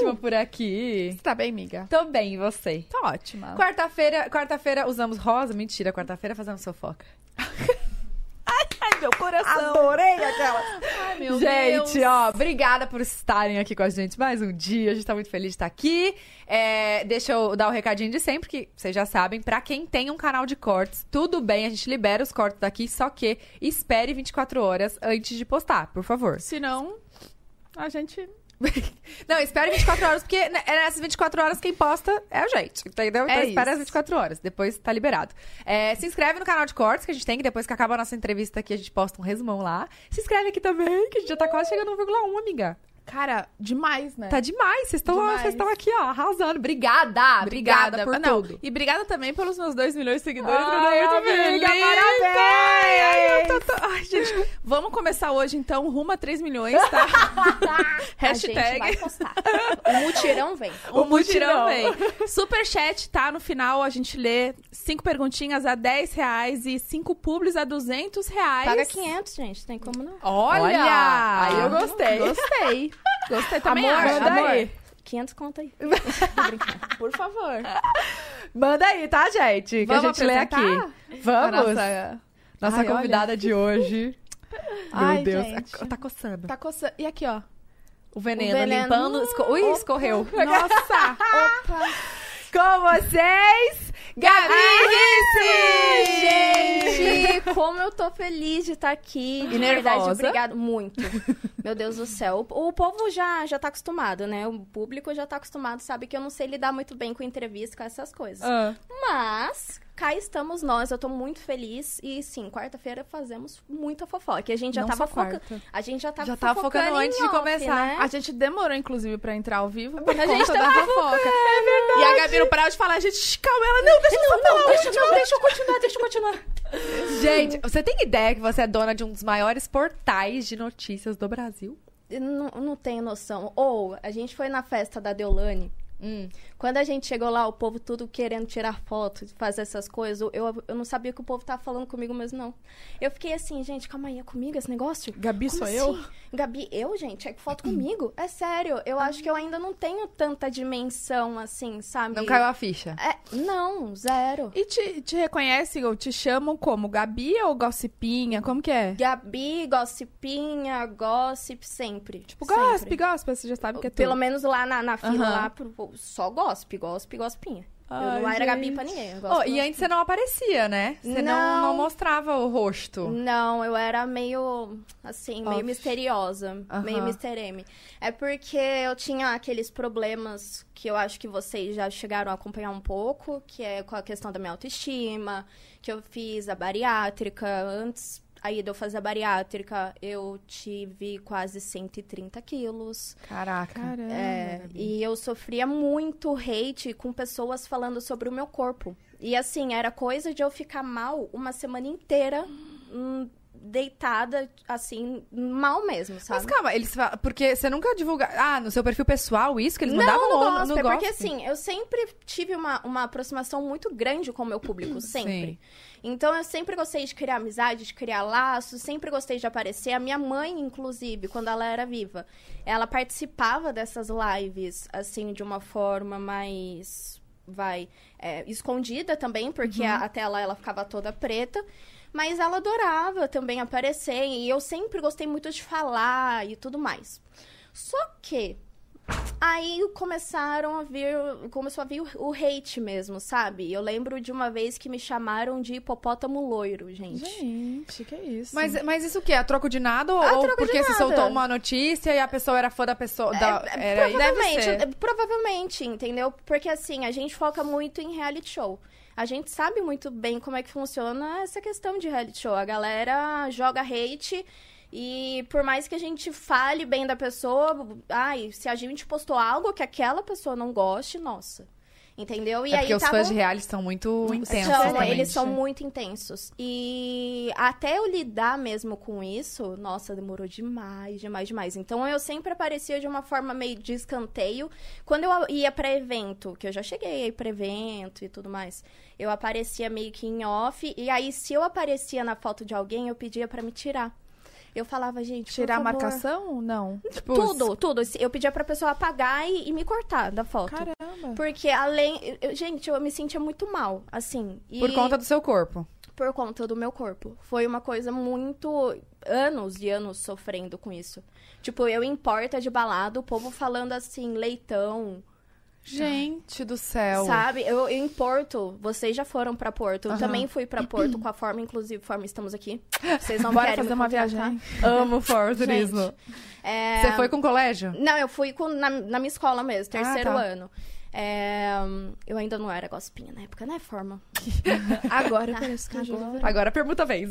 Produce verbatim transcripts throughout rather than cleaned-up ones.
ótimo por aqui. Você tá bem, amiga? Tô bem, e você? Tô ótima. Quarta-feira, quarta-feira usamos rosa? Mentira, quarta-feira fazemos fofoca. Ai, meu coração. Adorei aquela. Ai, meu gente, Deus. ó, obrigada por estarem aqui com a gente mais um dia. A gente tá muito feliz de estar aqui. É, deixa eu dar o recadinho de sempre, que vocês já sabem. Pra quem tem um canal de cortes, tudo bem, a gente libera os cortes daqui, só que espere vinte e quatro horas antes de postar, por favor. Se não, a gente... Não, espere vinte e quatro horas, porque nessas vinte e quatro horas quem posta é a gente, entendeu? Então É espere isso. as vinte e quatro horas, depois tá liberado. É, se inscreve no canal de cortes que a gente tem, que depois que acaba a nossa entrevista aqui, a gente posta um resumão lá. Se inscreve aqui também, que a gente já tá quase chegando a um vírgula um, amiga. Cara, demais, né? Tá demais, vocês estão Demais. vocês estão aqui, ó, arrasando. Obrigada, obrigada, por Ah, não. tudo. E obrigada também pelos meus dois milhões de seguidores. Ai, eu tô muito amiga, feliz. parabéns! Ai, ai, eu tô- tô- ai, gente, vamos começar hoje, então, rumo a três milhões, tá? A gente Hashtag. vai postar. O mutirão vem. O mutirão. mutirão vem. Superchat, tá? No final a gente lê cinco perguntinhas a dez reais e cinco publis a duzentos reais. Paga quinhentos, gente. Tem como não. Olha! Olha! Aí eu gostei. Gostei. Gostei também, Amor, acho. manda Amor, aí. quinhentos conta aí. por favor. Manda aí, tá, gente? Que Vamos a gente lê apresentar aqui. Vamos! A Nossa, nossa... nossa Ai, convidada de hoje. Ai, Meu Deus, gente. tá coçando. Tá coçando. E aqui, ó. O veneno, O veneno. limpando. Esco... Ui, Opa. escorreu. Nossa! Opa! Com vocês, Gabi Ricci! Gente, como eu tô feliz de estar aqui. De E verdade, nervosa? obrigado. Muito. Meu Deus do céu. O, o povo já, já tá acostumado, né? O público já tá acostumado, sabe que eu não sei lidar muito bem com entrevista, com essas coisas. Ah. Mas, cá estamos nós. Eu tô muito feliz. E sim, quarta-feira fazemos muita fofoca. E a gente já Não tava só focando. quarta. A gente já tava Já tava focando focando em antes de off, começar. né? A gente demorou, inclusive, pra entrar ao vivo por A conta gente da tava fofoca. É verdade. E a Gabi não parava de falar, a gente, calma, ela, não, deixa eu só falar. Não, deixa, não, deixa eu continuar, deixa eu continuar. Gente, você tem ideia que você é dona de um dos maiores portais de notícias do Brasil? Eu não, não tenho noção. Ou, a gente foi na festa da Deolane. Hum. Quando a gente chegou lá, o povo tudo querendo tirar foto, fazer essas coisas, eu, eu não sabia que o povo tava falando comigo mesmo, não. Eu fiquei assim, gente, calma aí, é comigo esse negócio? Gabi, Como sou assim? eu? Gabi, eu, gente? É foto comigo? É sério, eu acho que eu ainda não tenho tanta dimensão, assim, sabe? Não caiu a ficha. É, não, zero. E te, te reconhecem ou te chamam como? Gabi ou Gossipinha? Como que é? Gabi, gossipinha, gossip, sempre. Tipo, sempre. Gossip, Gossip, você já sabe que é tudo. Pelo menos lá na, na fila, Aham. lá, pro- só gossip, gossip, gossipinha. Eu Ai, não era Gabi gente. pra ninguém. Eu Oh, gosto e antes você não aparecia, né? Você não, Não. não mostrava o rosto. Não, eu era meio, assim, meio Off. misteriosa. Aham. Meio mister M. É porque eu tinha aqueles problemas que eu acho que vocês já chegaram a acompanhar um pouco, que é com a questão da minha autoestima, que eu fiz a bariátrica antes. Aí de eu fazer a bariátrica, eu tive quase cento e trinta quilos. Caraca. Caramba. É, Gabi. e eu sofria muito hate com pessoas falando sobre o meu corpo. E assim, era coisa de eu ficar mal uma semana inteira, hum, deitada, assim, mal mesmo, sabe? Mas calma, eles falam, porque você nunca divulga. Ah, no seu perfil pessoal, isso que eles Não, mandavam no ou gospel, no porque gospel? assim, eu sempre tive uma, uma aproximação muito grande com o meu público, sempre. Sim. Então, eu sempre gostei de criar amizade, de criar laços, sempre gostei de aparecer. A minha mãe, inclusive, quando ela era viva, ela participava dessas lives, assim, de uma forma mais, vai, é, escondida também, porque a, a tela, ela ficava toda preta. Mas ela adorava também aparecer, e eu sempre gostei muito de falar e tudo mais. Só que aí começaram a vir, começou a vir o, o hate mesmo, sabe? Eu lembro de uma vez que me chamaram de hipopótamo loiro, gente. Gente, que isso? Mas, mas isso o quê? A troco de nada? Ou, A ou troco de porque você nada. soltou uma notícia e a pessoa era fã da pessoa? Da, É, era isso? provavelmente, Deve ser. é, provavelmente, entendeu? Porque assim, a gente foca muito em reality show. A gente sabe muito bem como é que funciona essa questão de reality show. A galera joga hate e por mais que a gente fale bem da pessoa, ai, se a gente postou algo que aquela pessoa não goste, nossa. Entendeu? E É aí porque os tava... fãs de reality são muito intensos São, também. eles são muito intensos. E até eu lidar mesmo com isso, nossa, demorou demais, demais, demais. Então eu sempre aparecia de uma forma meio de escanteio. Quando eu ia pra evento, que eu já cheguei aí pra evento e tudo mais, eu aparecia meio que em off. E aí, se eu aparecia na foto de alguém, eu pedia pra me tirar. Eu falava, gente, Tirar a por favor. marcação? Não. Tipo, Tudo, tudo. Eu pedia pra pessoa apagar e, e me cortar da foto. Caramba. Porque além... eu- gente, eu me sentia muito mal, assim. E Por conta do seu corpo. por conta do meu corpo. Foi uma coisa muito... Anos e anos sofrendo com isso. Tipo, eu em porta de balada, o povo falando assim, leitão... Gente do céu. Sabe? Eu, eu em Porto, vocês já foram pra Porto. Eu Aham. também fui pra Porto com a Forma, inclusive, Forma, estamos aqui. Vocês não Bora querem fazer me uma contratar? viagem. Amo Fort Gente, Turismo. É... Você foi com colégio? Não, eu fui com, na, na minha escola mesmo, terceiro Ah, tá. ano. É, eu ainda não era gospinha na época, né, Forma? Agora Tá, parece que eu já agora. Agora a pergunta vez.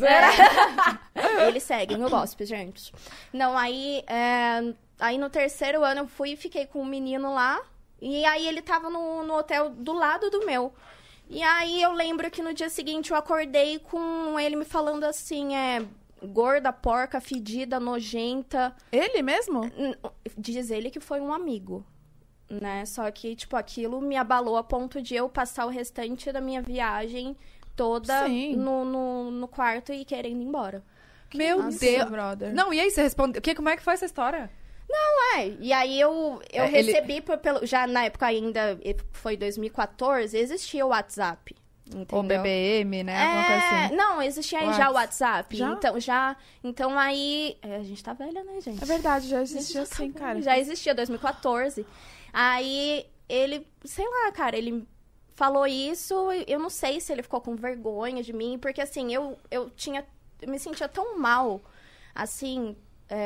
É. Eles seguem o gospel, gente. Não, aí, é, aí no terceiro ano eu fui e fiquei com um menino lá. E aí ele tava no, no hotel do lado do meu. E aí eu lembro que no dia seguinte eu acordei com ele me falando assim, é... Gorda, porca, fedida, nojenta. Ele mesmo? N- Diz ele que foi um amigo, né? Só que, tipo, aquilo me abalou a ponto de eu passar o restante da minha viagem toda Sim. no, no, no quarto e querendo ir embora. Meu Nossa, Deus. brother. Não, e aí você respondeu? Que, como é que foi essa história? É, e aí eu, eu É, ele- recebi, por- pelo, já na época ainda, foi dois mil e quatorze, existia o WhatsApp, entendeu? Ou B B M, né? Alguma coisa É, assim. não, existia aí Whats. já o WhatsApp. Já? Então, já, então aí, é, a gente tá velha, né, gente? É verdade, já A gente existia já tá assim, velha, cara. Já existia, dois mil e quatorze. Aí, ele, sei lá, cara, ele falou isso, eu não sei se ele ficou com vergonha de mim, porque assim, eu, eu tinha, eu me sentia tão mal, assim,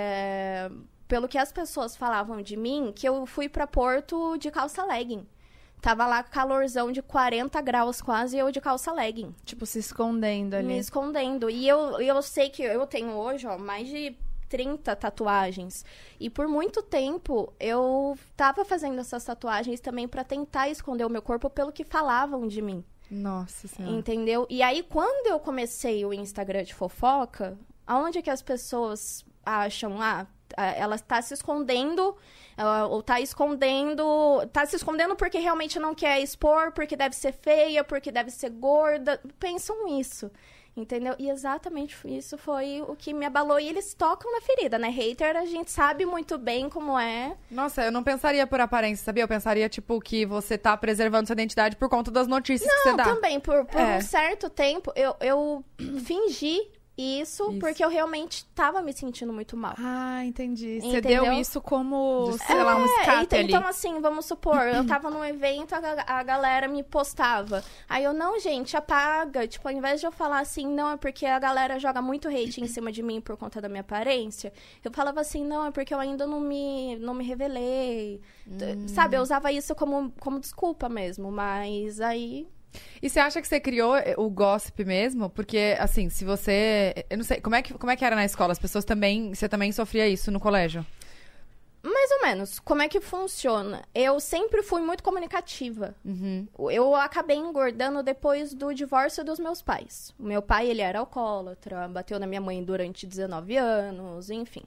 é, pelo que as pessoas falavam de mim, que eu fui pra Porto de calça legging. Tava lá com calorzão de quarenta graus quase, e eu de calça legging, Tipo, se escondendo ali. me escondendo. E eu, eu sei que eu tenho hoje, ó, mais de trinta tatuagens. E por muito tempo eu tava fazendo essas tatuagens também pra tentar esconder o meu corpo pelo que falavam de mim. Nossa Senhora. Entendeu? E aí, quando eu comecei o Instagram de fofoca, aonde que as pessoas acham, ah, ela tá se escondendo, ela- ou tá escondendo, tá se escondendo porque realmente não quer expor, porque deve ser feia, porque deve ser gorda. Pensam isso, entendeu? E exatamente isso foi o que me abalou. E eles tocam na ferida, né? Hater, a gente sabe muito bem como é. Nossa, eu não pensaria por aparência, sabia? Eu pensaria, tipo, que você tá preservando sua identidade por conta das notícias que você Não, dá. também, por, por É. um certo tempo, eu, eu fingi isso, Isso. porque eu realmente tava me sentindo muito mal. Ah, entendi. Você Entendeu? deu isso como, De- sei lá, um É, escape então, ali. então, assim, vamos supor, eu tava num evento, a, ga- a galera me postava. Aí eu, não, gente, apaga. Tipo, ao invés de eu falar assim, não, é porque a galera joga muito hate em cima de mim por conta da minha aparência, eu falava assim, não, é porque eu ainda não me, não me revelei. T- Sabe, eu usava isso como, como desculpa mesmo, mas aí... E você acha que você criou o gossip mesmo? Porque, assim, se você... Eu não sei, como é que, como é que era na escola? As pessoas também... Você também sofria isso no colégio? Mais ou menos. Como é que funciona? Eu sempre fui muito comunicativa. Uhum. Eu acabei engordando depois do divórcio dos meus pais. O meu pai, ele era alcoólatra, bateu na minha mãe durante dezenove anos, enfim.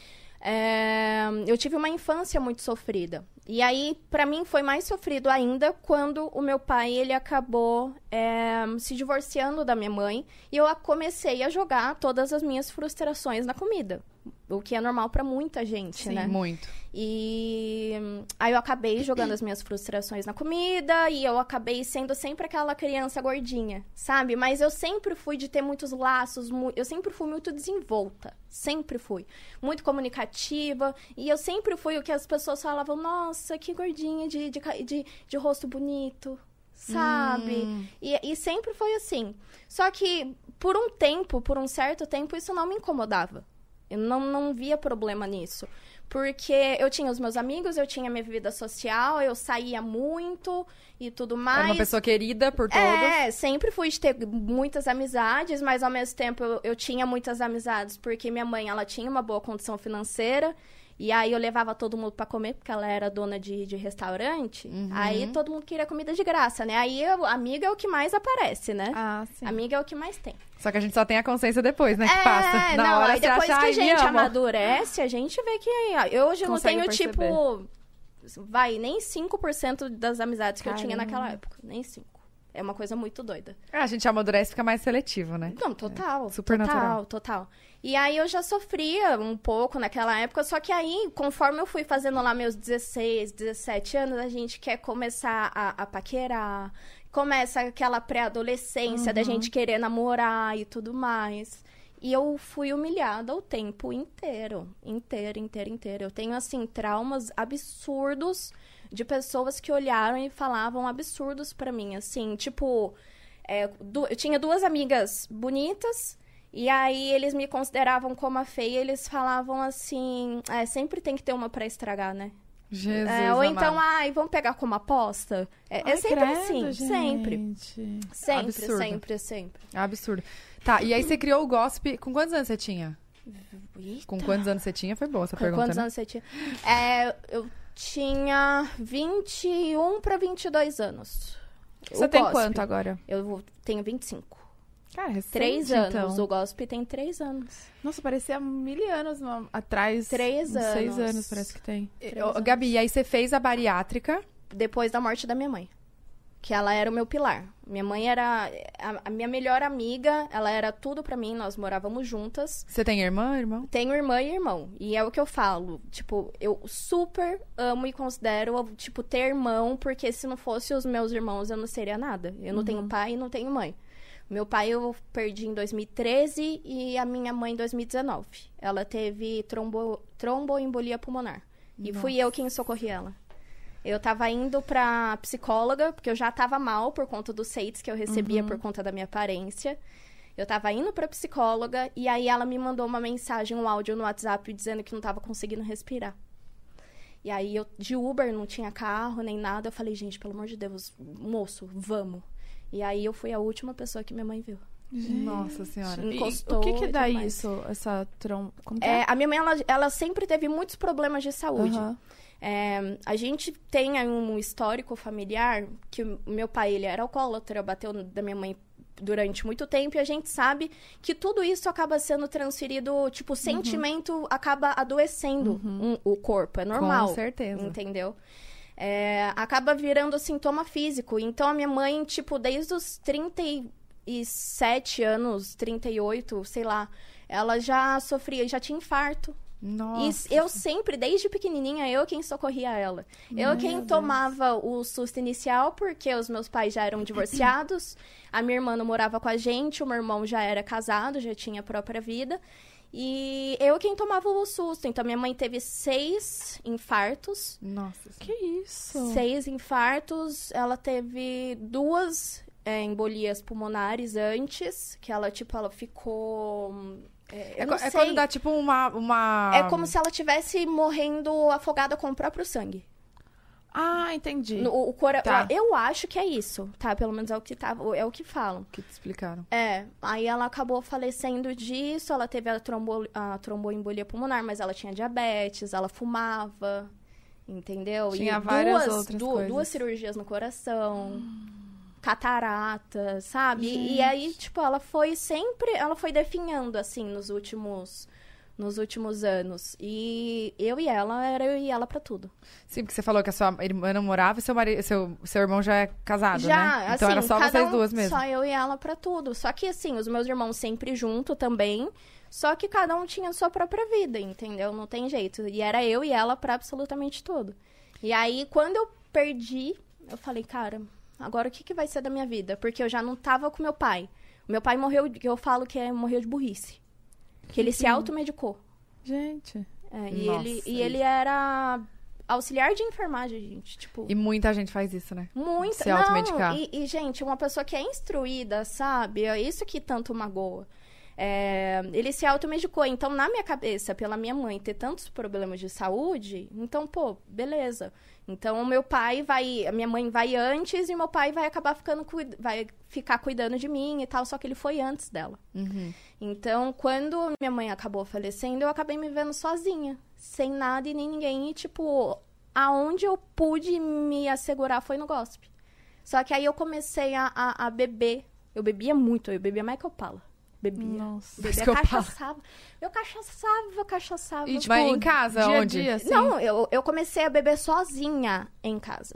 É, eu tive uma infância muito sofrida. E aí, pra mim, foi mais sofrido ainda quando o meu pai, ele acabou é, se divorciando da minha mãe. E eu a- comecei a jogar todas as minhas frustrações na comida. O que é normal pra muita gente, Sim, né? muito. E hum, aí eu acabei jogando as minhas frustrações na comida e eu acabei sendo sempre aquela criança gordinha, sabe? Mas eu sempre fui de ter muitos laços, mu- eu sempre fui muito desenvolta, sempre fui. Muito comunicativa e eu sempre fui o que as pessoas falavam, nossa, que gordinha de, de, ca- de, de rosto bonito, sabe? Hum. E, e sempre foi assim. Só que por um tempo, por um certo tempo, isso não me incomodava. Eu não, não via problema nisso. Porque eu tinha os meus amigos, eu tinha minha vida social, eu saía muito e tudo mais. Era uma pessoa querida por todos. É, sempre fui de ter muitas amizades, mas ao mesmo tempo eu, eu tinha muitas amizades porque minha mãe, ela tinha uma boa condição financeira. E aí eu levava todo mundo pra comer, porque ela era dona de, de restaurante. Uhum. Aí todo mundo queria comida de graça, né? Aí eu, amiga é o que mais aparece, né? Ah, sim. Amiga é o que mais tem. Só que a gente só tem a consciência depois, né? Que É, passa. Na não, hora aí você depois acha, que a "Ai, me gente amo." amadurece, a gente vê que... Eu hoje Consegue não tenho, perceber. tipo... Vai, nem cinco por cento das amizades que eu tinha Caramba. naquela época. Nem cinco. É uma coisa muito doida. É, a gente amadurece e fica mais seletivo, né? Não, total. É, super total, natural. Total, E aí eu já sofria um pouco naquela época, só que aí, conforme eu fui fazendo lá meus dezesseis, dezessete anos, a gente quer começar a, a paquerar, começa aquela pré-adolescência Uhum. da gente querer namorar e tudo mais. E eu fui humilhada o tempo inteiro, inteiro, inteiro, inteiro. Eu tenho, assim, traumas absurdos de pessoas que olharam e falavam absurdos pra mim, assim, tipo... É, du- eu tinha duas amigas bonitas, e aí eles me consideravam como a feia, eles falavam assim, é, sempre tem que ter uma pra estragar, né? Jesus, É, ou amado. então, ai, vamos pegar como aposta? É, é Ai, sempre credo, assim, sempre. gente. Sempre, Absurdo. sempre, sempre. Absurdo. Tá, e aí você criou o Gossip. Com quantos anos você tinha? Eita. Com quantos anos você tinha? Foi boa essa Com pergunta, quantos né? anos você tinha? É, eu tinha vinte e um pra vinte e dois anos. Você O tem Gospe. quanto agora? Eu vou- tenho vinte e cinco. Cara, recente, Três anos. então. O Gossip tem três anos. Nossa, parecia mil anos no- atrás. Três uns Seis anos. anos parece que tem. Ô, anos. Gabi, e aí você fez a bariátrica. Depois da morte da minha mãe. Que ela era o meu pilar. Minha mãe era a, a minha melhor amiga, ela era tudo pra mim, nós morávamos juntas. Você tem irmã, irmão? Tenho irmã e irmão. E é o que eu falo. Tipo, eu super amo e considero, tipo, ter irmão, porque se não fosse os meus irmãos, eu não seria nada. Eu não tenho pai e não tenho mãe. Meu pai eu perdi em dois mil e treze e a minha mãe em dois mil e dezenove. Ela teve trombo, tromboembolia pulmonar. E fui eu quem socorri ela. Eu tava indo pra psicóloga, porque eu já tava mal por conta dos hate que eu recebia por conta da minha aparência. Eu tava indo pra psicóloga e aí ela me mandou uma mensagem, um áudio no WhatsApp dizendo que não tava conseguindo respirar. E aí eu, de Uber, não tinha carro nem nada. Eu falei, gente, pelo amor de Deus, moço, vamos. E aí eu fui a última pessoa que minha mãe viu. Nossa senhora. Sim. E Encostou o que que e dá tudo mais. isso? Essa trom... Como que É, a minha mãe, ela, ela sempre teve muitos problemas de saúde. Aham. É, a gente tem aí um histórico familiar que o meu pai, ele era alcoólatra, bateu da minha mãe durante muito tempo, e a gente sabe que tudo isso acaba sendo transferido, tipo, o sentimento acaba adoecendo um- o corpo, é normal. Com certeza. Entendeu? É, acaba virando sintoma físico. Então, a minha mãe, tipo, desde os trinta e sete anos, trinta e oito, sei lá, ela já sofria, já tinha infarto. Nossa. E eu sempre, desde pequenininha, eu quem socorria ela. Eu quem tomava o susto inicial, porque os meus pais já eram divorciados, a minha irmã não morava com a gente, o meu irmão já era casado, já tinha a própria vida. E eu quem tomava o susto. Então, minha mãe teve seis infartos. Nossa. Que isso? Seis infartos. Ela teve duas é, embolias pulmonares antes, que ela, tipo, ela ficou... É, eu É, não co- é sei. quando dá tipo uma, uma... É como se ela estivesse morrendo afogada com o próprio sangue. Ah, entendi. No- o cora... Tá. Eu acho que é isso, tá? Pelo menos é o que tá, é o que falam. Que te explicaram. É, aí ela acabou falecendo disso, ela teve a, trombo... a tromboembolia pulmonar, mas ela tinha diabetes, ela fumava, entendeu? Tinha e várias duas, outras du- coisas. duas cirurgias no coração, catarata, sabe? E, e aí, tipo, ela foi sempre, ela foi definhando, assim, nos últimos... Nos últimos anos. E eu e ela, era eu e ela pra tudo. Sim, porque você falou que a sua irmã não morava e seu, marido, seu, seu irmão já é casado, Já, né? assim, Então era só cada vocês um- duas mesmo. Só eu e ela pra tudo. Só que, assim, os meus irmãos sempre junto também. Só que cada um tinha a sua própria vida, entendeu? Não tem jeito. E era eu e ela pra absolutamente tudo. E aí, quando eu perdi, eu falei, cara, agora o que, que vai ser da minha vida? Porque eu já não tava com meu pai. O meu pai morreu, que eu falo que é, morreu de burrice. Que ele se automedicou. Gente. É, e Nossa, ele, e isso. ele era auxiliar de enfermagem, gente. Tipo, E muita gente faz isso, né? muito. Se automedicar. Não, e, e, gente, uma pessoa que é instruída, sabe? É isso que tanto magoa. É, ele se automedicou. Então, na minha cabeça, pela minha mãe ter tantos problemas de saúde, então, pô, beleza. Então, o meu pai vai... A minha mãe vai antes e meu pai vai acabar ficando... cuid- Vai ficar cuidando de mim e tal, só que ele foi antes dela. Uhum. Então, quando minha mãe acabou falecendo, eu acabei me vendo sozinha. Sem nada e nem ninguém. E, tipo, aonde eu pude me assegurar foi no gospel. Só que aí eu comecei a, a, a beber. Eu bebia muito, eu bebia mais que eu pala. Bebia. Nossa. Mais Bebia que eu cachaçava. Eu cachaçava, eu cachaçava. E, tipo, em casa, dia a onde? dia, assim? Não, eu, eu comecei a beber sozinha em casa.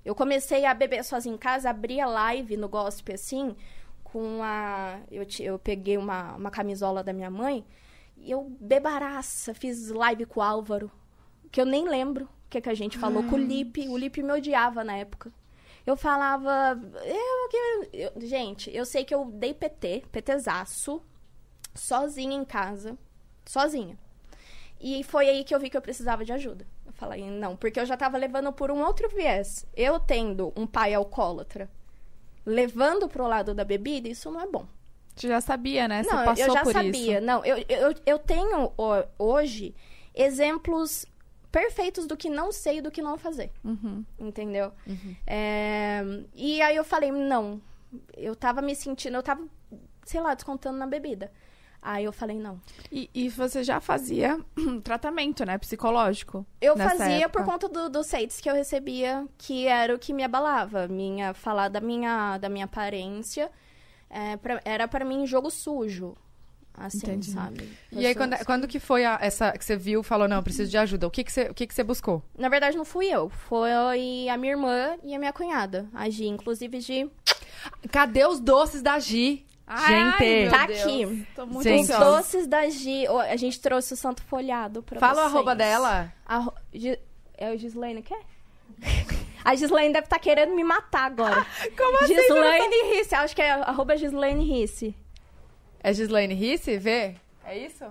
Eu comecei a beber sozinha em casa, abri a live no gospel, assim, com a... Eu, eu peguei uma, uma camisola da minha mãe e eu bebaraça, fiz live com o Álvaro, que eu nem lembro o que, que a gente falou, Ai. com o Lipe. O Lipe me odiava na época. Eu falava... Eu, eu, eu, gente, eu sei que eu dei P T, PTzaço, sozinha em casa, sozinha. E foi aí que eu vi que eu precisava de ajuda. Eu falei, não, porque eu já tava levando por um outro viés. Eu tendo um pai alcoólatra, levando pro lado da bebida, isso não é bom. Você já sabia, né? Você não, passou eu já por sabia. isso. Não, eu, eu, eu tenho hoje exemplos perfeitos do que não sei e do que não fazer. Uhum. Entendeu? Uhum. É, e aí eu falei, não. Eu tava me sentindo, eu tava, sei lá, descontando na bebida. Aí eu falei, não. E, e você já fazia tratamento, né? Psicológico? Eu fazia época. por conta do, dos hates que eu recebia, que era o que me abalava. Minha, falar da minha, da minha aparência é, pra, era pra mim jogo sujo. Assim, Entendi. sabe? E eu aí, quando, assim. quando que foi a, essa que você viu, falou, não, eu preciso de ajuda? O que que você, o que que você buscou? Na verdade, não fui eu. Foi a minha irmã e a minha cunhada. A Gi, inclusive, Gi... Cadê os doces da Gi? Gente, Ai, tá Deus. aqui. Tô muito Os doces da Gi. A gente trouxe o santo folhado pra Fala vocês. o arroba dela. Arro... É o Gislaine, quer? A Gislaine deve estar tá querendo me matar agora. Como assim? Gislaine Risse. Acho que é arroba Gislaine Risse. É Gislaine Risse? Vê? É isso?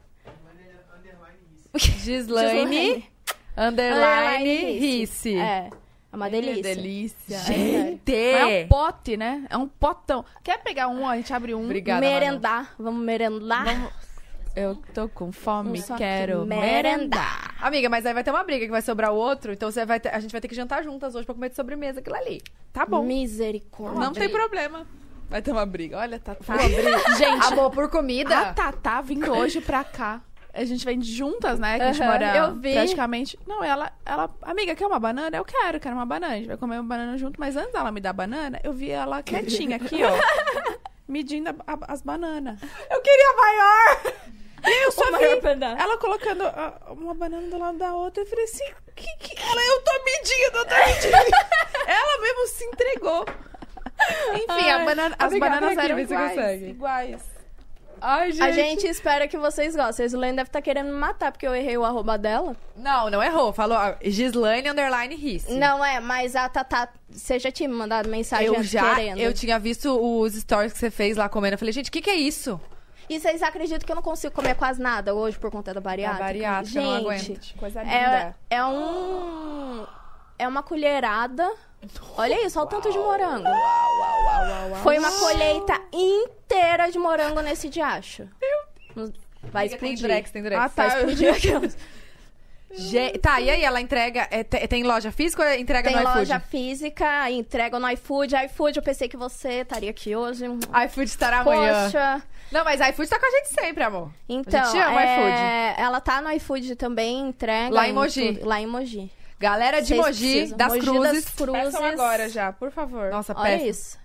Gislaine underline Risse. É. É uma delícia. Que delícia. Gente! É um pote, né? É um potão. Quer pegar um? A gente abre um. Obrigada, merendar. Manu. Vamos merendar? Vamos... Eu tô com fome, Só quero que merendar. Amiga, mas aí vai ter uma briga que vai sobrar o outro, então você vai ter... a gente vai ter que jantar juntas hoje pra comer de sobremesa aquilo ali. Tá bom. Misericórdia. Não tem problema. Vai ter uma briga. Olha, Tatá. Tá. Gente, amor por comida. A Tatá vindo hoje pra cá. A gente vem juntas, né? Que uhum, a gente mora eu vi. praticamente... Não, ela, ela... Amiga, quer uma banana? Eu quero, quero uma banana. A gente vai comer uma banana junto. Mas antes dela me dar banana, eu vi ela quietinha aqui, ó. medindo a, a, as bananas. Eu queria maior! E eu só Uma vi banana. ela colocando a, uma banana do lado da outra. Eu falei assim, que, que... Ela, eu tô medindo, eu tô medindo. Ela mesmo se entregou. Enfim, a banana, as amiga, bananas aqui, eram vê se iguais, consegue. iguais. Ai, gente. A gente espera que vocês gostem. A Gislaine deve estar querendo me matar, porque eu errei o arroba dela. Não, não errou. Falou ó, Gislaine underline Risse. Não é, mas a Tatá... Você já tinha me mandado mensagem Eu antes já, querendo. eu tinha visto os stories que você fez lá comendo. Eu falei, gente, o que que é isso? E vocês acreditam que eu não consigo comer quase nada hoje por conta da bariátrica? A bariátrica, gente, eu não aguento. Coisa linda. É, é um... É uma colherada. Olha isso, olha o tanto de morango. Uau, uau, uau, uau, uau. Foi uma colheita inteira de morango nesse diacho. Vai Tem explodir. Drex, tem Drex. Ah, tá. Vai explodir aquelas. Ge- Tá, e aí ela entrega... é, te- tem loja física ou entrega Tem no iFood? loja física, entrega no iFood. iFood, eu pensei que você estaria aqui hoje. iFood estará amanhã. Poxa. Não, mas iFood tá com a gente sempre, amor. Então, A gente ama é... ela tá no iFood também, entrega. Lá em Mogi. tudo. Lá em Mogi. Galera de Vocês Mogi, precisam. das Mogi Cruzes. das Cruzes. Peçam agora já, por favor. Nossa, Olha péssimo. isso.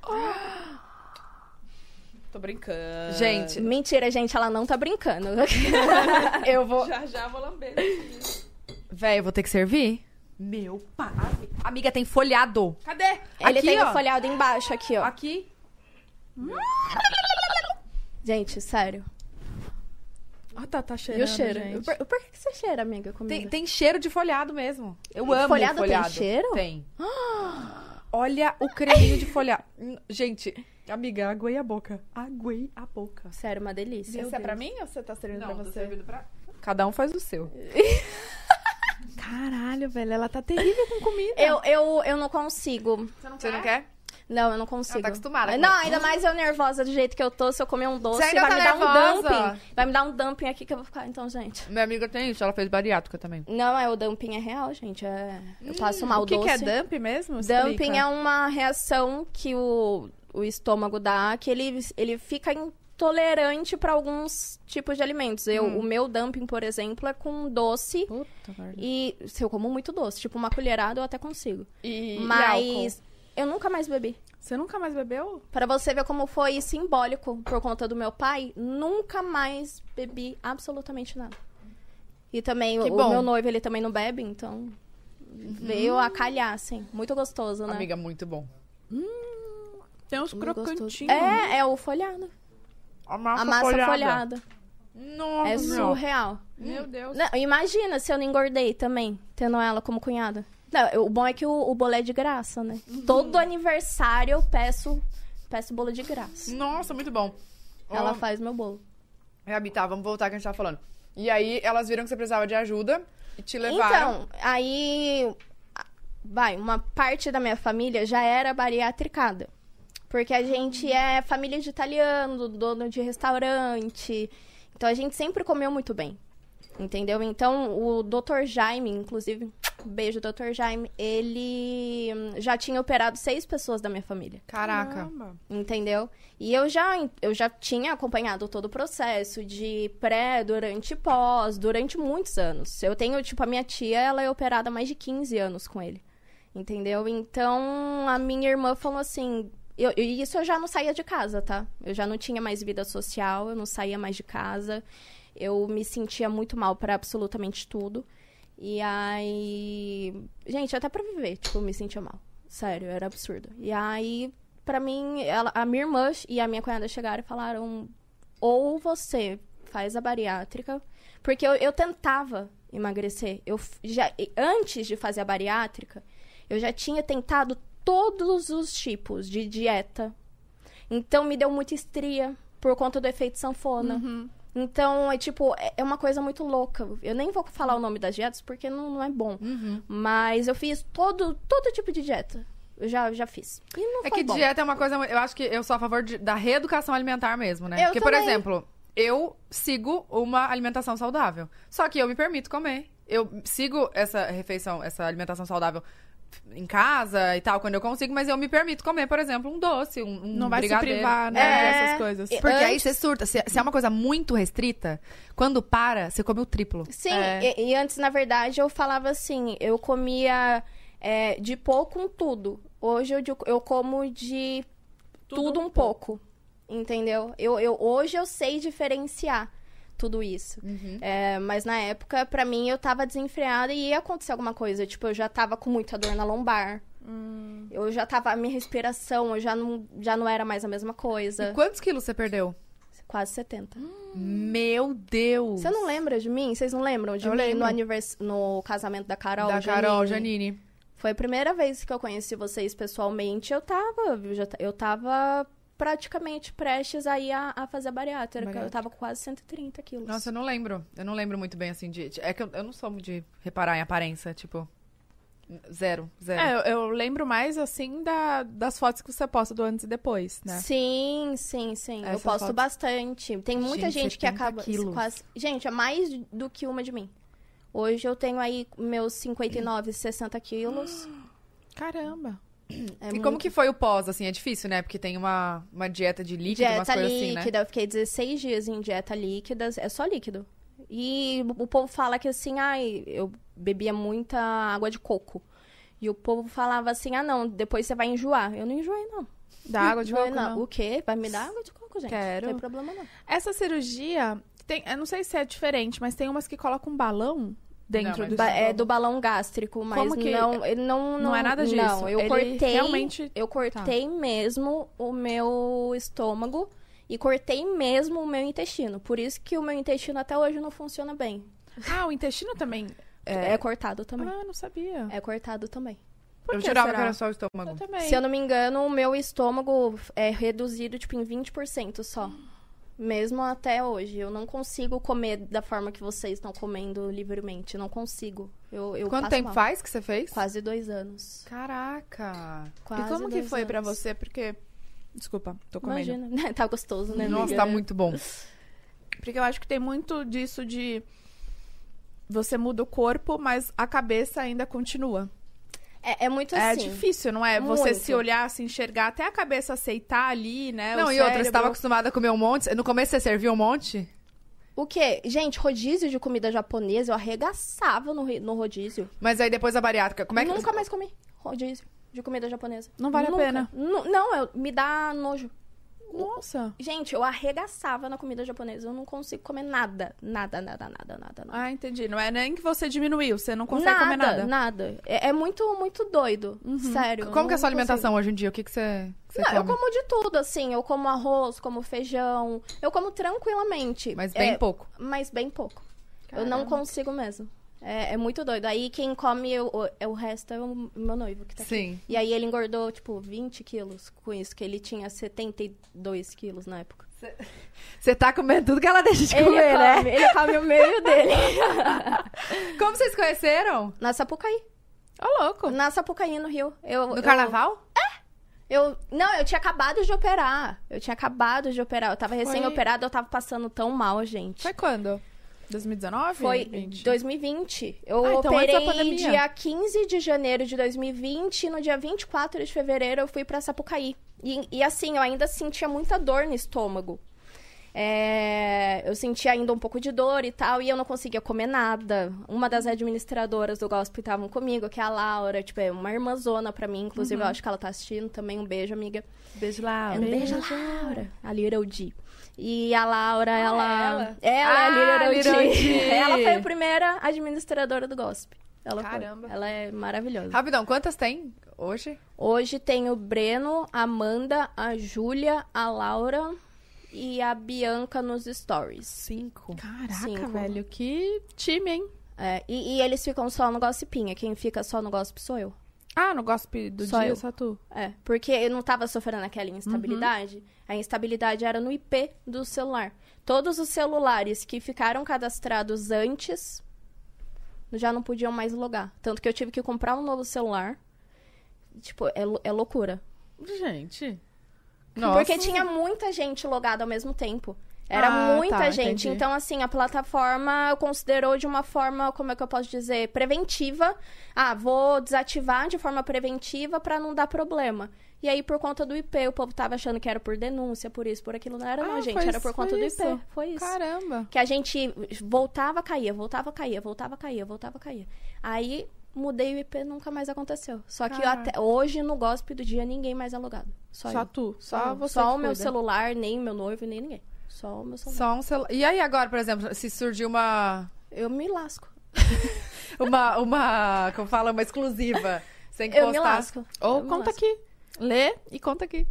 Tô brincando. Gente, Mentira, gente, ela não tá brincando. eu vou... Já, já vou lamber. Véi, eu vou ter que servir? Meu pai. Amiga, tem folhado. Cadê? Ele Aqui, tem ó. o folhado embaixo aqui, ó. Aqui. Gente, sério. Ah, tá, tá E cheirando, o cheiro? gente. Por, por que que você cheira, amiga, comigo? Tem, tem cheiro de folhado mesmo. Eu amo Folhado tem folhado. cheiro? Tem. Olha o creminho de folhado. Hum, Gente, amiga, aguei a boca. Aguei a boca. Sério, uma delícia. Esse é pra mim ou você tá servindo pra você? pra... Cada um faz o seu. Caralho, velho, ela tá terrível com comida. Eu, eu, eu não consigo. Você não quer? Não, eu não consigo. Ela tá acostumada com Não, isso. ainda mais eu nervosa do jeito que eu tô. Se eu comer um doce, Você ainda vai tá me dar nervosa? um dumping. Vai me dar um dumping aqui que eu vou ficar. Então, gente. Minha amiga tem isso, ela fez bariátrica também. Não, é o dumping é real, gente. É... Eu passo mal O que, doce. que é dump mesmo? Dumping Explica. é uma reação que o, o estômago dá, que ele, ele fica intolerante para alguns tipos de alimentos. Eu, Hum. O meu dumping, por exemplo, é com doce. Puta merda. E se eu como muito doce, tipo uma colherada, eu até consigo. E, e Mas álcool? eu nunca mais bebi. Você nunca mais bebeu? Pra você ver como foi simbólico por conta do meu pai, nunca mais bebi absolutamente nada. E também, Que o, bom. o meu noivo, ele também não bebe, então... Veio a calhar, assim. Muito gostoso, né? Amiga, muito bom. Tem uns Muito gostoso. crocantinhos. É, é o folhado. A massa, A massa folhada. folhada. Nossa, É meu. surreal. Meu Deus. Não, imagina se eu não engordei também, tendo ela como cunhada. Não, eu- o bom é que o, o bolo é de graça, né? Todo aniversário eu peço, peço bolo de graça. Nossa, muito bom. Ela Ó, faz meu bolo. Gabi, tá, vamos voltar que a gente tava falando. E aí, elas viram que você precisava de ajuda e te levaram. Então, aí, vai, uma parte da minha família já era bariátricada. Porque a gente é família de italiano, dono de restaurante. Então, a gente sempre comeu muito bem. Entendeu? Então, o doutor Jaime, inclusive, beijo, doutor Jaime, ele hum, já tinha operado seis pessoas da minha família. Caraca. Caramba. Entendeu? E eu já, eu já tinha acompanhado todo o processo de pré, durante e pós, durante muitos anos. Eu tenho, tipo, a minha tia, ela é operada há mais de quinze anos com ele. Entendeu? Então, a minha irmã falou assim... Eu, e isso eu já não saía de casa, tá? Eu já não tinha mais vida social, eu não saía mais de casa. Eu me sentia muito mal pra absolutamente tudo. E aí... Gente, até pra viver, tipo, eu me sentia mal. Sério, era absurdo. E aí... Pra mim, ela, a minha irmã e a minha cunhada chegaram e falaram: ou você faz a bariátrica, porque eu, eu tentava emagrecer. Eu f- já, antes de fazer a bariátrica, eu já tinha tentado todos os tipos de dieta. Então, me deu muita estria por conta do efeito sanfona. Uhum. Então, é tipo, é é uma coisa muito louca. Eu nem vou falar o nome das dietas porque não, não é bom. Uhum. Mas eu fiz todo, todo tipo de dieta. Eu já, já fiz. E não É foi que bom. dieta é uma coisa... Eu acho que eu sou a favor de- da reeducação alimentar mesmo, né? Eu Porque, por também. exemplo, eu sigo uma alimentação saudável. Só que eu me permito comer. Eu sigo essa refeição, essa alimentação saudável em casa e tal, quando eu consigo, mas eu me permito comer, por exemplo, um doce, um, um Não vai se brigadeiro. privar, né, É. dessas coisas. E- Porque aí Antes- você surta. Se, se é uma coisa muito restrita, quando para, você come o triplo. Sim, É. e, e antes, na verdade, eu falava assim, eu comia é, de pouco um tudo. Hoje eu, digo- eu como de tudo, um pouco. Entendeu? Eu, eu, hoje eu sei diferenciar tudo isso. É, mas na época, pra mim, eu tava desenfreada e ia acontecer alguma coisa. Tipo, eu já tava com muita dor na lombar. Eu já tava... A minha respiração, eu já não, já não era mais a mesma coisa. E quantos quilos você perdeu? Quase setenta. Meu Deus! Você não lembra de mim? Vocês não lembram de Eu mim lembro. no, anivers... no casamento da Carol? Da Janine? Carol Janine. Foi a primeira vez que eu conheci vocês pessoalmente. Eu tava, eu, já, eu tava praticamente prestes a ir a, a fazer a bariátrica. Bariátrica. Eu tava com quase cento e trinta quilos. Nossa, eu não lembro. Eu não lembro muito bem, assim, de... de- É que eu, eu não sou muito de reparar em aparência, tipo... Zero, zero. É, eu, eu lembro mais, assim, da, das fotos que você posta do antes e depois, né? Sim, sim, sim. Essas eu posto fotos. bastante. Tem muita Gente, gente, que setenta acaba. quilos. Quase... Gente, é mais do que uma de mim. Hoje eu tenho aí meus cinquenta e nove, sessenta quilos. Caramba. É E muito... como que foi o pós, assim? É difícil, né? Porque tem uma, uma dieta de líquido, umas Dieta coisas líquida, assim, né? eu fiquei dezesseis dias em dieta líquida, é só líquido. E o povo fala que assim, ai, eu bebia muita água de coco. E o povo falava assim, ah não, depois você vai enjoar. Eu não enjoei, não. Da água de Enjoei, coco, não. O quê? Vai me dar água de coco, gente? Quero. Não tem problema, não. Essa cirurgia, tem, eu não sei se é diferente, mas tem umas que colocam um balão dentro Não, mas do Ba- é estômago. do balão gástrico, mas Como que- não, ele não, não... Não é nada disso. Não, eu Ele cortei... realmente- Eu cortei mesmo o meu estômago e cortei mesmo o meu intestino. Por isso que o meu intestino até hoje não funciona bem. Ah, o intestino também. É, cortado também. Ah, não sabia. É cortado também. Por Eu que jurava será? que era só o estômago. Eu também. Se eu não me engano, o meu estômago é reduzido, tipo, em vinte por cento só. Mesmo até hoje. Eu não consigo comer da forma que vocês estão comendo livremente. Não consigo. Eu, eu Quanto passo tempo mal. faz que você fez? Quase dois anos. Caraca! Quase E como que dois foi pra anos. você? Porque... Desculpa, tô comendo. Imagina. Tá gostoso, né, Nossa, amiga? tá muito bom. Porque eu acho que tem muito disso de... Você muda o corpo, mas a cabeça ainda continua. É, é muito É assim. difícil, não é? Você Muito. se olhar, se enxergar, até a cabeça aceitar ali, né? Não, o e outra, você cérebro. tava acostumada a comer um monte. No começo você servia um monte? O quê? Gente, rodízio de comida japonesa, eu arregaçava no, ri- no rodízio. Mas aí depois da bariátrica, como é que... Nunca mais comi rodízio de comida japonesa. Não vale a Nunca. pena. Nu- Não, eu, me dá nojo. Nossa. Gente, eu arregaçava na comida japonesa. Eu não consigo comer nada. Nada, nada, nada, nada, nada. Ah, entendi. Não é nem que você diminuiu, você não consegue nada, comer nada. Nada, É, é muito, muito doido. Sério. Como que é a não sua alimentação consigo. hoje em dia? O que, que você, que você Não, eu come? como de tudo, assim. Eu como arroz, como feijão. Eu como tranquilamente. Mas bem É, pouco. Mas bem pouco. Eu não Caramba. consigo mesmo. É, é muito doido. Aí quem come o, o, é o resto é o meu noivo que tá aqui. Sim. E aí ele engordou, tipo, vinte quilos com isso, que ele tinha setenta e dois quilos na época. Você tá comendo tudo que ela deixa de Ele comer, né? come, ele come o meio dele. Como vocês conheceram? Na Sapucaí. Ô, louco. Na Sapucaí, no Rio. Eu, No eu- carnaval? Eu, não, eu tinha acabado de operar. Eu tinha acabado de operar. Eu tava recém-operada, eu tava passando tão mal, gente. Foi quando? dois mil e dezenove? Foi vinte? dois mil e vinte. Eu Ah, então antes da operei pandemia. dia quinze de janeiro de dois mil e vinte e no dia vinte e quatro de fevereiro eu fui pra Sapucaí. E, e assim, eu ainda sentia muita dor no estômago. É, eu sentia ainda um pouco de dor e tal, e eu não conseguia comer nada. Uma das administradoras do gospel estavam comigo, que é a Laura, tipo, é uma irmãzona pra mim, inclusive eu acho que ela tá assistindo também. Um beijo, amiga. Beijo lá. Um beijo, Laura. A Little D. E a Laura, ela... ela? Ela Ah, é a Little, Little D. D. Ela foi a primeira administradora do gospel. Ela foi. Caramba. Ela é maravilhosa. Rapidão, quantas tem hoje? Hoje tem o Breno, a Amanda, a Júlia, a Laura e a Bianca nos stories. Cinco. Caraca, Cinco. velho. Que time, hein? É, e, e eles ficam só no Gossipinha. Quem fica só no Gossip sou eu. Ah, no gossip do Só dia, eu. só tu. É, porque eu não tava sofrendo aquela instabilidade. A instabilidade era no I P do celular. Todos os celulares que ficaram cadastrados antes já não podiam mais logar. Tanto que eu tive que comprar um novo celular. Tipo, é, lou- é loucura. Gente. Porque tinha muita gente logada ao mesmo tempo. Era Ah, muita tá, gente. entendi. Então, assim, a plataforma considerou de uma forma, como é que eu posso dizer, preventiva. Ah, vou desativar de forma preventiva pra não dar problema. E aí, por conta do I P, o povo tava achando que era por denúncia, por isso, por aquilo. Não era, não, Ah, gente. foi Era isso, por conta foi do isso. I P. Foi isso. Caramba. Que a gente voltava, caía, voltava, caía, voltava, caía, voltava, caía. Aí, mudei o I P, nunca mais aconteceu. Só que Caraca. até hoje, no gospel do dia, ninguém mais é logado. Só, Só eu. tu. Só, Só, eu. você Só que o meu cuida. celular, nem meu noivo, nem ninguém. Só o meu celular. Só um celular. E aí agora, por exemplo, se surgir uma... Eu me lasco. Uma, uma... Como fala? Uma exclusiva. Sem que Eu me postar. lasco. Ou Eu me conta lasco. aqui. Lê e conta aqui.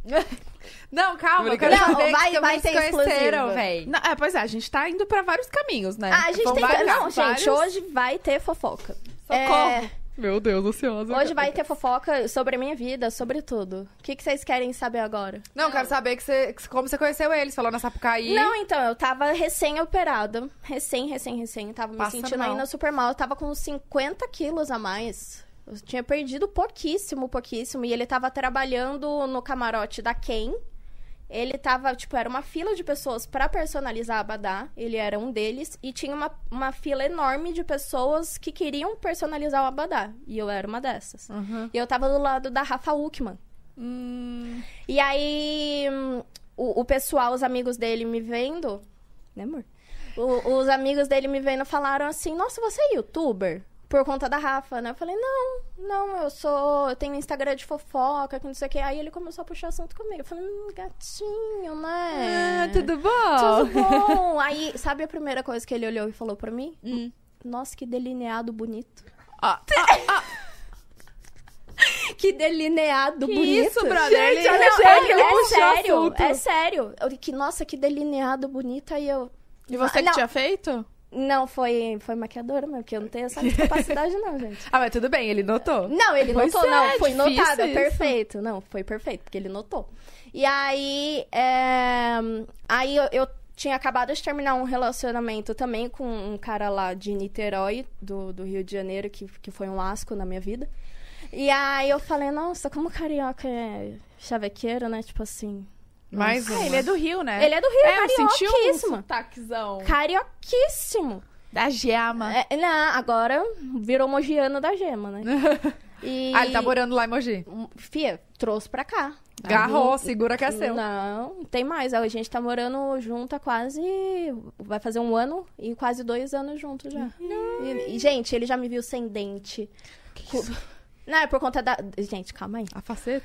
Não, calma. Eu quero Não, saber vai- que vai vocês ter conheceram, exclusiva. véi. Não, é, pois é, a gente tá indo pra vários caminhos, né? Ah, a gente Vamos tem que... marcar Não, vários- gente, hoje vai ter fofoca. Socorro. É, Meu Deus, ansiosa. hoje vai ter fofoca sobre a minha vida, sobre tudo. O que, que vocês querem saber agora? Não, eu quero saber que você, que- como você conheceu eles. Falou na Sapucaí. Não, então, eu tava recém-operada. Recém, recém, recém. Tava me Passa sentindo mal. ainda super mal. Eu tava com cinquenta quilos a mais. Eu tinha perdido pouquíssimo, pouquíssimo. E ele tava trabalhando no camarote da Ken. Ele tava, tipo, era uma fila de pessoas pra personalizar a Abadá. Ele era um deles. E tinha uma, uma fila enorme de pessoas que queriam personalizar o Abadá. E eu era uma dessas. Uhum. E eu tava do lado da Rafa Uckman. Hum, E aí, hum, o, o pessoal, os amigos dele me vendo... Né, amor? O- os amigos dele me vendo falaram assim, nossa, você é youtuber? Por conta da Rafa, né? Eu falei, não, não, eu sou... Eu tenho Instagram de fofoca, que não sei o quê. Aí ele começou a puxar assunto comigo. Eu falei, hum, gatinho, né? Ah, tudo bom? Tudo bom. Aí, sabe a primeira coisa que ele olhou e falou pra mim? Hum. Nossa, que delineado bonito. ó, Que delineado Que bonito. isso, brother? Gente, Ele- olha, ele sério, puxou é sério, assunto. é sério. Eu, que, nossa, que delineado bonito. Aí eu... E você que não, tinha feito? Não, foi, foi maquiadora mesmo, porque eu não tenho essa capacidade não, gente. Ah, mas tudo bem, ele notou. Não, ele Pois notou, é, não, foi difícil notado, isso. perfeito. Não, foi perfeito, porque ele notou. E aí, é, aí eu, eu tinha acabado de terminar um relacionamento também com um cara lá de Niterói, do, do Rio de Janeiro, que, que foi um asco na minha vida. E aí eu falei, nossa, como carioca é chavequeiro, né? Tipo assim... Mais Ah, uma. ele é do Rio, né? Ele é do Rio, É, eu senti um carioquíssimo. sotaquezão. Carioquíssimo. Da Gema. É, não, agora virou mogiano da gema, né? E... Ah, ele tá morando lá em Mogi. Fia, trouxe pra cá. Garrou, Aí, segura que é seu. Não, tem mais. A gente tá morando junto há quase... Vai fazer um ano e quase dois anos juntos já. E, e, gente, ele já me viu sem dente. Que isso? Não, é por conta da... Gente, calma aí. A faceta?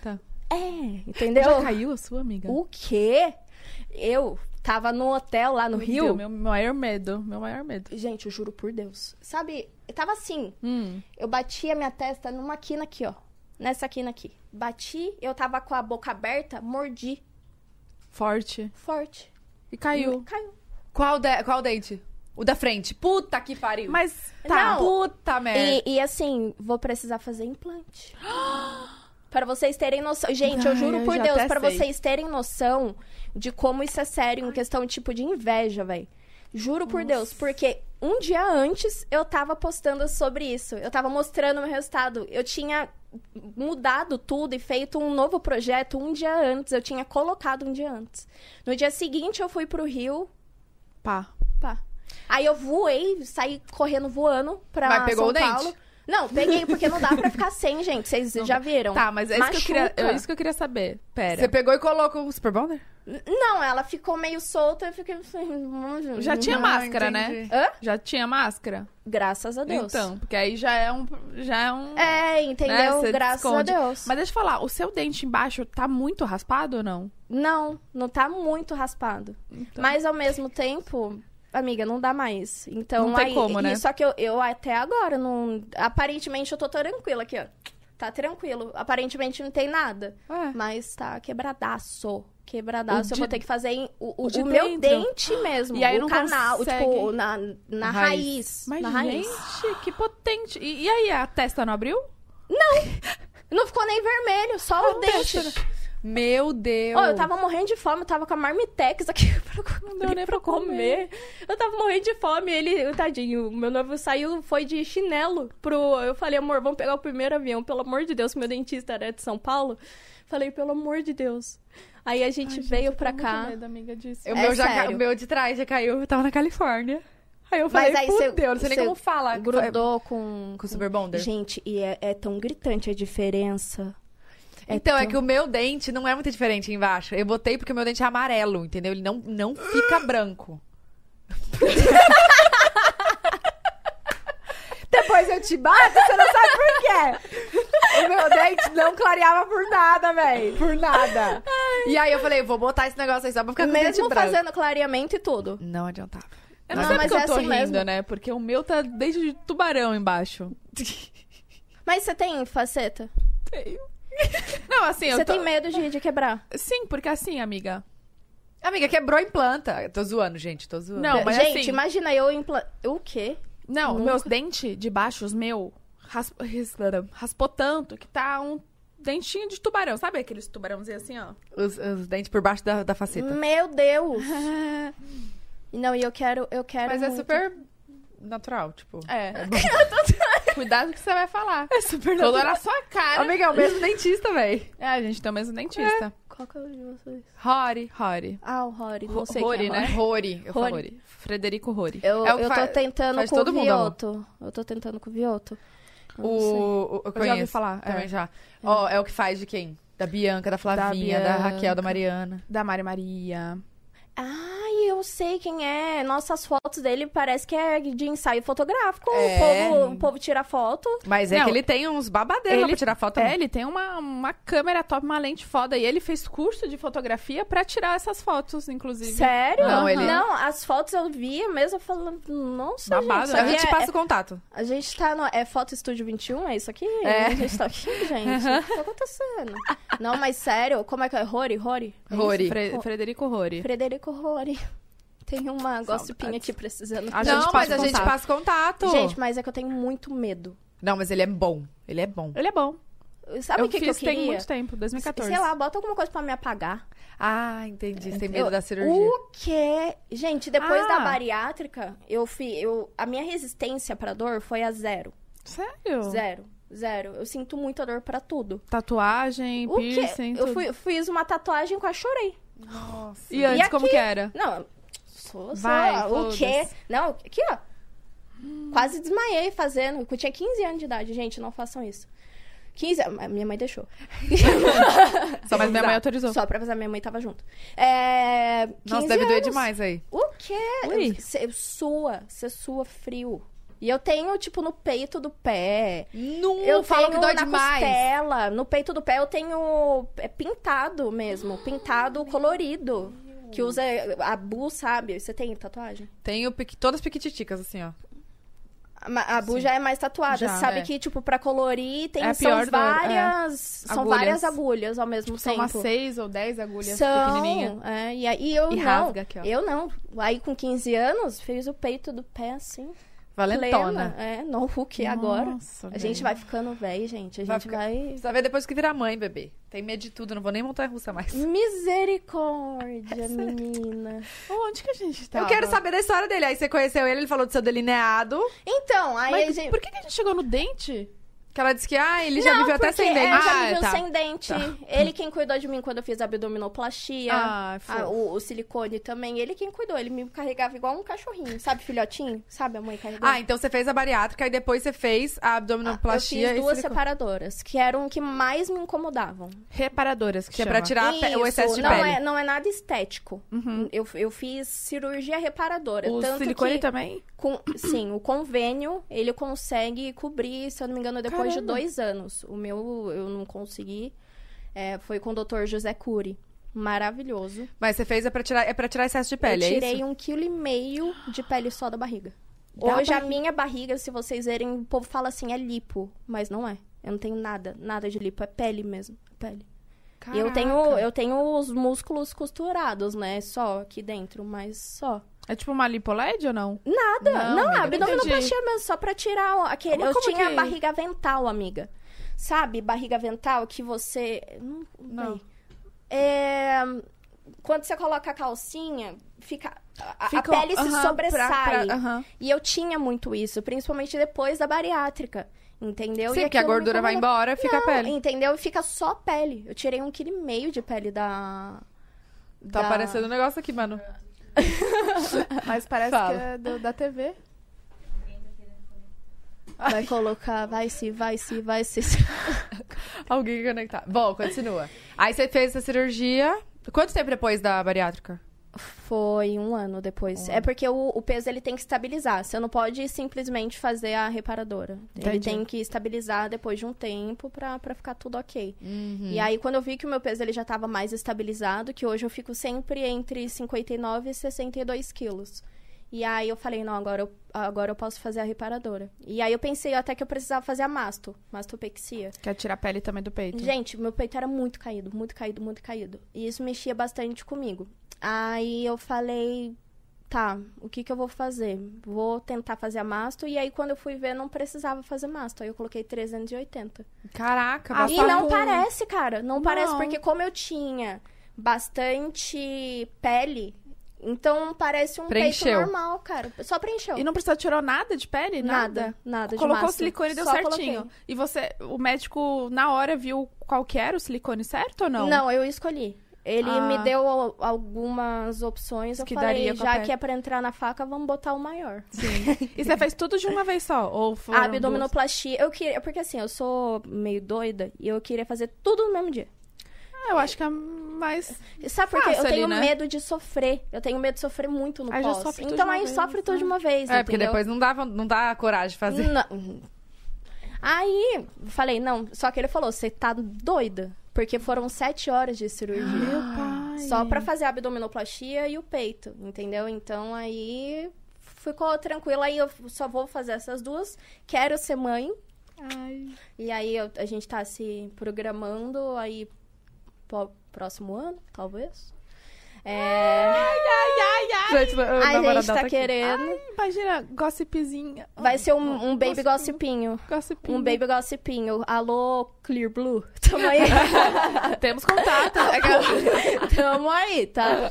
É, entendeu? Já caiu a sua, amiga? O quê? Eu tava no hotel lá no Meu Rio. Deus, meu maior medo, meu maior medo. Gente, eu juro por Deus. Sabe, eu tava assim. Hum. Eu bati a minha testa numa quina aqui, ó. Nessa quina aqui. Bati, eu tava com a boca aberta, mordi. Forte. Forte. E caiu. Caiu. Qual, de... Qual dente? O da frente. Puta que pariu. Mas Tá. tá. Puta merda. E, e assim, vou precisar fazer implante. Pra vocês terem noção. Gente, eu Ai, juro eu por já Deus, até pra sei. vocês terem noção de como isso é sério, em questão, tipo, de inveja, velho. Juro por Deus, porque um dia antes eu tava postando sobre isso. Eu tava mostrando o meu resultado. Eu tinha mudado tudo e feito um novo projeto um dia antes. Eu tinha colocado um dia antes. No dia seguinte eu fui pro Rio. Pá. Pá. Aí eu voei, saí correndo voando pra Mas pegou São o dente? Paulo. Não, peguei, porque não dá pra ficar sem, gente. Vocês já viram. Tá, mas é isso, que eu queria, Machuca. é isso que eu queria saber. Pera. Você pegou e colocou o Super Bonder? Não, ela ficou meio solta. Eu fiquei assim... Já tinha Ah, máscara, entendi. né? Hã? Já tinha máscara? Graças a Deus. Então, porque aí já é um... Já é um... É, entendeu? né, você Graças esconde. a Deus. Mas deixa eu falar, o seu dente embaixo tá muito raspado ou não? Não, não tá muito raspado. Então. Mas ao mesmo tempo, amiga, não dá mais. Então, Não tem aí, como, né? e- Só que eu, eu até agora não. Aparentemente eu tô tranquila aqui, ó. Tá tranquilo. Aparentemente não tem nada. É. Mas tá quebradaço. Quebradaço. O eu de- vou ter que fazer em- o, o, o de o meu dentro. dente mesmo. E aí o não canal, consegue. tipo, na, na A raiz. raiz. Mas, na raiz. gente, que potente. E, e aí, a testa não abriu? Não ficou nem vermelho, só o dente. Meu Deus. Ô, eu tava morrendo de fome, eu tava com a Marmitex aqui pra, Não deu nem pra comer. Eu tava morrendo de fome, ele, tadinho, meu noivo saiu, foi de chinelo pro... Eu falei, amor, vamos pegar o primeiro avião, pelo amor de Deus, meu dentista era de São Paulo. Falei, pelo amor de Deus. Aí a gente Ai, veio gente, eu pra tô cá. muito medo, amiga, disso. O É meu, já ca- sério. o meu de trás já caiu, eu tava na Califórnia. Aí eu falei, Mas aí cê- fudeu, não sei nem cê como falar. Grudou com... Com o Super Bonder? Gente, e é, é tão gritante a diferença. Então, é tão- que o meu dente não é muito diferente embaixo. Eu botei porque o meu dente é amarelo, entendeu? Ele não, não fica branco. Depois eu te bato, você não sabe por quê. O meu dente não clareava por nada, velho. Por nada. E aí eu falei, vou botar esse negócio aí só pra ficar com o dente Mesmo branco. fazendo clareamento e tudo. Não adiantava. Eu não, Não, sei mas porque é eu tô assim rindo, mesmo. né? Porque o meu tá desde de tubarão embaixo. Mas você tem faceta? Tenho. Não, assim, eu Você tô... tem medo de, de quebrar? Sim, porque assim, amiga... Amiga, quebrou em planta. Tô zoando, gente, tô zoando. Não, mas Gente, assim- imagina eu impla... O quê? Não, Nunca. meus dentes de baixo, os meus, ras... ras- raspou tanto que tá um dentinho de tubarão. Sabe aqueles tubarãozinhos assim, ó? Os, os dentes por baixo da, da faceta. Meu Deus! Não, e eu quero, eu quero Mas é muito. super natural, tipo. É. Cuidado com o que você vai falar. É super Falou na sua cara. Amiga, é o mesmo dentista, véi. É, a gente tem o mesmo dentista. Qual que é o de vocês? Rory. Rory. Ah, o Rory. Não Ro- sei Rory, quem é né? Rory. Rory. Eu Rory. falo. Rory. Frederico Rory. Eu, É o que eu tô faz- tentando faz com o todo mundo, amor. Vioto. Eu tô tentando com o Vioto. Eu O, não sei. o, eu Eu conheço. já ouvi falar. Também é. já. Ó, é o que faz de quem? Da Bianca, da Flavinha, da, Bianca. Raquel, da Mariana. Da Mari Maria. Ai, eu sei quem é. Nossas fotos dele parece que é de ensaio fotográfico. É. O, povo, o povo tira foto. Mas é Não, que ele tem uns babadeiros lá ele- pra tirar foto. É, ele tem uma, uma câmera top, uma lente foda. E ele fez curso de fotografia pra tirar essas fotos, inclusive. Sério? Não, ele- Não, as fotos eu via mesmo falando, nossa, Babado, gente, isso né? A aqui gente é- passa o contato. A gente tá no... É Foto Estúdio vinte e um? É isso aqui? É. A gente tá aqui, gente. O que tá acontecendo? Não, mas sério, como é que é? Rory? Rory? É isso? Rory. Fre- Frederico Rory. Frederico Rory. Tem uma gossipinha Saudades. aqui precisando. A não, gente mas passa a o gente contato. passa contato. Gente, mas é que eu tenho muito medo. Não, mas ele é bom. Ele é bom. Ele é bom. Sabe eu o que, fiz que eu tem queria? muito tempo, dois mil e quatorze. Sei lá, bota alguma coisa pra me apagar. Ah, entendi. Você tem medo Eu- da cirurgia. O quê? Gente, depois Ah. da bariátrica, eu fui... Eu, a minha resistência pra dor foi a zero. Sério? Zero. Zero. Eu sinto muita dor pra tudo. Tatuagem, O quê? piercing, Eu tudo. fui, fiz uma tatuagem e quase chorei. Nossa. E antes, E como aqui? que era? Não, sou, sou Vai, o quê? foda-se. Não, aqui, ó. Quase desmaiei fazendo. Eu tinha quinze anos de idade, gente, não façam isso. quinze anos, a minha mãe deixou. Só mas minha mãe autorizou. Só pra avisar, minha mãe tava junto. É, Nossa, quinze deve doer anos. demais aí. O quê? Ui. Você sua, você sua frio. E eu tenho, tipo, no peito do pé. Não, Eu falo tenho que dói na demais. costela. No peito do pé eu tenho é, pintado mesmo. Pintado colorido. Que usa a Bu, sabe? Você tem tatuagem? Tenho piqui- todas piquititicas, assim, ó. A a Bu já é mais tatuada. Já, Você sabe é. que, tipo, pra colorir tem É a são pior do- várias. São Agulhas. várias agulhas ao mesmo São tempo. umas seis ou dez agulhas São, pequenininhas. é, e aí eu E não. rasga aqui, ó. Eu não. Aí com quinze anos, fiz o peito do pé assim. Valentona. Plena. É, no Hulk agora. Nossa, A gente velho. vai ficando velho, gente. A Vai gente ficar- vai. Você vai ver depois que virar mãe, bebê. Tem medo de tudo, não vou nem montar russa mais. Misericórdia, menina. Onde que a gente tá? Eu quero saber da história dele. Aí você conheceu ele, ele falou do seu delineado. Então, aí a Mas gente. por que que a gente chegou no dente? Que ela disse que, ah, ele já Não, viveu até porque sem dente. é, já Ah, viveu tá. sem dente. Ele quem cuidou de mim quando eu fiz a abdominoplastia. Ah, Ah, fofo. o, o silicone também. Ele quem cuidou. Ele me carregava igual um cachorrinho. Sabe, filhotinho? Sabe a mãe carregando? Ah, então você fez a bariátrica e depois você fez a abdominoplastia. Eu fiz e duas silicone. separadoras, que eram o que mais me incomodavam. Reparadoras, que, Que é chama. pra tirar a pe- o Isso, excesso de não pele. É, não é nada estético. Eu, eu fiz cirurgia reparadora. O tanto silicone que, também? com, sim, o convênio, ele consegue cobrir, se eu não me engano, depois Caramba. de dois anos. O meu, eu não consegui. É, foi com o doutor José Cury. Maravilhoso. Mas você fez é pra tirar, é pra tirar excesso de pele, eu é tirei isso? um quilo e meio de pele só da barriga. Da Hoje a barriga? minha barriga, se vocês verem, o povo fala assim, é lipo. Mas não é. Eu não tenho nada, nada de lipo. É pele mesmo. É pele. E Eu tenho, eu tenho os músculos costurados, né? Só aqui dentro, mas só. É tipo uma lipoled ou não? Nada. Não, Não, amiga, a abdominoplastia entendi. mesmo, só pra tirar o- aquele... Como- eu como tinha que- barriga avental, amiga. Sabe, barriga avental que você... Não. Não. É... Quando você coloca a calcinha, fica... A, a Fica- pele se aham, sobressai. pra- pra- aham. E eu tinha muito isso, principalmente depois da bariátrica. Entendeu? Sim, E porque a aquilo me gordura vai incomodava. embora, fica a Não, pele. Entendeu? Fica só pele. Eu tirei um quilo e meio de pele da... Tá da- aparecendo um negócio aqui, mano. Mas parece Fala. que é do- da T V. Vai colocar, vai se, vai se, vai se. Alguém que conectar. Bom, continua. Aí você fez essa cirurgia. Quanto tempo depois da bariátrica? Foi um ano depois. É porque o, o peso ele tem que estabilizar. Você não pode simplesmente fazer a reparadora. Ele Entendi. tem que estabilizar depois de um tempo pra, pra ficar tudo ok. Uhum. E aí, quando eu vi que o meu peso ele já tava mais estabilizado, que hoje eu fico sempre entre cinquenta e nove e sessenta e dois quilos. E aí eu falei, não, agora eu, agora eu posso fazer a reparadora. E aí eu pensei até que eu precisava fazer a masto, mastopexia. Quer tirar a pele também do peito. Gente, meu peito era muito caído, muito caído, muito caído. E isso mexia bastante comigo. Aí eu falei, tá, o que que eu vou fazer? Vou tentar fazer a masto. E aí, quando eu fui ver, não precisava fazer masto. Aí eu coloquei trezentos e oitenta. Caraca, Ah, E bastante. não parece, cara. Não, parece, Não. porque como eu tinha bastante pele, então parece um Preencheu. peito normal, cara. Só preencheu. E não precisa tirar nada de pele? Nada? Nada, nada de Colocou o masto. silicone e deu Só certinho. coloquei. E você, o médico, na hora, viu qual que era o silicone certo ou não? Não, eu escolhi. Ele Ah. me deu al- algumas opções. Eu Que falei, daria com a já pele. que é pra entrar na faca, vamos botar o maior. Sim. E você fez tudo de uma vez só? Ou foram A abdominoplastia, eu queria... Porque assim, eu sou meio doida e eu queria fazer tudo no mesmo dia. duas? Ah, eu acho que é mais... E sabe por quê? Fácil Eu tenho ali, né? medo de sofrer. Eu tenho medo de sofrer muito no Aí já pós. sofre tudo Então de uma aí vez, sofre tudo né? de uma vez, É, porque entendeu? depois não dá, não dá coragem de fazer. Não. Aí, falei, não. Só que ele falou, você tá doida? Porque foram sete horas de cirurgia. Meu pai. Só pra fazer a abdominoplastia e o peito, entendeu? Então aí ficou tranquilo. Aí eu só vou fazer essas duas. Quero ser mãe. Ai. E aí eu- a gente tá se programando aí pro próximo ano, talvez. É... Ai, ai, ai. Gente, o a namorado gente dela tá aqui. querendo. Imagina, gossipzinha. Vai ser um, um baby Gossipinho. gossipinho. Gossipinho. Um baby gossipinho. Alô, Clear Blue. Tamo aí. Temos contato. Tamo aí, tá?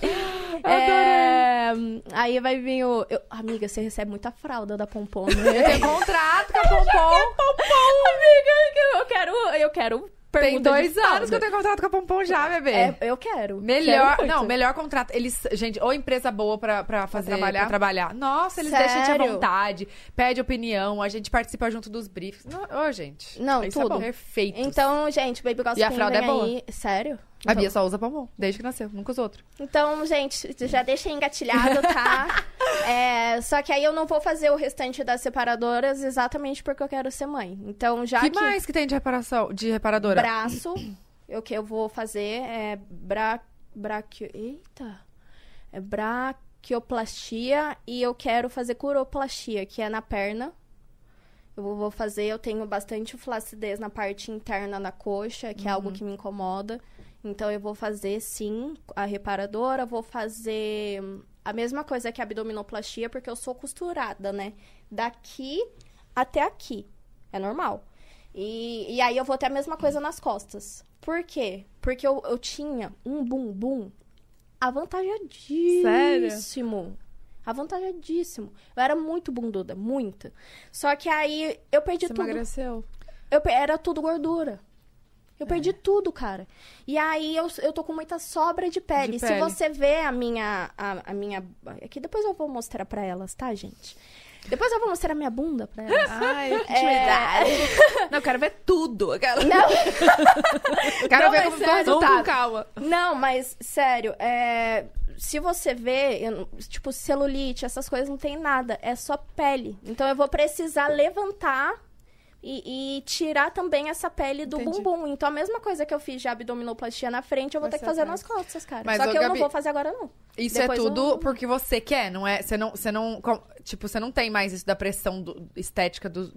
É, aí vai vir o... eu- amiga, você recebe muita fralda da Pompom, Eu né? tenho contrato com a Pompom. Amiga, eu quero... Eu quero Tem permuta de dois fralda. anos que eu tenho contrato com a Pompom já, bebê. É, eu quero. Melhor, Quero muito. não, melhor contrato. Eles, gente, ou empresa boa pra, pra fazer, pra trabalhar. trabalhar. Nossa, eles deixam a gente à Sério? vontade, pede opinião, a gente participa junto dos briefs. Não, ô, gente. Não, isso é tudo. bom. Perfeito. Então, gente, Baby Gossipinho E a fralda vem é boa? aí. Sério? A Bia só usa Palmon, desde que nasceu, nunca usou outro. Então, gente, já deixei engatilhado, tá? É, só que aí eu não vou fazer o restante das reparadoras exatamente porque eu quero ser mãe. Então, já que que... mais que tem de reparação, de reparadora? Braço, o que eu vou fazer é bra... Braquio... Eita! É braquioplastia e eu quero fazer curoplastia, que é na perna. Eu vou fazer, eu tenho bastante flacidez na parte interna da coxa, que uhum. é algo que me incomoda. Então, eu vou fazer, sim, a reparadora. Vou fazer a mesma coisa que a abdominoplastia, porque eu sou costurada, né? Daqui até aqui. É normal. E, e aí, eu vou ter a mesma coisa nas costas. Por quê? Porque eu, eu tinha um bumbum avantajadíssimo. Sério? Avantajadíssimo. Eu era muito bunduda, muita. Só que aí, eu perdi Você tudo. Você emagreceu? Eu, era tudo gordura. Eu perdi é. tudo, cara. E aí, eu, eu tô com muita sobra de pele. De Se pele. você vê a minha... A, a minha... Aqui, depois eu vou mostrar pra elas, tá, gente? Depois eu vou mostrar a minha bunda pra elas. Ai, que é... Não, eu quero ver tudo. Aquela... Não. Quero Não, ver como ficou o resultado. Com calma. Não, mas, sério, é... se você vê, eu, tipo, celulite, essas coisas, não tem nada. É só pele. Então, eu vou precisar levantar... E, e tirar também essa pele do Entendi. bumbum. Então, a mesma coisa que eu fiz de abdominoplastia na frente, eu vou Vai ter que ser fazer atrás. nas costas, cara. Mas, Só ô, que eu Gabi, não vou fazer agora, não. Isso Depois é tudo eu... porque você quer, não é? Você não, você não, tipo, você não tem mais isso da pressão do, estética do,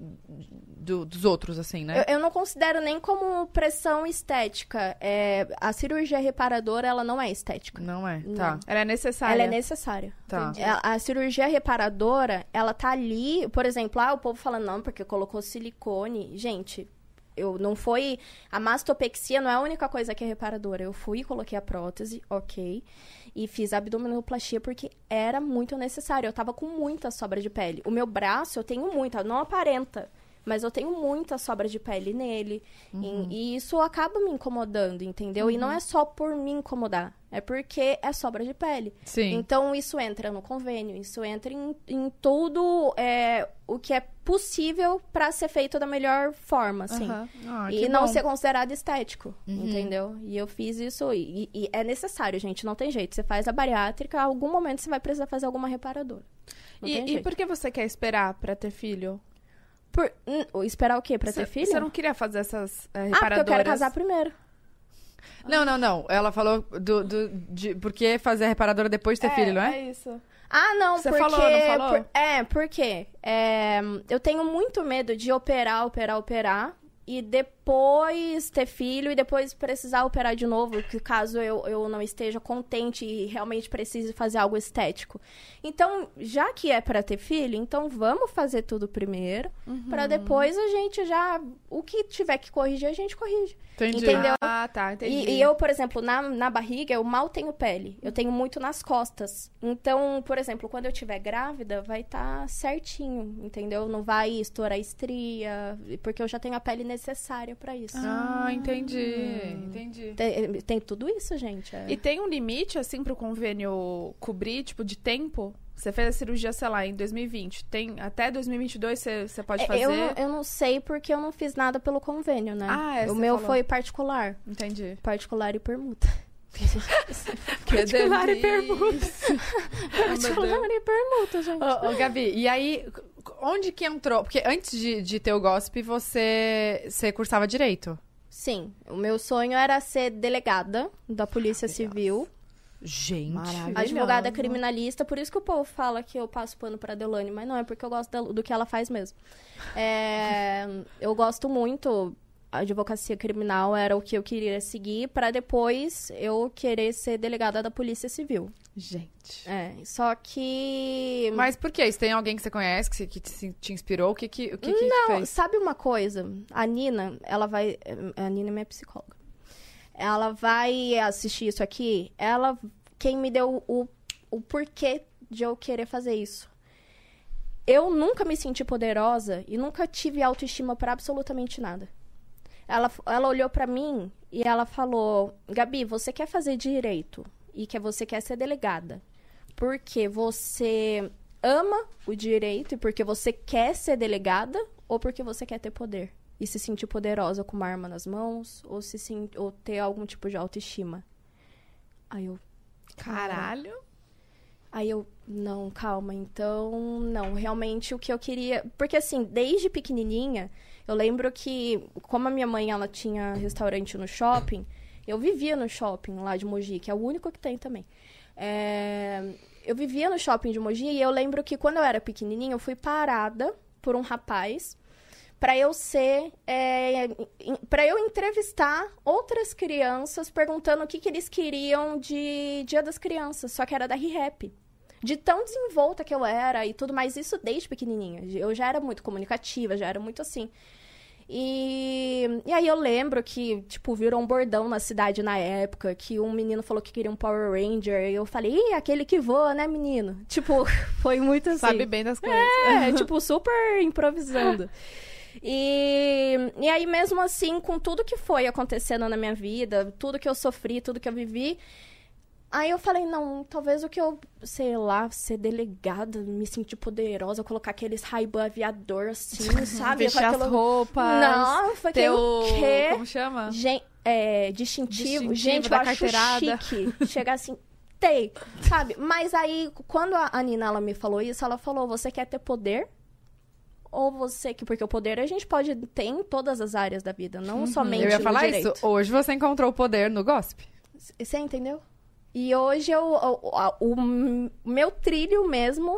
do, dos outros, assim, né? Eu, eu não considero nem como pressão estética. É, a cirurgia reparadora, ela não é estética. Não é, Não. tá. Ela é necessária. Ela é necessária. Tá. A, a cirurgia reparadora, ela tá ali, por exemplo, ah, o povo fala, não, porque colocou silicone. Gente, eu não foi... A mastopexia não é a única coisa que é reparadora. Eu fui e coloquei a prótese, ok. E fiz a abdominoplastia porque era muito necessário. Eu tava com muita sobra de pele. O meu braço, eu tenho muita, não aparenta. Mas eu tenho muita sobra de pele nele. Uhum. E, e isso acaba me incomodando, entendeu? Uhum. E não é só por me incomodar. É porque é sobra de pele. Sim. Então, isso entra no convênio. Isso entra em, em tudo é, o que é possível para ser feito da melhor forma, assim. Uhum. Ah, e que não bom. ser considerado estético, Uhum. entendeu? E eu fiz isso. E, e é necessário, gente. Não tem jeito. Você faz a bariátrica, em algum momento você vai precisar fazer alguma reparadora. Não tem E, e jeito. por que você quer esperar pra ter filho? Por, hum, esperar o quê? Pra Cê, ter filho? Você não queria fazer essas é, Ah, reparadoras? porque eu quero casar primeiro. Não, não, não. Ela falou do, do, de por que fazer a reparadora depois de ter é, filho, não é? É isso. Ah, não, Você porque... falou, não falou? por- é, porque é, eu tenho muito medo de operar, operar, operar. E depois ter filho e depois precisar operar de novo, que caso eu, eu não esteja contente e realmente precise fazer algo estético. Então, já que é pra ter filho, então vamos fazer tudo primeiro, Uhum. pra depois a gente já... O que tiver que corrigir, a gente corrige. Entendi. Entendeu? Ah, tá, entendi. E, e eu, por exemplo, na, na barriga, eu mal tenho pele. Eu tenho muito nas costas. Então, por exemplo, quando eu estiver grávida, vai estar certinho, entendeu? Não vai estourar estria, porque eu já tenho a pele necessária pra isso. Ah, entendi. Entendi. Tem, tem tudo isso, gente. é. E tem um limite, assim, pro convênio cobrir, tipo, de tempo? Você fez a cirurgia, sei lá, em dois mil e vinte. Tem até dois mil e vinte e dois você, você pode fazer? Eu, não- eu não sei porque eu não fiz nada pelo convênio, né? Ah, é, o você meu falou. foi particular. Entendi. Particular e permuta. Particular e permuta. particular e permuta, gente. Ô, ô, Gabi, e aí, onde que entrou? Porque antes de, de ter o gossip, você, você cursava Direito. Sim, o meu sonho era ser delegada da Polícia Civil. Gente. Maravilhoso. Advogada criminalista, por isso que o povo fala que eu passo pano pra Deolane, mas não, é porque eu gosto da- do que ela faz mesmo. É, eu gosto muito, a advocacia criminal era o que eu queria seguir, pra depois eu querer ser delegada da Polícia Civil. Gente. É, só que... Mas por quê? Isso tem alguém que você conhece, que, se- que te, te inspirou? O que que, o que, que Não, fez? sabe uma coisa? A Nina, ela vai... A Nina é minha psicóloga. Ela vai assistir isso aqui, ela... Quem me deu o, o porquê de eu querer fazer isso. Eu nunca me senti poderosa e nunca tive autoestima pra absolutamente nada. Ela, ela olhou pra mim e ela falou... Gabi, você quer fazer direito e que você quer ser delegada porque você ama o direito e porque você quer ser delegada ou porque você quer ter poder? e se sentir poderosa com uma arma nas mãos, ou, se sen- ou ter algum tipo de autoestima. Aí eu... Caralho. Aí eu, não, calma, então, não, realmente o que eu queria... Porque, assim, desde pequenininha, eu lembro que, como a minha mãe, ela tinha restaurante no shopping, eu vivia no shopping lá de Mogi, que é o único que tem também. É... Eu vivia no shopping de Mogi e eu lembro que, quando eu era pequenininha, eu fui parada por um rapaz para eu ser... É... para eu entrevistar outras crianças perguntando o que, que eles queriam de Dia das Crianças, só que era da R-Rap. De tão desenvolta que eu era e tudo mais, isso desde pequenininha. Eu já era muito comunicativa, já era muito assim. E, e aí eu lembro que, tipo, virou um bordão na cidade na época, que um menino falou que queria um Power Ranger, e eu falei, ih, aquele que voa, né, menino? Tipo, foi muito assim. Sabe bem das coisas. É, tipo, super improvisando. E, e aí, mesmo assim, com tudo que foi acontecendo na minha vida, tudo que eu sofri, tudo que eu vivi... Aí eu falei, não, talvez o que eu, sei lá, ser delegada, me sentir poderosa, colocar aqueles Ray-Ban aviador, assim, sabe? Vestir as Aquilo- roupas. Não, foi ter que o... o quê? Como chama? Gen- é, distintivo. Distintivo Gente, da eu acho carteirada. chique. Chegar assim, tem, sabe? Mas aí, quando a a Nina, ela me falou isso, ela falou, você quer ter poder? Ou você... que Porque o poder a gente pode ter em todas as áreas da vida, não somente Eu ia no falar direito. isso. Hoje você encontrou o poder no gossip. Você entendeu? E hoje eu, o, a- o meu trilho mesmo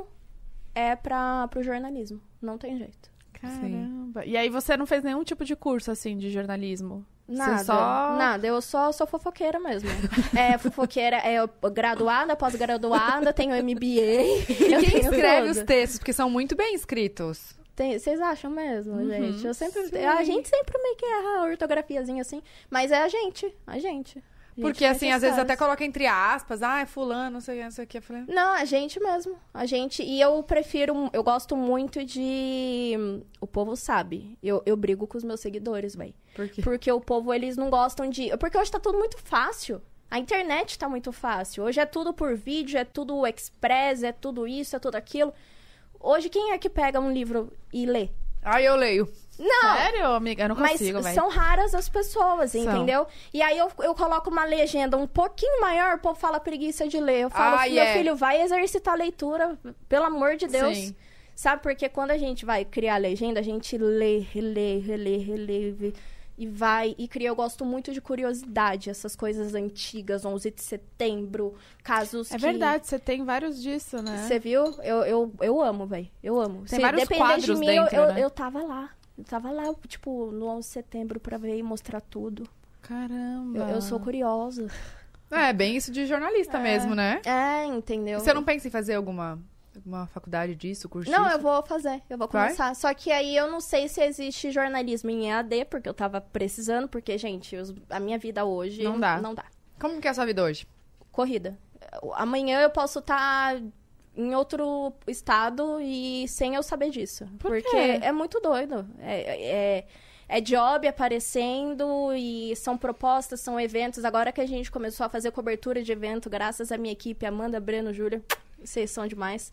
é para pro jornalismo. Não tem jeito. Caramba. E aí você não fez nenhum tipo de curso, assim, de jornalismo? Nada, Você só... nada. Eu só sou fofoqueira mesmo. É, fofoqueira, é graduada, pós-graduada, tenho M B A. E quem escreve os textos? Porque são muito bem escritos. Tem- Vocês acham mesmo, Uhum, gente? Eu sempre, sim. a gente sempre meio que erra a ortografiazinha assim, mas é a gente, a gente. A gente Porque, tem assim, essas às vezes caras. até coloca entre aspas. Ah, é fulano, não sei o que, não sei o que. Eu falei... Não, a gente mesmo. A gente. E eu prefiro. Eu gosto muito de. O povo sabe. Eu, eu brigo com os meus seguidores, véi. Por quê? Porque o povo, eles não gostam de. Porque hoje tá tudo muito fácil. A internet tá muito fácil. Hoje é tudo por vídeo, é tudo express, é tudo isso, é tudo aquilo. Hoje, quem é que pega um livro e lê? Ah, eu leio. Não! Sério, amiga? Eu não Mas consigo, velho. são raras as pessoas, São. entendeu? E aí eu, eu coloco uma legenda um pouquinho maior, o povo fala preguiça de ler. Eu falo, Ah, meu é. filho, vai exercitar a leitura, pelo amor de Deus. Sim. Sabe, porque quando a gente vai criar a legenda, a gente lê, relê, relê, relê, vê, e vai e cria. Eu gosto muito de curiosidade, essas coisas antigas, onze de setembro, casos É que... verdade, você tem vários disso, né? Você viu? Eu, eu, eu amo, velho. Eu amo. Tem Se vários depender de quadros mim, dentro, eu, eu, né? eu tava lá. Eu tava lá, tipo, no onze de setembro pra ver e mostrar tudo. Caramba. Eu, eu sou curiosa. É, bem isso de jornalista mesmo, né? É, entendeu? E você não pensa em fazer alguma, alguma faculdade disso, curso Não, disso? eu vou fazer, eu vou Vai? começar. Só que aí eu não sei se existe jornalismo em E A D, porque eu tava precisando, porque, gente, os- a minha vida hoje Não dá. Não dá. Como que é a sua vida hoje? Corrida. Amanhã eu posso estar em outro estado e sem eu saber disso. Por porque quê? é muito doido. É, é, é job aparecendo e são propostas, são eventos. Agora que a gente começou a fazer cobertura de evento, graças à minha equipe, Amanda, Breno, Júlia, vocês são demais.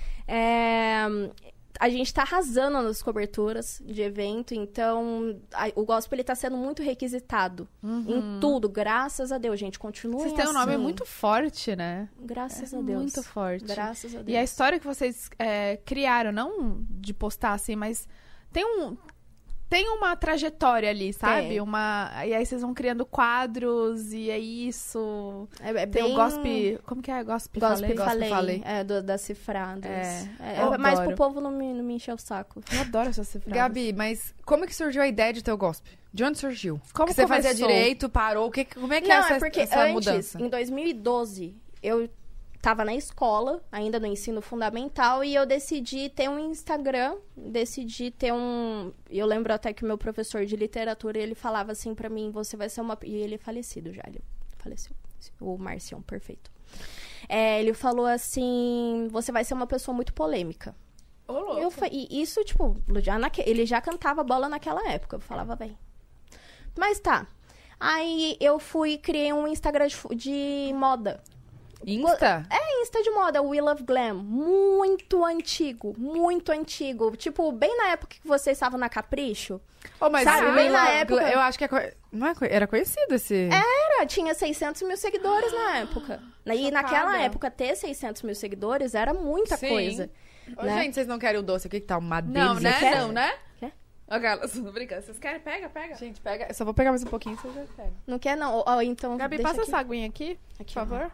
É, a gente tá arrasando nas coberturas de evento, então a- o gospel ele tá sendo muito requisitado em tudo, graças a Deus, gente. Continuem Vocês têm um nome assim. muito forte, né? Graças É a Deus. muito forte. Graças a Deus. E a história que vocês é, criaram, não de postar assim, mas tem um. Tem uma trajetória ali, sabe? Tem. Uma. E aí vocês vão criando quadros, e é isso. É, é Tem bem... o gospel. Como que é? Gospel, Gospel falei? falei, falei. é, do, das cifradas. É, É, eu mas adoro. pro povo não me, não me encher o saco. Eu adoro essa cifrada. Gabi, mas como que surgiu a ideia de ter o gospel? De onde surgiu? Como que você fazia começou? direito, parou? O que, como é que não, é essa, é porque essa antes, mudança? em dois mil e doze, eu tava na escola, ainda no ensino fundamental, e eu decidi ter um Instagram, decidi ter um... Eu lembro até que o meu professor de literatura, ele falava assim pra mim, você vai ser uma... E ele é falecido já, ele faleceu. O Marcião, perfeito. É, ele falou assim, você vai ser uma pessoa muito polêmica. Ô, louco. Eu, fa- e isso, tipo, já naque- ele já cantava bola naquela época. Eu falava, bem. Mas tá. Aí eu fui e criei um Instagram de, fu- de moda. Insta? É, Insta de moda, We Love Glam. Muito antigo, muito antigo. Tipo, bem na época que você estava na Capricho. Oh, mas Sabe, eu, bem na eu- época- Eu acho que é... co- Não é co- era conhecido esse... Era, tinha seiscentos mil seguidores na época. E Chocada. naquela época, ter seiscentos mil seguidores era muita Sim. coisa. Ô, né? gente, vocês não querem o doce aqui que tá uma Não, delícia? né? Quer? Não, né? Quer? Aquelas, tô brincando. Vocês querem? Pega, pega. Gente, pega... Eu só vou pegar mais um pouquinho, vocês já pegam. Não quer, não? Ó, ó, então. Gabi, deixa passa aqui. essa aguinha aqui, Aqui, por ó. favor.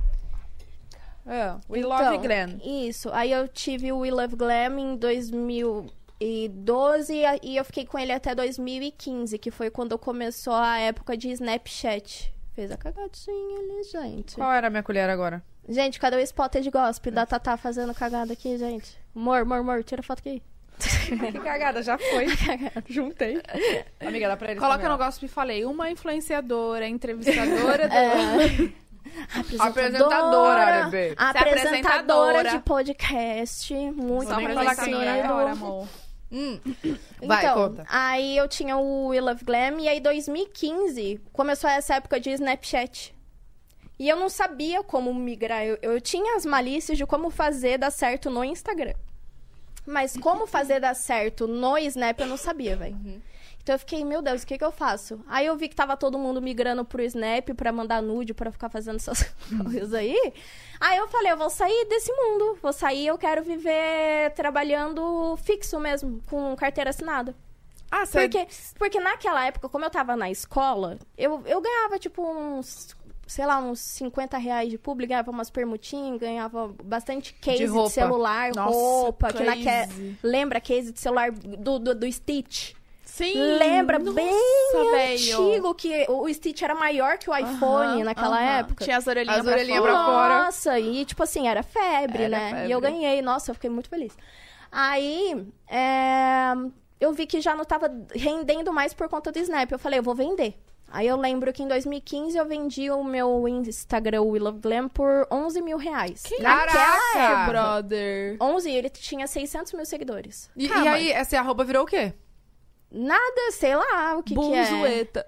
Ah, We Então, Love Glam. Isso. Aí eu tive o We Love Glam em dois mil e doze e eu fiquei com ele até dois mil e quinze, que foi quando começou a época de Snapchat. Fez a cagadinha ali, gente. Qual era a minha colher agora? Gente, cadê o spotter de gospel da Tatá fazendo cagada aqui, gente? Amor, amor, amor, tira a foto aqui. Que cagada, já foi. Juntei. Amiga, dá pra eles Coloca também, no ó. gospel e falei, uma influenciadora, entrevistadora do... É. Apresentadora, bebê. Apresentadora apresentadora. de podcast. Muito Só nem pra falar falar que que não era agora, conhecido. amor. Hum. Vai, Então, conta. aí eu tinha o We Love Glam e aí dois mil e quinze começou essa época de Snapchat. E eu não sabia como migrar. Eu, eu tinha as malícias de como fazer dar certo no Instagram. Mas como fazer dar certo no Snap eu não sabia, velho. Então eu fiquei, meu Deus, o que que eu faço? Aí eu vi que tava todo mundo migrando pro Snap pra mandar nude, pra ficar fazendo essas coisas aí. Aí eu falei, eu vou sair desse mundo. Vou sair, eu quero viver trabalhando fixo mesmo, com carteira assinada. Ah, você... Porque, porque naquela época, como eu tava na escola, eu, eu ganhava, tipo, uns, sei lá, uns cinquenta reais de publi, ganhava umas permutinhas, ganhava bastante case de, roupa. celular, Nossa, roupa. Que naque... case. Lembra case de celular do, do, do Stitch? Sim. Lembra Nossa, bem velho. antigo que o Stitch era maior que o iPhone Aham, naquela aham. época. Tinha as orelhinhas As pra orelhinhas fora. pra fora. Nossa, e tipo assim, era febre, Era né? febre. E eu ganhei, nossa, eu fiquei muito feliz. Aí, é, eu vi que já não tava rendendo mais por conta do Snap. Eu falei, eu vou vender. Aí eu lembro que em dois mil e quinze eu vendi o meu Instagram, o We Love Glam, por onze mil reais. Que Caraca! Caraca, brother. onze, ele tinha seiscentos mil seguidores. E, Tá, e aí, essa arroba virou o quê? Nada, sei lá o que, que é. Bunzueta.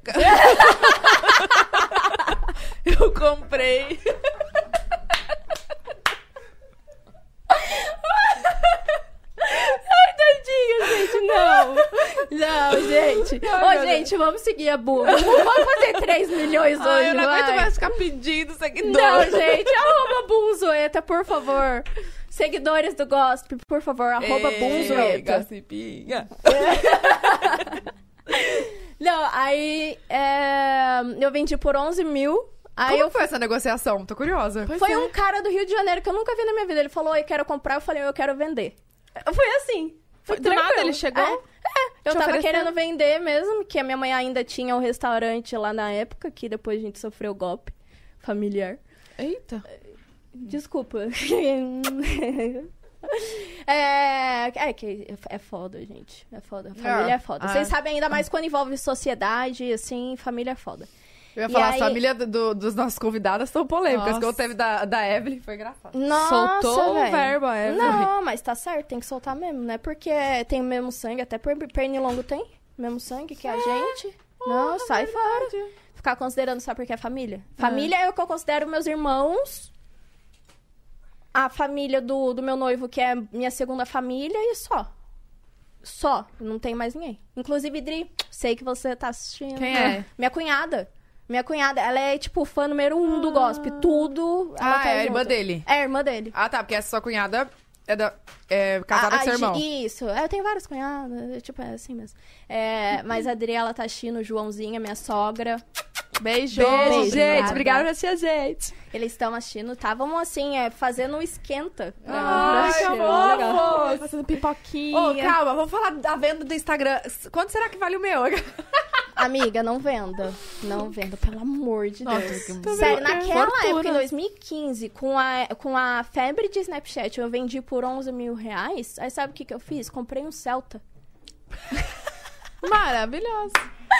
Eu comprei. Ai, tadinha, gente, não. Não, gente. Ai, Ô, meu gente, vamos seguir a Buba. Vamos fazer três milhões hoje, Ai, eu não vai. aguento mais ficar pedindo seguidor. Não, gente, arroba Bunzoeta, por favor. Seguidores do Gospel, por favor, arroba Ei, Bunzoeta. Gacipinha. Não, aí é, eu vendi por onze mil. Aí Como eu foi essa negociação? Tô curiosa. Pois Foi é. um cara do Rio de Janeiro que eu nunca vi na minha vida. Ele falou, eu quero comprar. Eu falei, eu quero vender. Foi assim. Foi Do tranquilo. nada ele chegou? É, é. Eu Te tava ofereceu? querendo vender mesmo, que a minha mãe ainda tinha um restaurante lá na época, que depois a gente sofreu golpe familiar. Eita. Desculpa. É, é que é foda, gente. É foda. Família É. é foda. Ah. Vocês sabem ainda mais quando envolve sociedade, assim, família é foda. Eu ia E falar, aí- a família do, do- dos nossos convidados são polêmicas. Nossa. Quando teve da, da Evelyn, foi engraçado. Nossa, Soltou o velho. verbo, é. Não, mas tá certo, tem que soltar mesmo, né? Porque tem o mesmo sangue, até per- pernilongo tem mesmo sangue que a gente. Não, sai fora. Ficar considerando só porque é família. Família é o que eu considero meus irmãos, a família do, do meu noivo, que é minha segunda família, e só. Só. Não tem mais ninguém. Inclusive, Dri, sei que você tá assistindo. Quem é? Minha cunhada. Minha cunhada, ela é, tipo, fã número um do gospel. Tudo. ela Ah, tá é a irmã junto. dele. É a irmã dele. Ah, tá, porque essa sua cunhada é, da, é casada A- com seu a irmão. Gi- Isso. Eu tenho várias cunhadas, é, tipo, é assim mesmo. É, mas a Adriela tá assistindo, o Joãozinho, minha sogra. Beijo. Beijo, gente. Obrigada. Obrigada por assistir a gente. Eles estão assistindo. Estavam, assim, é, fazendo um esquenta. pra- pra Ai, assistir, que né? Legal. fofo! Fazendo pipoquinha. Ô, calma, vamos falar da venda do Instagram. Quanto será que vale o meu? Amiga, não venda. Não venda, pelo amor de Nossa, Deus. que Sério, fortuna. naquela época, em dois mil e quinze, com a, com a febre de Snapchat, eu vendi por onze mil reais. Aí sabe o que, que eu fiz? Comprei um Celta. Maravilhoso.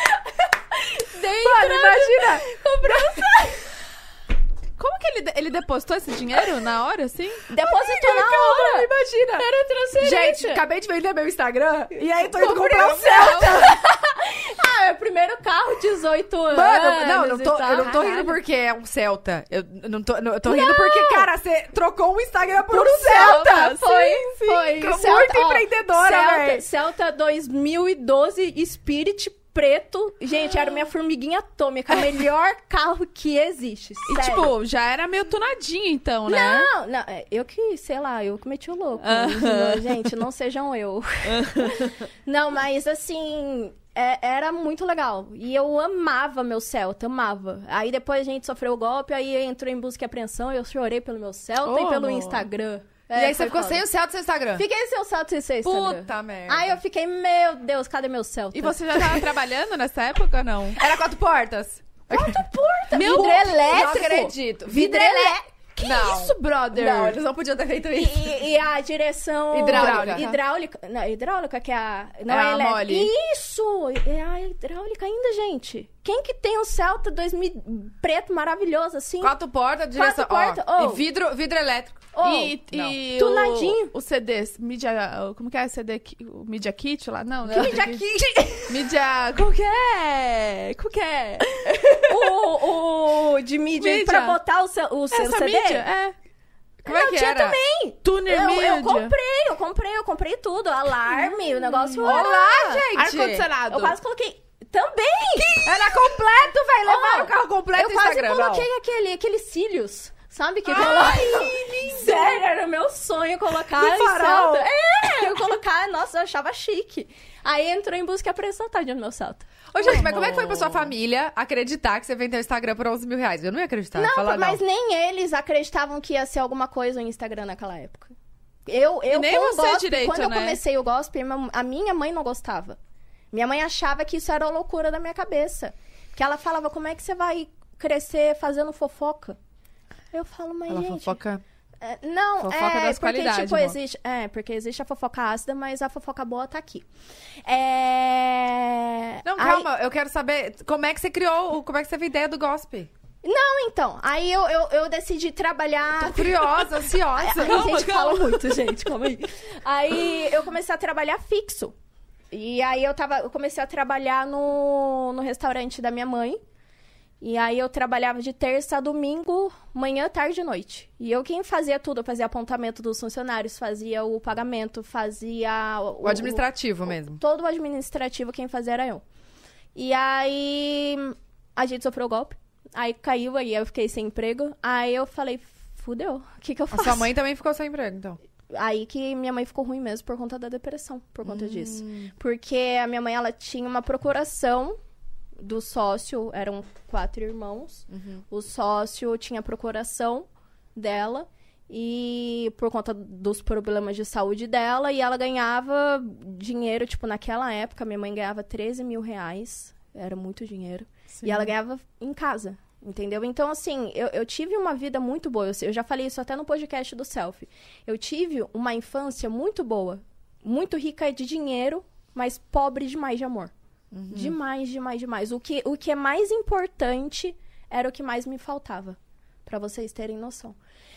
Mano, imagina! Comprei um Celta. Como que ele, ele depositou esse dinheiro na hora, assim? Depositou na hora. Imagina. Era transferência. Gente, acabei de vender meu Instagram e aí tô indo Comprei comprar um um Celta. Ah, é o primeiro carro, dezoito anos. Mano, não, não e tô, tal. eu não tô rindo porque é um Celta. Eu não tô, não, eu tô rindo porque, cara, você trocou um Instagram por, um Celta. Celta, foi, sim, sim. foi. Muito Celta, ó, empreendedora, Celta, velho. Celta dois mil e doze Spirit preto. Gente, era minha formiguinha atômica. O melhor carro que existe. E, Sério. tipo, já era meio tunadinho, então, né? Não, não, é, eu que, sei lá, eu que meti o louco. Gente, não sejam eu. Não, mas assim, é- era muito legal. E eu amava meu Celta, amava. Aí depois a gente sofreu o golpe, aí entrou em busca e apreensão, eu chorei pelo meu Celta Oh, e pelo amor. Instagram. E É, aí você foi ficou foda. sem o Celta no seu Instagram. Fiquei sem o Celta e sem o Instagram. Puta merda. Aí eu fiquei, meu Deus, cadê meu Celta? E você já tava trabalhando nessa época ou não? Era quatro portas? Porta, Meu vidro Deus, elétrico. Não acredito. Vidro elétrico. Que Não. isso, brother? Não, eles não podiam ter feito isso. E, e a direção... Hidráulica. Hidráulica. Não, hidráulica, que é a... Não É é, a elétrica. mole. Isso! É a hidráulica ainda, gente. Quem que tem um Celta dois mil preto maravilhoso, assim? Quatro portas, direção... portas, ó, oh. E vidro, vidro elétrico. Oh, E, e Tunadinho. O, o C D, mídia, como que é C D, ki- o Media Kit lá? Não, Que né? mídia kit? Mídia, como que é? Como que é? o, o de mídia, Mídia. pra botar o, seu, o seu Essa C D? mídia? É. Como é Não, que tinha era? também. Tuner Eu, Mídia. eu comprei, eu comprei, eu comprei tudo. Alarme, o negócio... Olá, gente! Ar-condicionado. Eu quase coloquei... Também! Era completo, velho. Levaram Oh, o carro completo Eu no quase Instagram. coloquei não. aquele, aqueles cílios, sabe? Que coloca... Sério, era o meu sonho colocar Do em farol. Celta. É, eu colocar, nossa, eu achava chique. Aí entrou em busca e apreensão, tadinho do meu Celta. Ô, gente, mas como é que foi pra sua família acreditar que você vendeu o Instagram por onze mil reais? Eu não ia acreditar. Não, falar, mas não. nem eles acreditavam que ia ser alguma coisa no Instagram naquela época. Eu, eu nem com o você gospel, direito, quando eu né? comecei o gospel, a minha mãe não gostava. Minha mãe achava que isso era a loucura da minha cabeça. Que ela falava, como é que você vai crescer fazendo fofoca? Eu falo, mas Ela gente... fofoca... É, não, Fofoca é das porque, qualidades, tipo, amor. existe... É, porque existe a fofoca ácida, mas a fofoca boa tá aqui. É... Não, Aí- calma. Eu quero saber como é que você criou, o- como é que você teve ideia do gospel. Não, então. Aí eu, eu, eu decidi trabalhar... Tô curiosa, ansiosa. Ai, gente, fala muito, gente, calma aí. Aí eu comecei a trabalhar fixo. E aí eu tava, eu comecei a trabalhar no, no restaurante da minha mãe. E aí eu trabalhava de terça a domingo, manhã, tarde e noite. E eu quem fazia tudo, eu fazia apontamento dos funcionários, fazia o pagamento, fazia... O, O administrativo o- mesmo. Todo o administrativo, quem fazia era eu. E aí a gente sofreu o golpe. Aí caiu, aí eu fiquei sem emprego. Aí eu falei, fudeu, o que que eu A faço? sua mãe também ficou sem emprego, então. Aí que minha mãe ficou ruim mesmo por conta da depressão, por conta Hum. disso. Porque a minha mãe, ela tinha uma procuração do sócio, eram quatro irmãos. Uhum. O sócio tinha procuração dela e por conta dos problemas de saúde dela, e ela ganhava dinheiro, tipo, naquela época, minha mãe ganhava treze mil reais, era muito dinheiro. E ela ganhava em casa, entendeu? Então, assim, eu, eu tive uma vida muito boa. Eu, eu já falei isso até no podcast do Selfie. Eu tive uma infância muito boa. Muito rica de dinheiro, mas pobre demais de amor. Uhum. Demais, demais, demais. O que, o que é mais importante era o que mais me faltava. Pra vocês terem noção.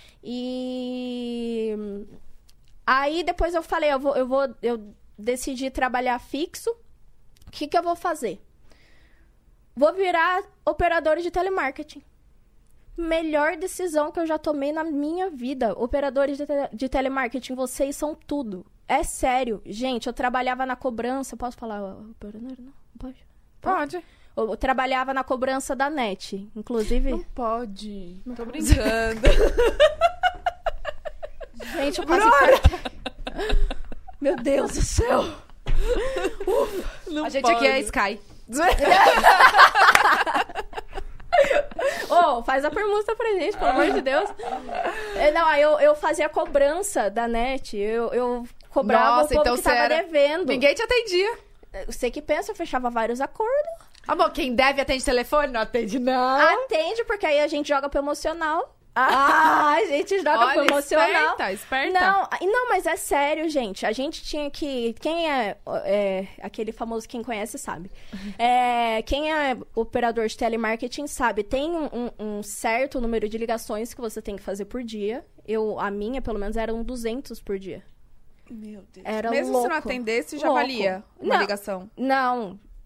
E... Aí, depois eu falei, eu vou... Eu, vou, eu decidi trabalhar fixo. O que que eu vou fazer? Vou virar operadora de telemarketing. Melhor decisão que eu já tomei na minha vida. Operadores de, tele, de telemarketing, vocês são tudo. É sério. Gente, eu trabalhava na cobrança... Posso falar operadora? Não, pode. Pode. Eu, eu trabalhava na cobrança da N E T. Inclusive... Não pode. Tô brincando. Gente, eu quase... infartei. Meu Deus do céu. Não A gente pode. aqui é Sky. Ô, faz a permuta pra gente, pelo amor de Deus. É, não, aí eu, eu fazia a cobrança da N E T. Eu, eu cobrava Nossa, o povo então que você tava era- devendo. Ninguém te atendia. Você que pensa, eu fechava vários acordos. Amor, quem deve atende telefone, não atende, não. Atende, porque aí a gente joga pro emocional. Ah, a gente joga pro Olha, emocional. esperta, esperta. Não, e não, mas é sério, gente. A gente tinha que... Quem é, é aquele famoso, quem conhece, sabe. É, quem é operador de telemarketing sabe. Tem um, um- um certo número de ligações que você tem que fazer por dia. Eu, a minha, pelo menos, eram duzentos por dia. Meu Deus. Era Mesmo se não louco. atendesse, já Louco. valia uma Não. ligação. Não,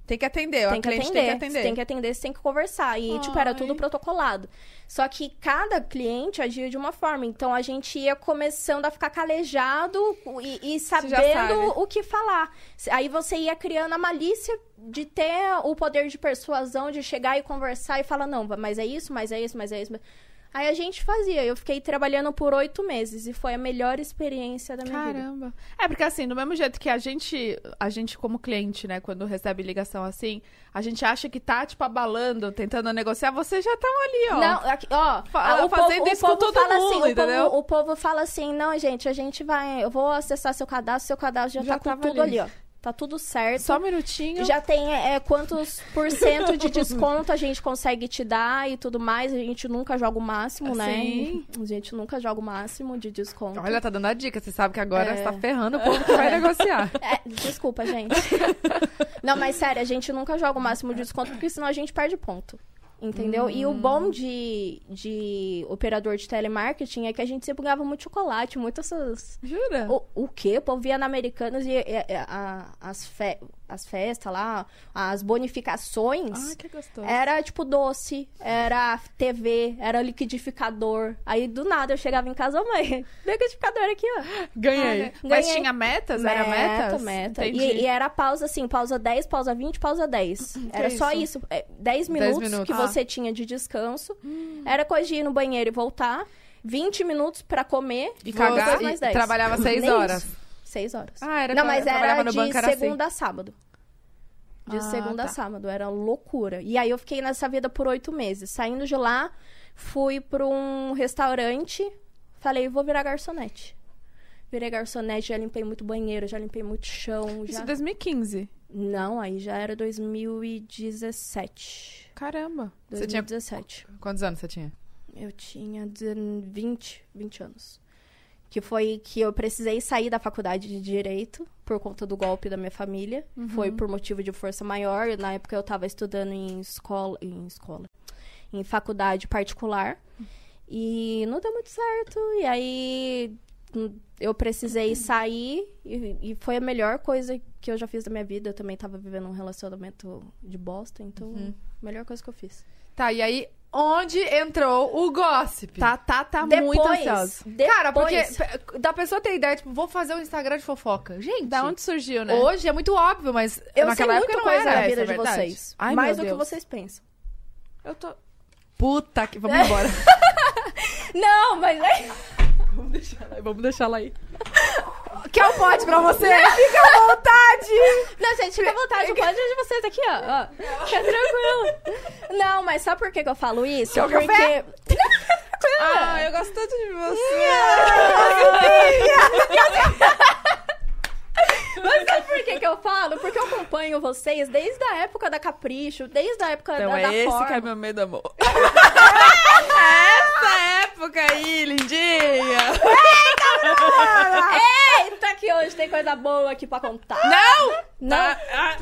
Tem que atender, Tem o que cliente atender, tem que atender. Você tem que atender, você tem que conversar. E, tipo, era Ai. tudo protocolado. Só que cada cliente agia de uma forma. Então, a gente ia começando a ficar calejado e, e já sabendo sabe. o que falar. Aí você ia criando a malícia de ter o poder de persuasão, de chegar e conversar e falar, não, mas é isso, mas é isso, mas é isso. Aí a gente fazia. Eu fiquei trabalhando por oito meses e foi a melhor experiência da minha vida. Caramba. É, porque assim, do mesmo jeito que a gente, a gente como cliente, né, quando recebe ligação assim, a gente acha que tá, tipo, abalando, tentando negociar, vocês já estão ali, ó. Não, aqui, ó, Fa- o fazendo povo, isso o com povo todo fala mundo, assim, o entendeu? povo, o povo fala assim, não, gente, a gente vai, eu vou acessar seu cadastro, seu cadastro já, Já tá com tava tudo ali. ali, ó. Tá tudo certo. Só um minutinho. Já tem é, quantos por cento de desconto a gente consegue te dar e tudo mais. A gente nunca joga o máximo, né? Sim. A gente nunca joga o máximo de desconto. Olha, tá dando a dica. Você sabe que agora É. você tá ferrando o povo que vai negociar. É, desculpa, gente. Não, mas sério, a gente nunca joga o máximo de desconto, porque senão a gente perde ponto. Entendeu? Hum. E o bom de, de operador de telemarketing é que a gente sempre ganhava muito chocolate, muitas essas... Jura? O, o quê? O povo via na Americanas e, e- e- a- as, fe, as festas lá, as bonificações... Ai, que gostoso. Era, tipo, doce, era T V, era liquidificador. Aí, do nada, eu chegava em casa, mãe, liquidificador aqui, ó. Ganhei. Mas Ganhei. tinha metas? Era metas? Meta, Entendi. E, e era pausa, assim, pausa dez, pausa vinte, pausa dez. Era que só isso? isso. É, dez minutos, minutos. que Ah. você tinha de descanso. Era coisa de ir no banheiro e voltar. vinte minutos pra comer. E depois cagar mais e dez. trabalhava seis Nem horas. isso. Seis horas. Ah, era Não, quando mas eu trabalhava era no banco, de era segunda a sábado. De Ah, segunda a tá. sábado. Era loucura. E aí eu fiquei nessa vida por oito meses. Saindo de lá, fui pra um restaurante. Falei, vou virar garçonete. Virei garçonete, já limpei muito banheiro, já limpei muito chão. Isso Já... em dois mil e quinze. Não, aí já era dois mil e dezessete. Caramba. Você tinha- dois mil e dezessete. Quantos anos você tinha? Eu tinha vinte, vinte anos. Que foi que eu precisei sair da faculdade de Direito por conta do golpe da minha família. Foi por motivo de força maior. Na época eu tava estudando em escola, em escola, em faculdade particular. E não deu muito certo. E aí hum, eu precisei sair e, e foi a melhor coisa que eu já fiz da minha vida. Eu também tava vivendo um relacionamento de bosta, então a melhor coisa que eu fiz. Tá, e aí, onde entrou o gossip? Tá, tá, tá Depois, muito ansiosa. depois, Cara, porque p- da pessoa ter ideia, tipo, vou fazer um Instagram de fofoca. Gente, Da onde surgiu, né? hoje é muito óbvio, mas eu sei naquela época muita não coisa era. da vida essa, de é verdade? vocês. Ai, mais do meu que Deus. vocês pensam. Eu tô... Puta que... Vamos embora. Não, mas é... Vamos deixar ela aí, vamos deixar ela aí. Quer um pote pra você? Fica à vontade! Não, gente, fica à vontade. O pódio é de vocês aqui, ó. ó. Fica tranquilo. Não, mas sabe por que que eu falo isso? Quer um Porque... café? Ah, eu gosto tanto de você. Mas sabe por que que eu falo? Porque eu acompanho vocês desde a época da Capricho, desde a época Então da, é da esse forma. que é meu medo, amor. Essa época aí, lindinha. Eita, que hoje tem coisa boa aqui pra contar. Não! Não, Ah, ah,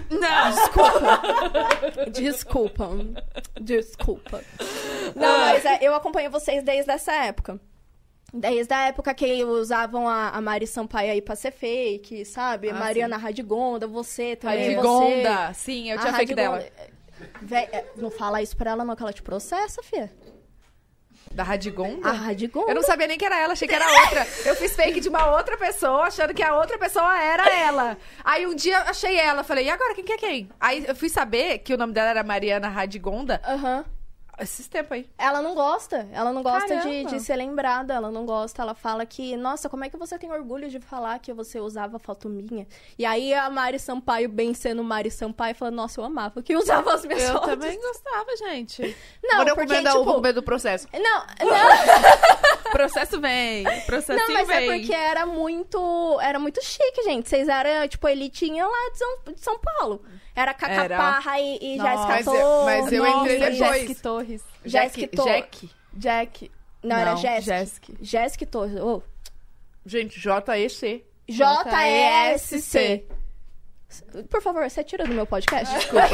não! desculpa. Desculpa. Não, mas é, eu acompanho vocês desde essa época. Desde a época que usavam a, a Mari Sampaio aí pra ser fake, sabe? Ah, Mariana Radigonda, você também. Radigonda. Sim, eu Você. tinha A fake dela. Radigonda- Véi, é, não fala isso pra ela não, que ela te processa, fia. Da Radigonda? A Radigonda. Eu não sabia nem que era ela, achei que era outra. Eu fiz fake de uma outra pessoa, achando que a outra pessoa era ela. Aí um dia achei ela, falei, e agora, quem que é quem? Aí eu fui saber que o nome dela era Mariana Radigonda Aham. esses tempos aí. Ela não gosta. Ela não gosta de, Caramba. de ser lembrada. Ela não gosta. Ela fala que, nossa, como é que você tem orgulho de falar que você usava foto minha? E aí a Mari Sampaio, bem sendo Mari Sampaio, falando, nossa, eu amava que usava as minhas Eu fotos. também gostava, gente. Não, Quando eu porque, comendo, eu tipo... vou comer do processo. Não, não, Processo vem. Processinho não, mas vem. é porque era muito, era muito chique, gente. Vocês eram, tipo, elitinha lá de São, de São Paulo. Era Cacá Era. Parra e, e Nossa, Jéssica mas eu- Torres. mas eu entrei Nossa, depois. Jéssica Torres. Jéssica Torres. Jack. Jack. Não, era Não, Jéssica. Jéssica. Jéssica Torres. Oh. Gente, J E C. J E S C. Por favor, você tira do meu podcast? Desculpa.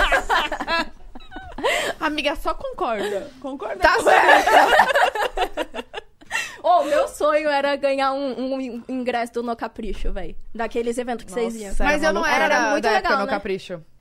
Amiga, só concorda. Concorda? Tá certo. Ô, meu sonho era ganhar um, um ingresso do No Capricho, velho. Daqueles eventos que vocês iam. Nossa, Mas eu não maluco. era, Era muito da época legal, no né? Capricho.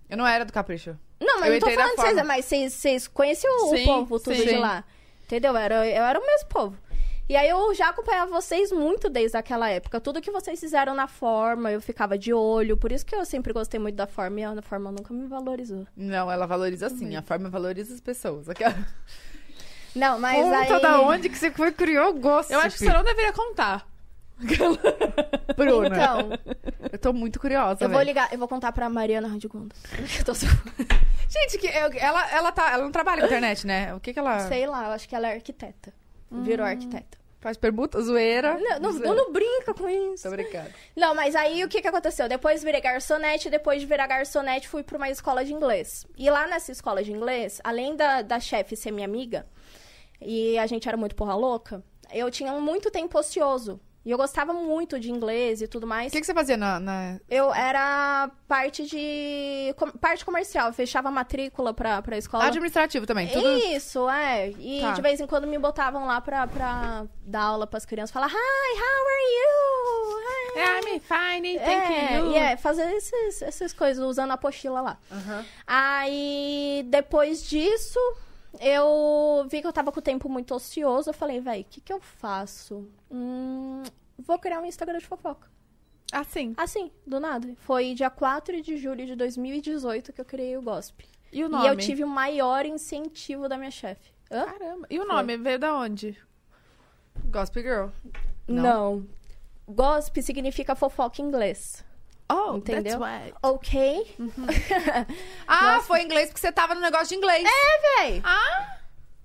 Eu não era do Capricho. Não, mas Eu não tô entrei na falando de vocês, forma. mas vocês, vocês conheciam Sim, o povo tudo sim. de lá. Entendeu? Eu era, eu era o mesmo povo. E aí eu já acompanhava vocês muito desde aquela época. Tudo que vocês fizeram na forma, eu ficava de olho. Por isso que eu sempre gostei muito da forma e a forma nunca me valorizou. Não, ela valoriza sim. A forma valoriza as pessoas. Aquela... Não, mas Conta aí... da onde que você foi criou o gosto. Eu acho que você não deveria contar. Bruna. Então, Eu tô muito curiosa, eu vou velho. ligar, eu vou contar pra Mariana Randigundas. Eu tô só- Gente, que eu- ela, ela, tá, ela não trabalha com internet, né? O que que ela Sei lá, eu acho que ela é arquiteta. Virou arquiteta. faz? Permuta? Zoeira? Não, não, Zoeira. não brinca com isso. Tô brincando. Não, mas aí o que que aconteceu? Depois virei garçonete, depois de virar garçonete fui pra uma escola de inglês. E lá nessa escola de inglês, além da, da chefe ser minha amiga, e a gente era muito porra louca, eu tinha muito tempo ocioso. E eu gostava muito de inglês e tudo mais. O que, que você fazia na... na... Eu era parte de... com- parte comercial, eu fechava a matrícula pra, pra escola. Administrativo também, tudo... Isso, é. E Tá. de vez em quando me botavam lá pra, pra dar aula pras crianças. Falar, hi, how are you? Hi. I'm fine, thank É, you. e é, fazer esses, essas coisas, usando a apostila lá. Aham. Aí, depois disso, eu vi que eu tava com o tempo muito ocioso. Eu falei, véi, o que que eu faço? Hum, vou criar um Instagram de fofoca. Assim. Assim, do nada. Foi dia quatro de julho de dois mil e dezoito que eu criei o Gospe. E o nome? E eu tive o maior incentivo da minha chefe. Hã? Caramba. E o nome veio da onde? Gossip Girl. Não. Não. Gospe significa fofoca em inglês. Oh, Entendeu? that's why. Ok? Ah, Gossip. foi inglês porque você tava no negócio de inglês. É, véi! Ah!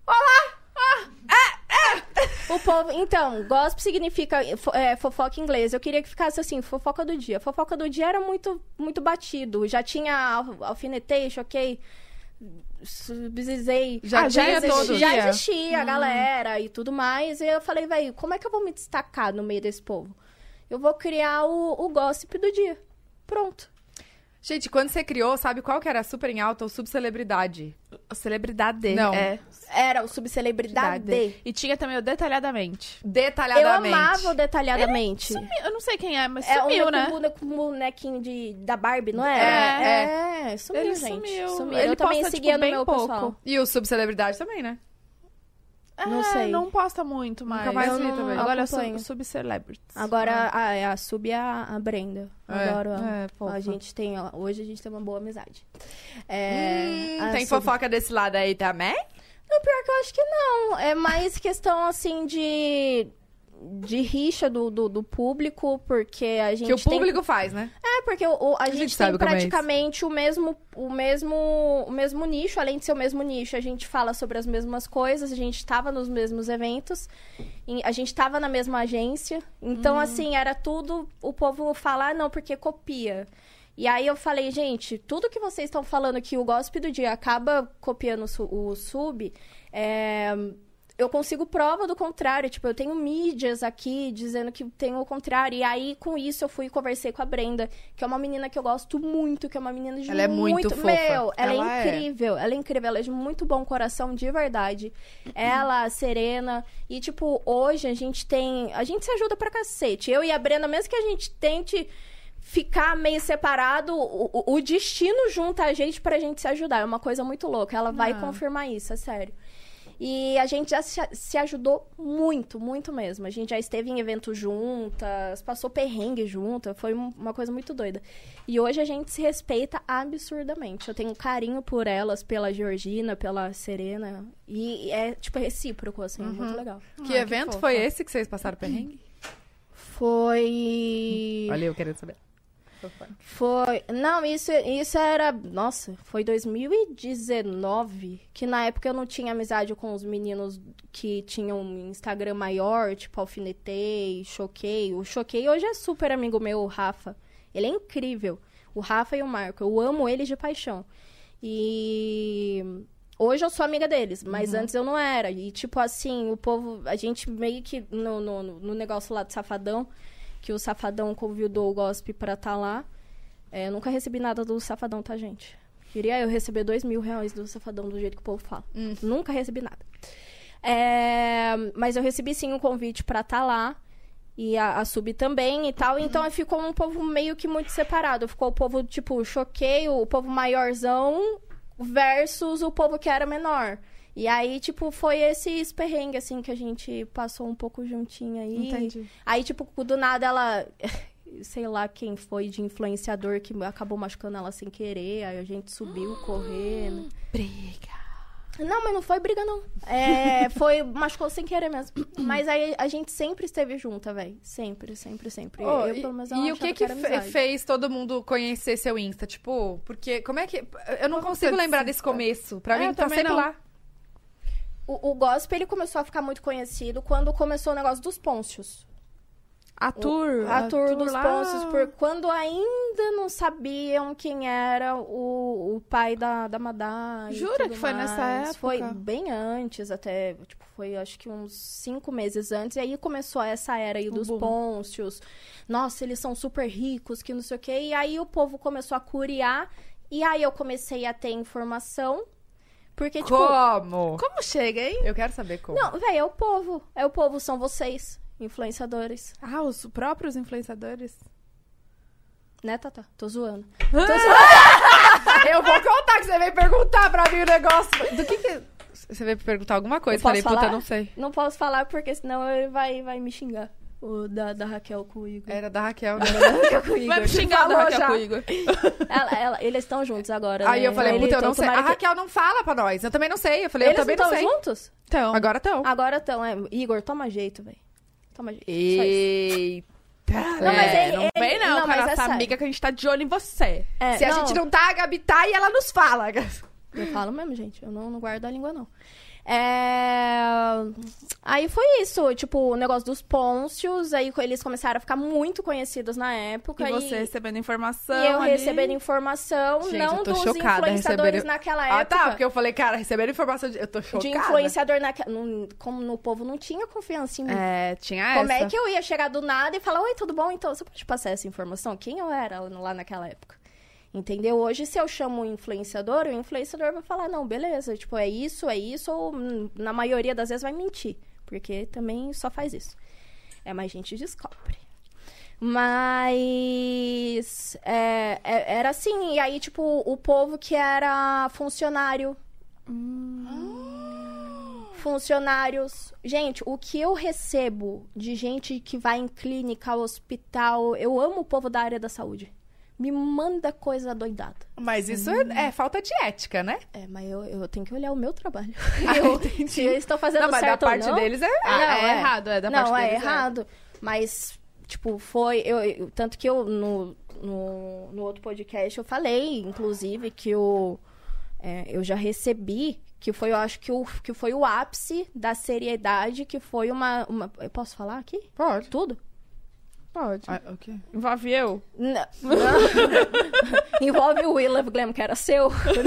O povo... Então, gossip significa fo- é, fofoca em inglês. Eu queria que ficasse assim, fofoca do dia. Fofoca do dia era muito, muito batido. Já tinha al- alfinetei, choquei, subsizei. Já Ah, já tinha é todo. todo. Já dia. existia a galera e tudo mais. E eu falei, velho, como é que eu vou me destacar no meio desse povo? Eu vou criar o, o gossip do dia. Pronto. Gente, quando você criou, sabe qual que era super em alta? O subcelebridade. Celebridade. Não. É. Era o subcelebridade. E tinha também o Detalhadamente. Eu Detalhadamente. amava o detalhadamente. Sumiu. Eu não sei quem é, mas É sumiu, um né? boneco- bonequinho de, da Barbie, não é? É, é. sumiu, Ele gente. sumiu. Eu Ele também posta, seguia tipo, no bem meu pouco. pessoal. E o subcelebridade também, né? Não É, sei. Não posta muito mais. Nunca mais Eu vi não- também. Agora é acompanho. sub- subcelebrities. Agora, a, é a Sub e a, a Brenda. É, Adoro ela. é, fofa. A gente tem, ó, hoje a gente tem uma boa amizade. É, Hum, a tem Sub- fofoca desse lado aí também? Não, pior que eu acho que não. É mais questão, assim, de... De rixa do, do, do público, porque a gente Que o tem- público faz, né? É, porque o, o- a, gente gente, sabe tem como é isso. praticamente o mesmo, o, mesmo, o mesmo nicho. Além de ser o mesmo nicho, a gente fala sobre as mesmas coisas. A gente estava nos mesmos eventos. e a gente estava na mesma agência. Então, assim, era tudo... O povo falar, ah, não, porque copia. E aí eu falei, gente, tudo que vocês estão falando que o Gossip do Dia acaba copiando o, su- o sub... É... Eu consigo prova do contrário. Tipo, eu tenho mídias aqui dizendo que tem o contrário. E aí, com isso, eu fui e conversei com a Brenda, que é uma menina que eu gosto muito, que é uma menina de Ela é muito fofa. Meu, ela, Ela é é. incrível. Ela é incrível. Ela é de muito bom coração, de verdade. Ela, a Serena. E, tipo, hoje a gente tem... A gente se ajuda pra cacete. Eu e a Brenda, mesmo que a gente tente ficar meio separado, o, o- o destino junta a gente pra gente se ajudar. É uma coisa muito louca. Ela vai Ah. confirmar isso, é sério. E a gente já se, se ajudou muito, muito mesmo. A gente já esteve em eventos juntas, passou perrengue juntas, foi um- uma coisa muito doida. E hoje a gente se respeita absurdamente. Eu tenho um carinho por elas, pela Georgina, pela Serena. E é, tipo, recíproco, assim, é muito legal. Que Ah, que evento fofa. foi esse que vocês passaram perrengue? Foi... Olha, eu querendo saber. Foi. Não, isso, isso era. Nossa, foi dois mil e dezenove. Que na época eu não tinha amizade com os meninos que tinham um Instagram maior, tipo Alfinetei, Choquei. O Choquei hoje é super amigo meu, o Rafa. Ele é incrível. O Rafa e o Marco. Eu amo eles de paixão. E. Hoje eu sou amiga deles, mas antes eu não era. E, tipo assim, o povo. A gente meio que. No, no, no negócio lá do Safadão. Que o Safadão convidou o Gossip pra estar lá. É, eu nunca recebi nada do Safadão, tá, gente? Queria eu receber dois mil reais do Safadão, do jeito que o povo fala. Hum. Nunca recebi nada. É, mas eu recebi, sim, um convite pra estar lá. E a, a Sub também e tal. Então ficou um povo meio que muito separado. Ficou o povo, tipo, choqueio, o povo maiorzão versus o povo que era menor. E aí, tipo, foi esse perrengue, assim, que a gente passou um pouco juntinho aí. Entendi. Aí, tipo, do nada ela... Sei lá quem foi de influenciador que acabou machucando ela sem querer. Aí a gente subiu correndo. Briga. Não, mas não foi briga, não. É, foi... Machucou sem querer mesmo. Mas aí a gente sempre esteve junta, velho. Sempre, sempre, sempre. Oh, eu, e, pelo menos, eu e o que que era fe- amizade. fez todo mundo conhecer seu Insta? Tipo, porque... Como é que... Eu não Como consigo você lembrar disse? desse começo. Pra É, mim, eu tá também sempre não. lá. O, o gospel, ele começou a ficar muito conhecido quando começou o negócio dos Pôncios. A tour. A tour dos lá. Pôncios, por quando ainda não sabiam quem era o, o pai da, da Madá. e Jura tudo que foi nessa mais. época? Foi bem antes, até, tipo, foi acho que uns cinco meses antes. E aí começou essa era aí O dos boom. Pôncios. Nossa, eles são super ricos, que não sei o quê. E aí o povo começou a curiar. E aí eu comecei a ter informação. Porque, tipo... Como? Como chega, hein? Eu quero saber como. Não, velho, é o povo. É o povo, são vocês, influenciadores. Ah, os próprios influenciadores? Né, Tata? Tô zoando. Eu vou contar que você veio perguntar pra mim o negócio. Do que que... Você veio perguntar alguma coisa. Eu Falei, posso puta, falar? não sei. Não posso falar porque senão ele vai, vai me xingar. O da, da Raquel com o Igor. Era da Raquel, né? Da Raquel com o Igor. Vai me xingar da falou Raquel já. com o Igor. Ela, ela, eles estão juntos agora, Aí né? eu falei, Ele- puta, eu não então, sei. A tomara que- Raquel não fala pra nós. Eu também não sei. Eu falei, Eles eu também não não estão sei. juntos? Então. Agora estão. Agora estão, é. Igor, toma jeito, velho. Toma jeito. Só isso. Eita. Não, mas É, ele- não ele- vem não, não, com a mas é nossa sério. amiga que a gente tá de olho em você. É, Se a gente não tá, a Gabi tá e ela nos fala. Eu falo mesmo, gente. Eu não, não guardo a língua, não. É... Aí foi isso, tipo, o negócio dos Pôncios, aí eles começaram a ficar muito conhecidos na época. E você recebendo informação E eu ali. recebendo informação, Gente, não eu tô dos chocada influenciadores recebendo- naquela Ah, época. tá. Porque eu falei, cara, receberam informação de... Eu tô chocada. De influenciador naquela... Não- Como no povo não tinha confiança em mim. É, tinha Como essa. é que eu ia chegar do nada e falar, oi, tudo bom? Então, você pode passar essa informação? Quem eu era lá naquela época? Entendeu? Hoje, se eu chamo um influenciador, o influenciador vai falar, não, beleza, tipo, é isso, é isso, ou hum, na maioria das vezes vai mentir. Porque também só faz isso. É, mas a gente descobre. Mas... é, é, era assim, e aí, tipo, o povo que era funcionário... Funcionários. Gente, o que eu recebo de gente que vai em clínica, hospital... Eu amo o povo da área da saúde. Me manda coisa doidada. Mas isso é, é falta de ética, né? É, mas eu, eu tenho que olhar o meu trabalho. Ah, eu, entendi. se eu estou fazendo Não, mas da certo ou parte não. deles é... Ah, Não, é, é. errado, é da Não, parte é deles, errado. Mas, tipo, foi... Eu, eu- tanto que eu, no, no, no outro podcast, eu falei, inclusive, que eu, é, eu já recebi, que foi, eu acho que, o, que foi o ápice da seriedade, que foi uma... uma eu posso falar aqui? Pode. Tudo? Pode. Ah, ok. Envolve eu? Não. Envolve o Will of Glam, que era seu.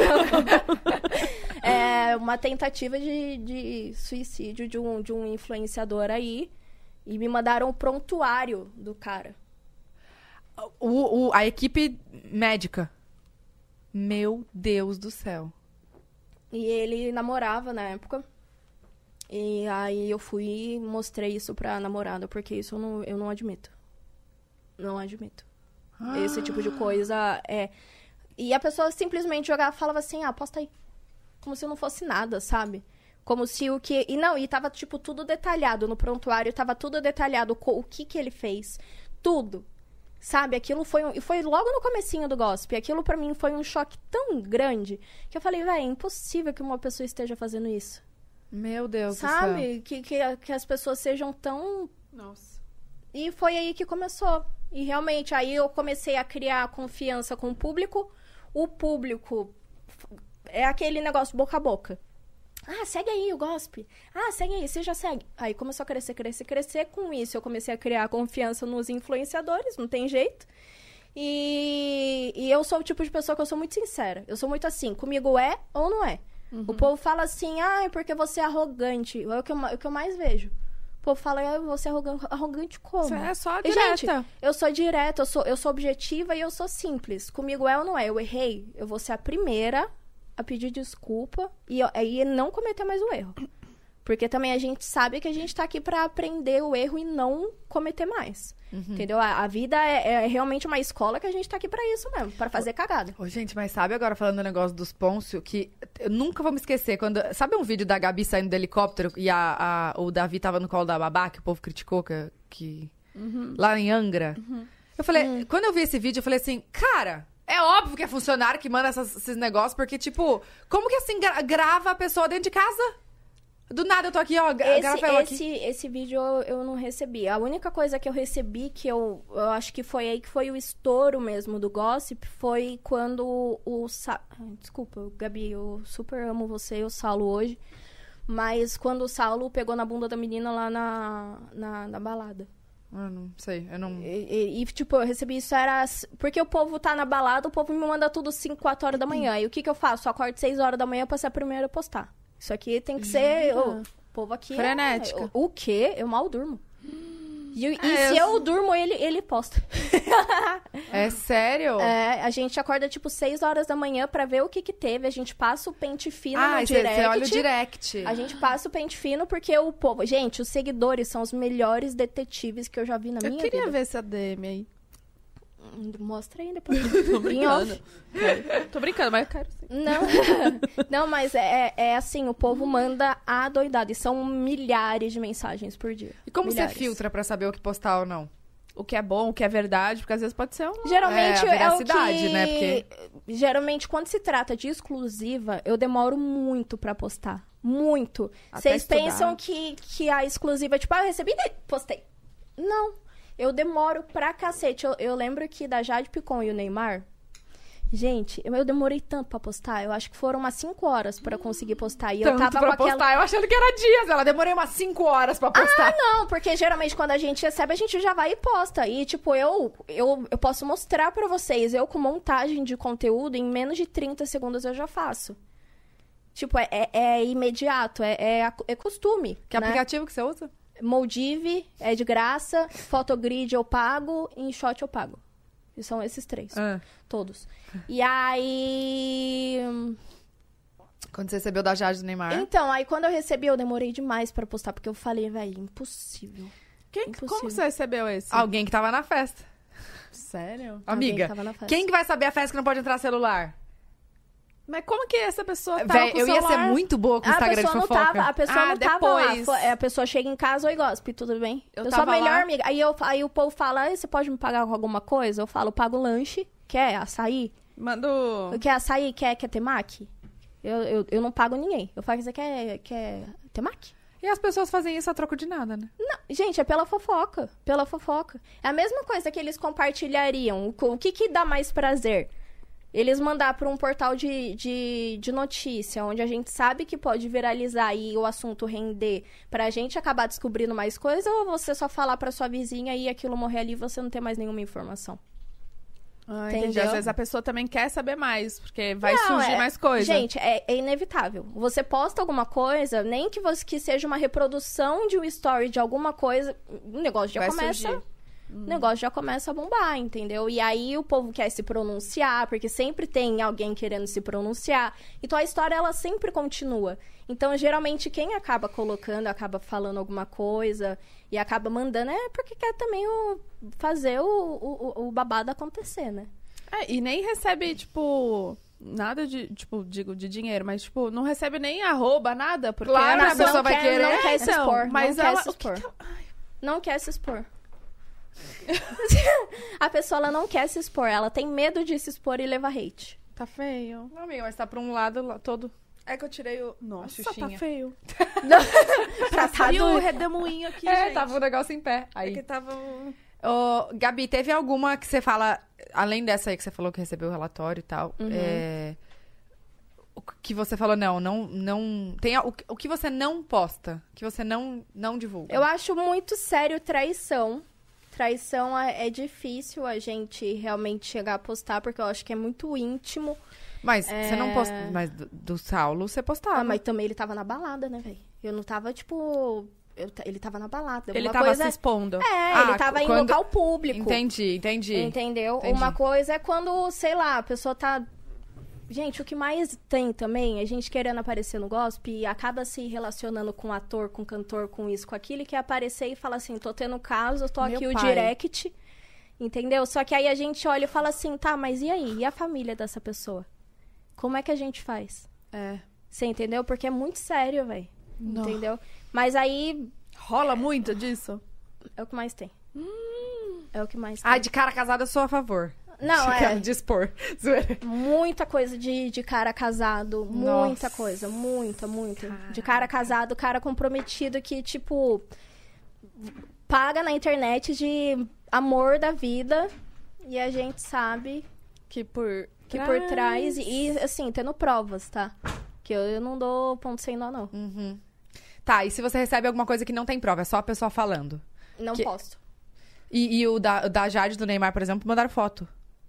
É uma tentativa de, de suicídio de um, de um influenciador aí. E me mandaram o prontuário do cara. O, o- a equipe médica. Meu Deus do céu. E ele namorava na época. E aí eu fui e mostrei isso pra namorada, porque isso eu não, eu não admito. Não admito. Esse tipo de coisa é... E a pessoa simplesmente jogava, falava assim, ah, posta aí. Como se não fosse nada, sabe? Como se o que... E não, e tava, tipo, tudo detalhado no prontuário, tava tudo detalhado, co- o que que ele fez. Tudo. Sabe? Aquilo foi... Um... E foi logo no comecinho do gospel. Aquilo pra mim foi um choque tão grande que eu falei, velho, é impossível que uma pessoa esteja fazendo isso. Meu Deus do céu. Sabe? Que, que, que as pessoas sejam tão... Nossa. E foi aí que começou. E realmente, aí eu comecei a criar confiança com o público. O público é aquele negócio boca a boca. Ah, segue aí o gospel. Ah, segue aí, você já segue. Aí começou a crescer, crescer, crescer. Com isso, eu comecei a criar confiança nos influenciadores, não tem jeito. E, e eu sou o tipo de pessoa que eu sou muito sincera. Eu sou muito assim, comigo é ou não é. Uhum. O povo fala assim, ah, é porque você é arrogante. É o que eu, ma- o que eu mais vejo. O povo fala, ah, você é arrogante, arrogante como? Você é só E, direta. gente, eu sou direta, eu sou, eu sou objetiva e eu sou simples. Comigo é ou não é? Eu errei, eu vou ser a primeira a pedir desculpa e, eu- e não cometer mais o erro. Porque também a gente sabe que a gente tá aqui pra aprender o erro e não cometer mais. Uhum. Entendeu? A, a vida é, é realmente uma escola que a gente tá aqui pra isso mesmo, pra fazer cagada. Ô, gente, mas sabe agora falando do negócio dos Pôncio, que eu nunca vou me esquecer, quando... Sabe um vídeo da Gabi saindo do helicóptero e a, a, o Davi tava no colo da babá, que o povo criticou, que... que... Uhum. Lá em Angra? Uhum. Eu falei, uhum. quando eu vi esse vídeo, eu falei assim, cara... É óbvio que é funcionário que manda essas, esses negócios, porque, tipo, como que assim gra- grava a pessoa dentro de casa? Do nada eu tô aqui, ó, esse, grava ela esse, aqui. Esse vídeo eu, eu não recebi. A única coisa que eu recebi, que eu, eu acho que foi aí que foi o estouro mesmo do gossip, foi quando o... o Sa... Desculpa, Gabi, eu super amo você e o Saulo hoje. Mas quando o Saulo pegou na bunda da menina lá na, na, na balada. Eu não sei, eu não... E, e, e, tipo, eu recebi isso, era... Porque o povo tá na balada, o povo me manda tudo cinco, quatro horas da manhã. E o que que eu faço? Eu acordo seis horas da manhã pra ser a primeira a postar. Isso aqui tem que ser... O povo aqui... Frenética. É, o, o quê? Eu mal durmo. E, e é, se eu... eu durmo, ele, ele posta. É sério? É, a gente acorda, tipo, seis horas da manhã pra ver o que que teve. A gente passa o pente fino ah, no cê, direct. você olha o direct. A gente passa o pente fino porque o povo... Gente, os seguidores são os melhores detetives que eu já vi na eu minha queria vida. ver essa D M aí. Mostra aí depois. Tô brincando. Tô brincando, mas eu quero sim. Não, não, mas é, é assim, o povo manda adoidado. E são milhares de mensagens por dia. E como milhares. você filtra pra saber o que postar ou não? O que é bom, o que é verdade, porque às vezes pode ser um... Geralmente é, a é o veracidade, que... né? Porque... Geralmente, quando se trata de exclusiva, eu demoro muito pra postar. Muito. Até Vocês estudar. pensam que, que a exclusiva, tipo, ah, eu recebi e postei. Não. Eu demoro pra cacete. Eu, eu lembro que da Jade Picon e o Neymar... Gente, eu, eu demorei tanto pra postar. Eu acho que foram umas cinco horas pra conseguir postar. E tanto eu tava pra com aquela... postar. Eu achando que era dias. Ela demorei umas cinco horas pra postar. Ah, não. Porque geralmente quando a gente recebe, a gente já vai e posta. E, tipo, eu, eu, eu posso mostrar pra vocês. Eu, com montagem de conteúdo, em menos de trinta segundos eu já faço. Tipo, é, é, é imediato. É, é, é costume. Que né? aplicativo que você usa? Moldive é de graça. Photogrid eu pago. E InShot eu pago. E são esses três. Ah. Todos. E aí... Quando você recebeu da Jade do Neymar? Então, aí quando eu recebi, eu demorei demais pra postar. Porque eu falei, velho, impossível. Quem, impossível. como você recebeu esse? Alguém que tava na festa. Sério? Amiga, Alguém tava na festa. quem que vai saber a festa que não pode entrar celular? Mas como que essa pessoa tá Véi, com o eu ia celular? ser muito boa com o A Instagram de pessoa não fofoca. tava, a pessoa Ah, não tava depois. lá. Fo- A pessoa chega em casa, oi, Gospe, tudo bem? Eu Eu, sou a tava melhor lá. amiga. Aí, eu, aí o povo fala, "Ei, você pode me pagar com alguma coisa?" Eu falo, pago lanche. Quer açaí? Manda. Quer açaí? Quer, quer temaki? Eu, eu, eu não pago ninguém. Eu falo, você quer, quer temaki? E as pessoas fazem isso a troco de nada, né? Não, gente, é pela fofoca. Pela fofoca. É a mesma coisa que eles compartilhariam. O, o que que dá mais prazer? Eles mandar para um portal de, de, de notícia, onde a gente sabe que pode viralizar e o assunto render, pra gente acabar descobrindo mais coisa, ou você só falar pra sua vizinha e aquilo morrer ali e você não ter mais nenhuma informação? Ah, entendi. Entendeu? Às vezes a pessoa também quer saber mais, porque vai Não, surgir é- mais coisa. Gente, é, é inevitável. Você posta alguma coisa, nem que, você, que seja uma reprodução de um story de alguma coisa, o negócio já Vai começa... surgir. O negócio já começa a bombar, entendeu? E aí o povo quer se pronunciar, porque sempre tem alguém querendo se pronunciar. Então a história, ela sempre continua. Então, geralmente, quem acaba colocando, acaba falando alguma coisa e acaba mandando, é porque quer também o, fazer o, o, o babado acontecer, né? É, e nem recebe, tipo, nada de, tipo, digo, de dinheiro, mas, tipo, não recebe nem arroba, nada, porque Claro, a a pessoa pessoa vai quer, querer. Não quer se Então, expor, mas não ela- quer se o que expor. que eu- ai. Não quer se expor. A pessoa, ela não quer se expor, ela tem medo de se expor e levar hate. Tá feio. Não, amiga, mas tá pra um lado lá- todo. É que eu tirei o... Nossa, tá xuxinha. feio. Pra tá Saiu o do... redemoinho aqui, É, gente. tava o negócio em pé. É Aí. que tava... um- Ô, Gabi, teve alguma que você fala, além dessa aí que você falou que recebeu o relatório e tal, Uhum. é, o que você falou, não, não, não, tem a- o, que- o que você não posta, que você não, não divulga? Eu acho muito sério traição. Traição é, é difícil a gente realmente chegar a postar, porque eu acho que é muito íntimo. Mas você não é- posta, mas do, do Saulo você postava. Ah, mas também ele tava na balada, né, velho? Eu não tava, tipo... eu ta- ele tava na balada. Ele Uma tava coisa... se expondo. É, Ah, ele tava em quando- local público. Entendi, entendi. Entendeu? Entendi. Uma coisa é quando, sei lá, a pessoa tá gente, o que mais tem também é gente querendo aparecer no gospel e acaba se relacionando com ator, com cantor, com isso, com aquilo, e quer aparecer e fala assim, tô tendo caso, tô Meu aqui o pai. direct, entendeu? Só que aí a gente olha e fala assim, tá, mas e aí? E a família dessa pessoa? Como é que a gente faz? É. Você entendeu? Porque é muito sério, velho. Não. Entendeu? Mas aí Rola muito disso? é o que mais tem. É o que mais tem. Ai, de cara casada eu sou a favor. Não, de, é. de expor. Zoeira. Muita coisa de, de cara casado. Muita Nossa. coisa. Muita, muita. De cara casado, cara comprometido que, tipo, paga na internet de amor da vida. E a gente sabe Que por... que por trás. E, assim, tendo provas, tá? Que eu, eu não dou ponto sem nó, não. Uhum. Tá, e se você recebe alguma coisa que não tem prova, é só a pessoa falando? Não Que- posto. E, e o da, o da Jade, do Neymar, por exemplo, mandaram foto.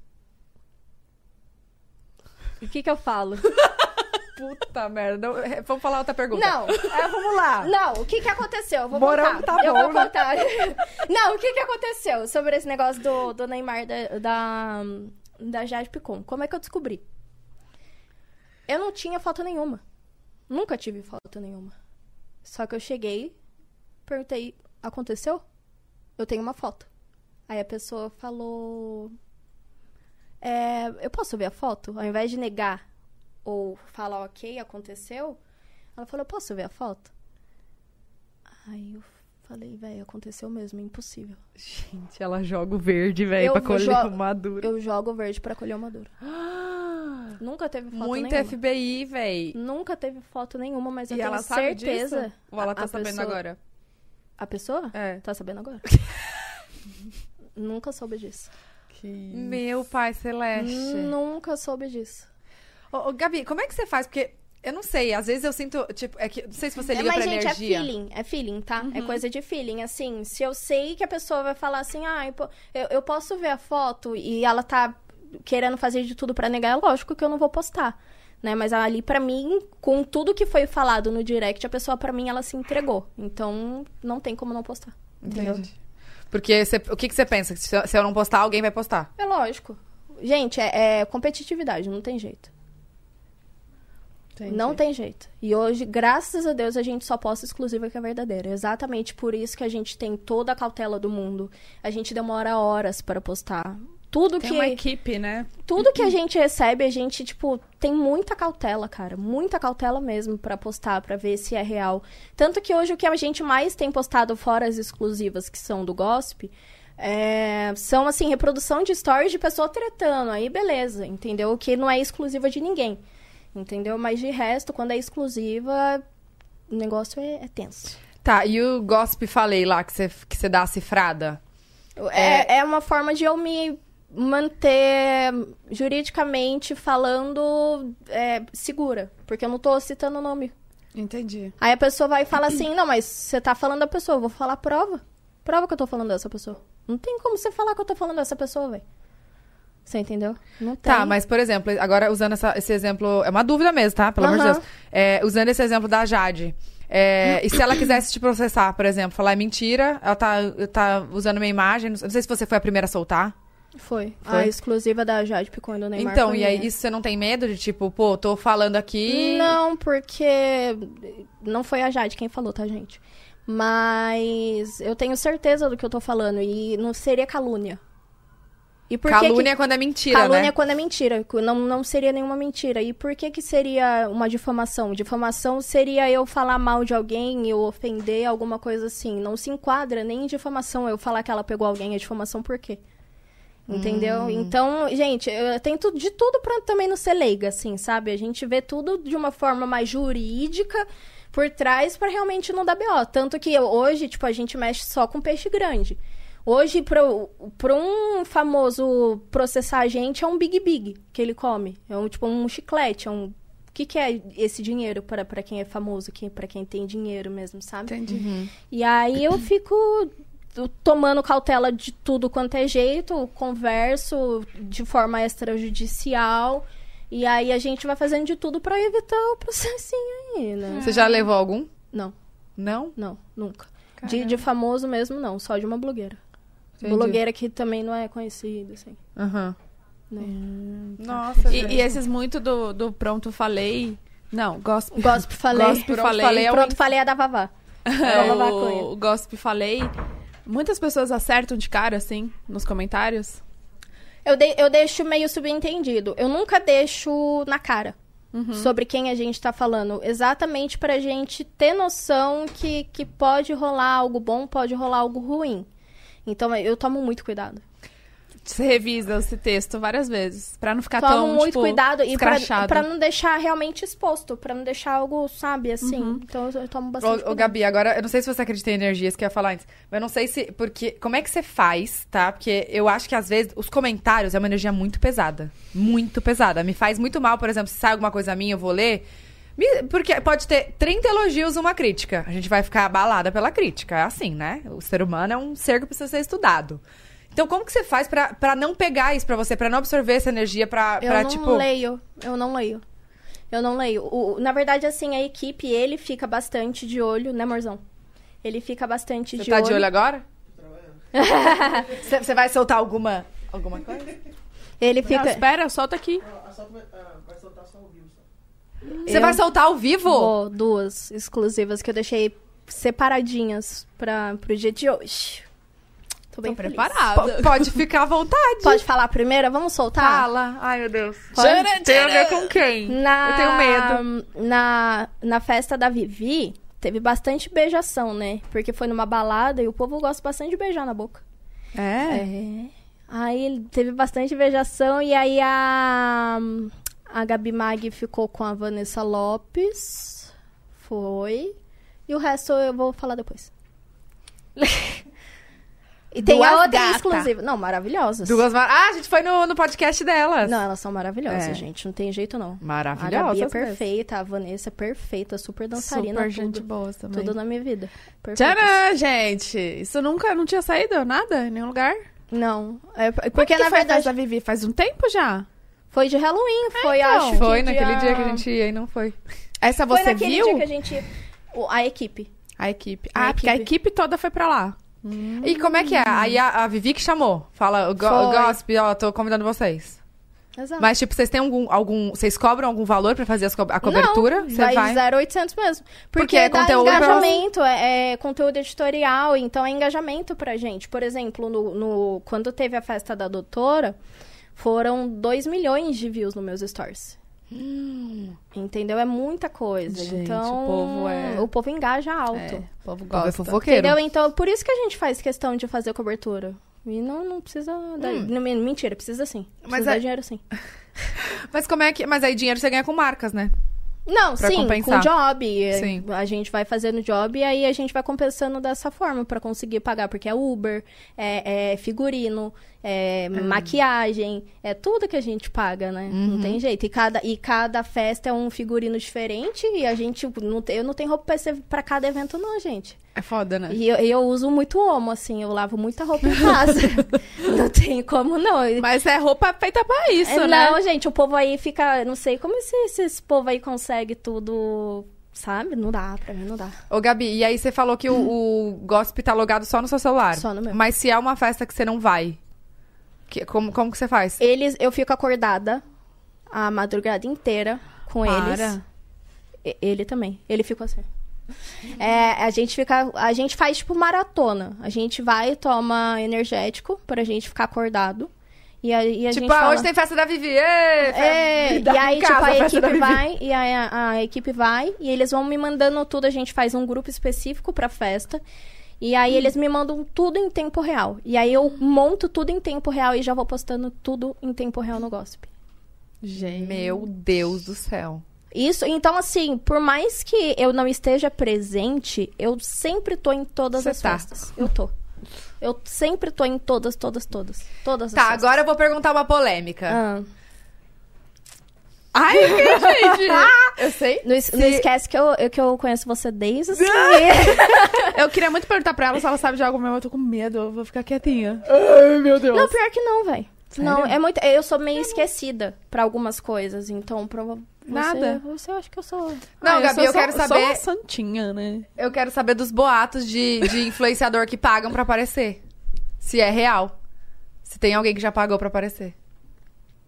O que que eu falo? Puta merda. Não, é, vamos falar outra pergunta. Não. É, vamos lá. Não, o que que aconteceu? Eu vou Morango contar. tá eu bom, vou né? contar. Não, o que que aconteceu sobre esse negócio do, do Neymar da, da, da Jade Picon? Como é que eu descobri? Eu não tinha foto nenhuma. Nunca tive foto nenhuma. Só que eu cheguei, perguntei, aconteceu? Eu tenho uma foto. Aí a pessoa falou... É, eu posso ver a foto? Ao invés de negar ou falar, ok, aconteceu, ela falou, eu posso ver a foto? Aí eu falei, velho, aconteceu mesmo, é impossível. Gente, ela joga o verde, velho, Eu pra colher jo- o maduro. Eu jogo verde pra colher o maduro. Nunca teve foto Muito nenhuma. F B I, véi. Nunca teve foto nenhuma, mas eu E tenho ela sabe certeza. disso? Ou ela tá A- a sabendo pessoa- agora? A pessoa? É. Tá sabendo agora. Nunca soube disso. Meu pai celeste. Nunca soube disso. Ô, ô, Gabi, como é que você faz? Porque eu não sei, às vezes eu sinto, tipo, é que, não sei se você É, liga mas, pra gente, energia. é feeling. É feeling, tá? É coisa de feeling. Assim, se eu sei que a pessoa vai falar assim, ah, eu, eu posso ver a foto e ela tá querendo fazer de tudo pra negar, é lógico que eu não vou postar. Né? Mas ali, pra mim, com tudo que foi falado no direct, a pessoa, pra mim, ela se entregou. Então, não tem como não postar. Entendeu? Entendi. Porque você- o que, que você pensa? Se eu, se eu não postar, alguém vai postar. É lógico. Gente, é, é competitividade, não tem jeito. Não tem jeito. E hoje, graças a Deus, a gente só posta exclusiva que é verdadeira. Exatamente por isso que a gente tem toda a cautela do mundo. A gente demora horas para postar. Tudo Tem que uma equipe, né? tudo que a gente recebe, a gente, tipo, tem muita cautela, cara. Muita cautela mesmo pra postar, pra ver se é real. Tanto que hoje o que a gente mais tem postado fora as exclusivas que são do gospel, é, são, assim, reprodução de stories de pessoa tretando. Aí, beleza, entendeu? O que não é exclusiva de ninguém. Entendeu? Mas de resto, quando é exclusiva, o negócio é, é tenso. Tá, e o gossip falei lá, que você, que você dá a cifrada? É, é uma forma de eu me manter juridicamente falando é, segura. Porque eu não tô citando o nome. Entendi. Aí a pessoa vai e fala assim, não, mas você tá falando da pessoa, eu vou falar prova. Prova que eu tô falando dessa pessoa. Não tem como você falar que eu tô falando dessa pessoa, velho. Você entendeu? Não tem. Tá, mas, por exemplo, agora usando essa- esse exemplo... É uma dúvida mesmo, tá? Pelo amor de Aham. Deus. É, usando esse exemplo da Jade. É, e se ela quisesse te processar, por exemplo, falar é mentira, ela tá, tá usando minha imagem, não sei se você foi a primeira a soltar. Foi. Foi? A exclusiva da Jade Picon e do Neymar. Então, foi e aí minha. isso você não tem medo de, tipo, pô, tô falando aqui... Não, porque não foi a Jade quem falou, tá, gente? Mas eu tenho certeza do que eu tô falando e não seria calúnia. E por que que- Calúnia é quando é mentira, Calúnia né? é quando é mentira. Não, não seria nenhuma mentira. E por que que seria uma difamação? Difamação seria eu falar mal de alguém, eu ofender, alguma coisa assim. Não se enquadra nem em difamação eu falar que ela pegou alguém. É difamação por quê? Entendeu? Então, gente, eu tenho tudo, de tudo pra também não ser leiga, assim, sabe? A gente vê tudo de uma forma mais jurídica por trás pra realmente não dar B O. Tanto que hoje, tipo, a gente mexe só com peixe grande. Hoje, pro, pro um famoso processar a gente, é um Big Big que ele come. É um, tipo um chiclete, é um... O que, que é esse dinheiro para para quem é famoso, quem, para quem tem dinheiro mesmo, sabe? Entendi. E aí eu fico tomando cautela de tudo quanto é jeito, converso de forma extrajudicial. E aí a gente vai fazendo de tudo pra evitar o processinho aí, né? Você já levou algum? Não, Não? não, nunca. De, de famoso mesmo, não. Só de uma blogueira. Entendi. Blogueira que também não é conhecida, assim. Aham. Nossa, E, gente. e esses muito do, do pronto falei... Não, gospel. Gosto, falei. Gospel, Pronto, falei. falei. É o Pronto, falei é da Vavá. É, Vavá Cunha. o, o gospel falei. Muitas pessoas acertam de cara, assim, nos comentários. Eu, de, eu deixo meio subentendido. Eu nunca deixo na cara Uhum. sobre quem a gente tá falando. Exatamente pra gente ter noção que, que pode rolar algo bom, pode rolar algo ruim. Então, eu tomo muito cuidado. Você revisa esse texto várias vezes, pra não ficar Tomo tão, muito tipo, cuidado e pra, escrachado. pra não deixar realmente exposto. Pra não deixar algo, sabe, assim. Uhum. Então, eu, eu tomo bastante Ô, ô, cuidado. Gabi, agora, eu não sei se você acredita em energias, que eu ia falar antes, mas eu não sei se, porque, como é que você faz, tá? Porque eu acho que, às vezes, os comentários é uma energia muito pesada, muito pesada. Me faz muito mal, por exemplo, se sai alguma coisa minha, eu vou ler, me- porque pode ter trinta elogios e uma crítica. A gente vai ficar abalada pela crítica, é assim, né? O ser humano é um ser que precisa ser estudado. Então, como que você faz pra, pra não pegar isso pra você, pra não absorver essa energia, pra, Eu pra não tipo... leio, eu não leio. Eu não leio. O, na verdade, assim, a equipe, ele fica bastante de olho, né, amorzão? Ele fica bastante Você de tá olho. de olho agora? Você você vai soltar alguma, alguma coisa? Ele Não, fica... espera, solta aqui. Você Eu vai soltar ao vivo? Vou, duas exclusivas que eu deixei separadinhas pra, pro dia de hoje. Tô bem Tô feliz. preparada. P- pode ficar à vontade. Pode falar a primeira? Vamos soltar? Fala. Ai, meu Deus. Pode? Tem a ver com quem? Na, Eu tenho medo. Na, na festa da Vivi, teve bastante beijação, né? Porque foi numa balada e o povo gosta bastante de beijar na boca. É? É. Aí teve bastante beijação e aí a, a Gabi Mag ficou com a Vanessa Lopes. Foi. E o resto eu vou falar depois. E tem Duas a outra gata. exclusiva. Não, maravilhosas. Duas mar... Ah, a gente foi no, no podcast delas. Não, elas são maravilhosas, É. gente. Não tem jeito, não. A Maravilhosa. Gabi é perfeita, a Vanessa é perfeita, super dançarina, Super tudo. gente boa também. Tudo na minha vida. Perfeitas. Tcharam, gente! Isso nunca, não tinha saído nada em nenhum lugar? Não, é Porque porque na foi a verdade festa da Vivi? Faz um tempo já? foi de Halloween, foi então. acho Foi que naquele dia... dia que a gente ia e não foi. Essa Foi você naquele viu? dia que a gente... o- A equipe. A equipe. A Ah, porque a equipe. equipe toda foi pra lá. E como é que é? Aí a, a Vivi que chamou. Fala, o go Foi. Gossip, ó, tô convidando vocês. Exato. Mas, tipo, vocês têm algum... algum vocês cobram algum valor pra fazer as co- a cobertura? Não, Você vai, vai... zero oitocentos mesmo. Porque, Porque é dá conteúdo pra- engajamento, é, é conteúdo editorial, então é engajamento pra gente. Por exemplo, no, no- quando teve a festa da doutora, foram dois milhões de views nos meus stories. Entendeu? É muita coisa. Gente, então, o povo é- o povo engaja alto. É, o povo Povo é gosta. fofoqueiro. Entendeu? Então, por isso que a gente faz questão de fazer cobertura. E não, não precisa... Dar... não, mentira, precisa sim. Precisa Hum. Mas dar é- dinheiro sim. Mas como é que... Mas aí dinheiro você ganha com marcas, né? Não, Pra sim, compensar. com job. Sim. A gente vai fazendo job e aí a gente vai compensando dessa forma pra conseguir pagar. Porque é Uber, é, é figurino, é maquiagem, é tudo que a gente paga, né? Uhum. Não tem jeito. E cada, e cada festa é um figurino diferente e a gente... Não, tem- eu não tenho roupa pra, ser- pra cada evento não, gente. É foda, né? E eu, eu uso muito homo, assim. Eu lavo muita roupa em casa. Não tem como não. Mas é roupa feita pra isso, É, né? Não, gente, o povo aí fica... Não sei como esse, esse, esse povo aí consegue tudo... Sabe? Não dá, pra mim não dá. Ô, Gabi, e aí você falou que o, o Gossip tá logado só no seu celular. Só no meu. Mas se é uma festa que você não vai, que- como, como que você faz? Eles, eu fico acordada a madrugada inteira com Para. eles. E- Ele também. Ele ficou assim. É, a gente fica... A gente faz, tipo, maratona. A gente vai, toma energético pra gente ficar acordado. E aí a Tipo, gente ah, fala... hoje tem festa da Vivi. Ê, É, fe- e dá em aí, casa tipo, a festa da equipe Vivi. vai, e aí a, a equipe vai, e eles vão me mandando tudo, a gente faz um grupo específico pra festa, e aí Hum. eles me mandam tudo em tempo real. E aí eu monto tudo em tempo real e já vou postando tudo em tempo real no Gossip. Gente. Meu Deus do céu. Isso, então assim, por mais que eu não esteja presente, eu sempre tô em todas Você as tá. festas. Eu tô. Eu sempre tô em todas, todas, todas. Todas as Tá, festas. agora eu vou perguntar uma polêmica. Ah, Ai, o que, gente? Eu sei. não, es- não esquece que eu, eu- que eu conheço você desde assim. Eu queria muito perguntar pra ela se ela sabe de algo mesmo. Eu tô com medo, eu vou ficar quietinha. Ai, meu Deus. Não, pior que não, velho. Sério? Não, é muito. Eu sou meio esquecida pra algumas coisas, então prova... você- Nada. Você acha que eu sou. Não, Ah, Gabi, sou eu só- quero Sou saber... uma santinha, né? Eu quero saber dos boatos de, de influenciador que pagam pra aparecer. Se é real. Se tem alguém que já pagou pra aparecer.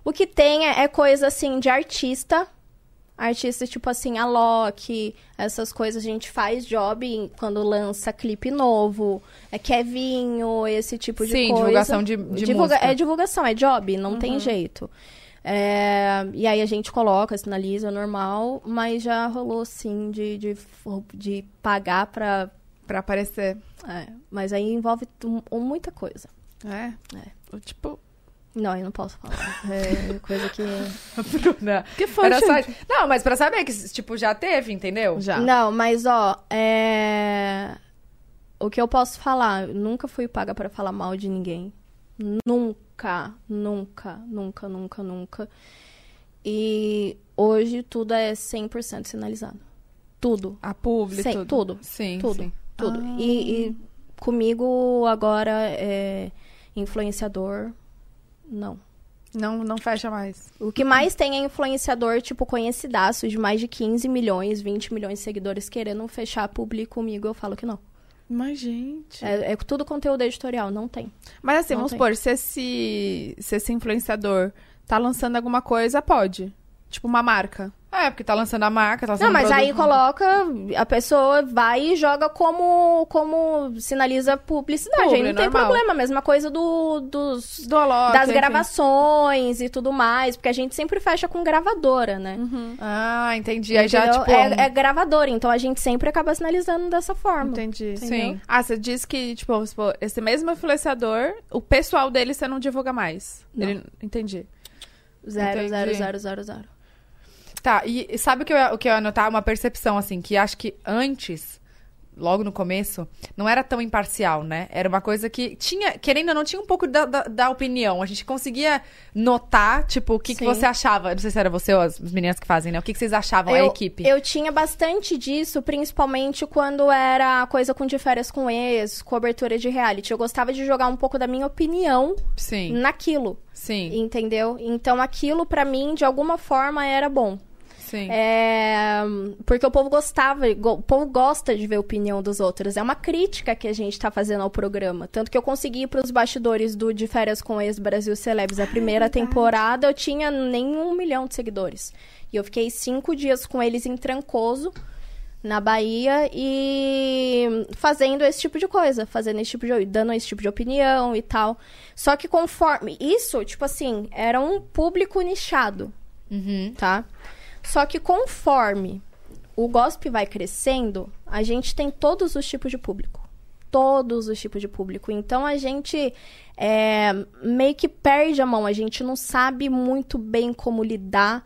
O que tem é, é coisa, assim, de artista. Artista, tipo assim, a Loki, essas coisas a gente faz job quando lança clipe novo. É Kevinho, esse tipo de Sim, coisa. divulgação de, de Divulga- música. É divulgação, é job, não Uhum. tem jeito. É, e aí a gente coloca, sinaliza, normal. Mas já rolou, sim, de, de, de pagar pra... Pra aparecer. É, mas aí envolve tu- muita coisa. É. É. Tipo, Não, eu não posso falar. É coisa que... Bruna. que foi, Era só... gente? Não, mas pra saber que, tipo, já teve, entendeu? Já. Não, mas ó, é... o que eu posso falar, eu nunca fui paga pra falar mal de ninguém. Nunca, nunca, nunca, nunca, nunca. E hoje tudo é cem por cento sinalizado. Tudo. A publi, Sem- tudo. tudo, Sim, tudo, sim. tudo. Ah. E, e comigo agora é influenciador, não. Não, não fecha mais. O que mais tem é influenciador, tipo, conhecidaço, de mais de quinze milhões, vinte milhões de seguidores querendo fechar publi comigo, eu falo que não. Mas, gente... É, é tudo conteúdo editorial, não tem. Mas assim, Não vamos tem. supor, se esse, se esse influenciador tá lançando alguma coisa, pode. Tipo, uma marca. É, porque tá lançando a marca, tá lançando Não, mas produto. aí coloca, a pessoa vai e joga como, como sinaliza publicidade. Publi, aí não tem normal. problema, mesma coisa do, dos, Do Alok, das enfim. gravações e tudo mais, porque a gente sempre fecha com gravadora, né? Uhum. Ah, entendi. Aí já, Entendeu? tipo... é, é gravadora, então a gente sempre acaba sinalizando dessa forma. Entendi. Sim. Ah, você disse que, tipo, vamos supor, esse mesmo influenciador, o pessoal dele você não divulga mais. Não. Ele... Entendi. Zero, Entendi. zero, zero, zero, zero. Tá, e e sabe o que eu, ia- o que eu ia anotar? Uma percepção, assim, que acho que antes, logo no começo, não era tão imparcial, né? Era uma coisa que tinha, querendo ou não, tinha um pouco da, da, da opinião. A gente conseguia notar, tipo, o que, que Sim. você achava. Não sei se era você ou as, as meninas que fazem, né? O que, que vocês achavam, a Eu, equipe? eu tinha bastante disso, principalmente quando era coisa com de férias com ex, cobertura de reality. Eu gostava de jogar um pouco da minha opinião Sim, naquilo, sim, entendeu? Então aquilo pra mim, de alguma forma, era bom. sim. É, porque o povo gostava, go- o povo gosta de ver a opinião dos outros. É uma crítica que a gente tá fazendo ao programa. Tanto que eu consegui ir pros bastidores do De Férias com Ex Brasil Celebs. A primeira temporada eu tinha nem um milhão de seguidores. E eu fiquei cinco dias com eles em Trancoso, na Bahia, e fazendo esse tipo de coisa. Fazendo esse tipo de... dando esse tipo de opinião e tal. Só que conforme... Isso, tipo assim, era um público nichado, Uhum. tá? Só que conforme o gospel vai crescendo, a gente tem todos os tipos de público. Todos os tipos de público. Então, a gente é, meio que perde a mão. A gente não sabe muito bem como lidar.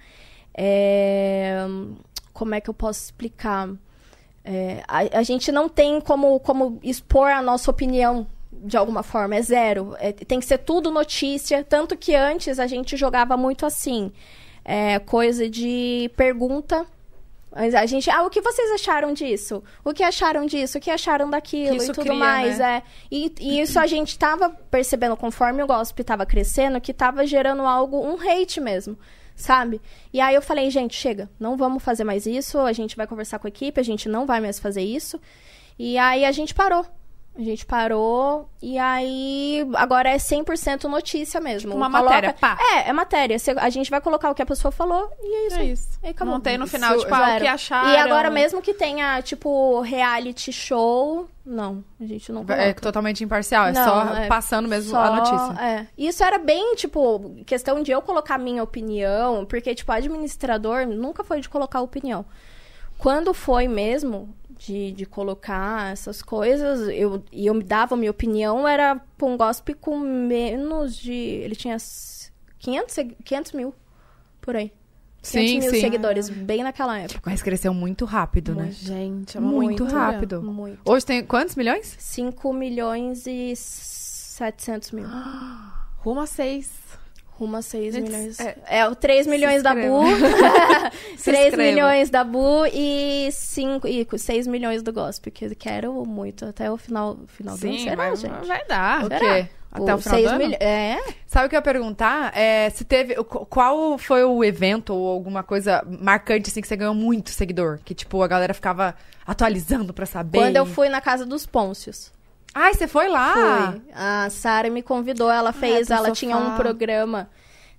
É, como é que eu posso explicar? É, a, a gente não tem como, como expor a nossa opinião de alguma forma. É zero. É, tem que ser tudo notícia. Tanto que antes a gente jogava muito assim. É, coisa de pergunta. Mas a gente, ah, o que vocês acharam disso? O que acharam disso? O que acharam daquilo? Que isso e tudo cria, mais, né? é. E, e isso a gente tava percebendo conforme o gospel tava crescendo, que tava gerando algo, um hate mesmo, sabe? E aí eu falei, gente, chega, não vamos fazer mais isso, a gente vai conversar com a equipe, a gente não vai mais fazer isso. E aí a gente parou. A gente parou e aí agora é cem por cento notícia mesmo. Tipo uma Coloca- matéria, pá. É, é matéria. Cê- A gente vai colocar o que a pessoa falou e é isso É aí. isso. E acabou. Não tem no final, Isso, tipo, ah, o Zero. que acharam. E agora mesmo que tenha, tipo, reality show, não, a gente não coloca. É totalmente imparcial, é Não, só é passando mesmo Só- a notícia. É. Isso era bem, tipo, questão de eu colocar minha opinião, porque, tipo, administrador nunca foi de colocar opinião. Quando foi mesmo de, de colocar essas coisas, eu, e eu me dava minha opinião, era pra um gospel com menos de... Ele tinha quinhentos, seg- quinhentos mil, por aí. quinhentos Sim, mil sim. seguidores, bem naquela época. Mas cresceu muito rápido, né? Gente, é uma Muito loucura. rápido. Muito. Hoje tem quantos milhões? cinco milhões e setecentos mil. Rumo a seis. Rumo a seis Gente, milhões. é- É, o três milhões da inscreva. Bu. Se três inscreva. milhões da Bu e cinco e seis milhões do gospel, que eu quero muito até o final, final do ano. Sim, Será, vai, gente? vai dar. O Será? quê? Até o final seis do ano? milho- É. Sabe o que eu ia perguntar? É, se teve. o- Qual foi o evento ou alguma coisa marcante, assim, que você ganhou muito seguidor? Que, tipo, a galera ficava atualizando pra saber. Quando eu fui na casa dos Pôncios. Ai, você foi lá? Fui. A Sara me convidou, ela fez, tem ela sofá. tinha um programa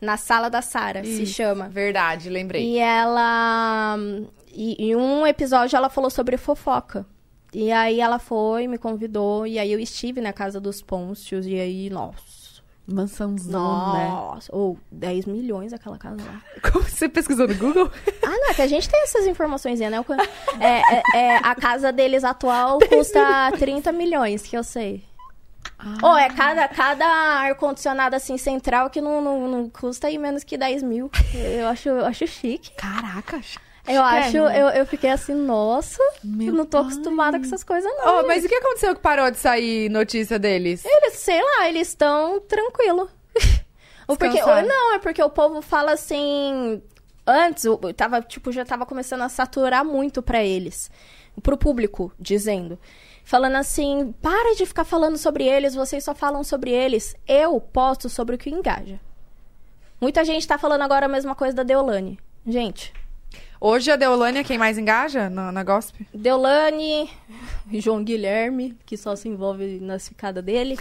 Na Sala da Sara, se Isso, chama. Verdade, lembrei. E ela... E, em um episódio ela falou sobre fofoca. E aí ela foi, me convidou, e aí eu estive na casa dos Pôncios, e aí, nossa... Mansãozão, né? Nossa, ou dez milhões aquela casa lá. Como você pesquisou no Google? Ah, não, é que a gente tem essas informações, né? É, é, é, a casa deles atual custa trinta milhões, que eu sei. Ah. Ou é cada, cada ar-condicionado assim central que não, não, não custa aí menos que dez mil. Eu acho, eu acho chique. Caraca, Eu acho, chiquérrimo. eu, eu fiquei assim, nossa, Meu eu não tô pai. acostumada com essas coisas, não. Oh, mas o que aconteceu que parou de sair notícia deles? Eles, sei lá, eles estão tranquilo. Ou porque, ou, Descansaram. não, é porque o povo fala assim. Antes, eu tava, tipo, já tava começando a saturar muito pra eles. Pro público, dizendo. Falando assim, para de ficar falando sobre eles, vocês só falam sobre eles. Eu posto sobre o que engaja. Muita gente tá falando agora a mesma coisa da Deolane. Gente, Hoje a Deolane é quem mais engaja na, na gospel? Deolane, João Guilherme, que só se envolve nas ficadas dele.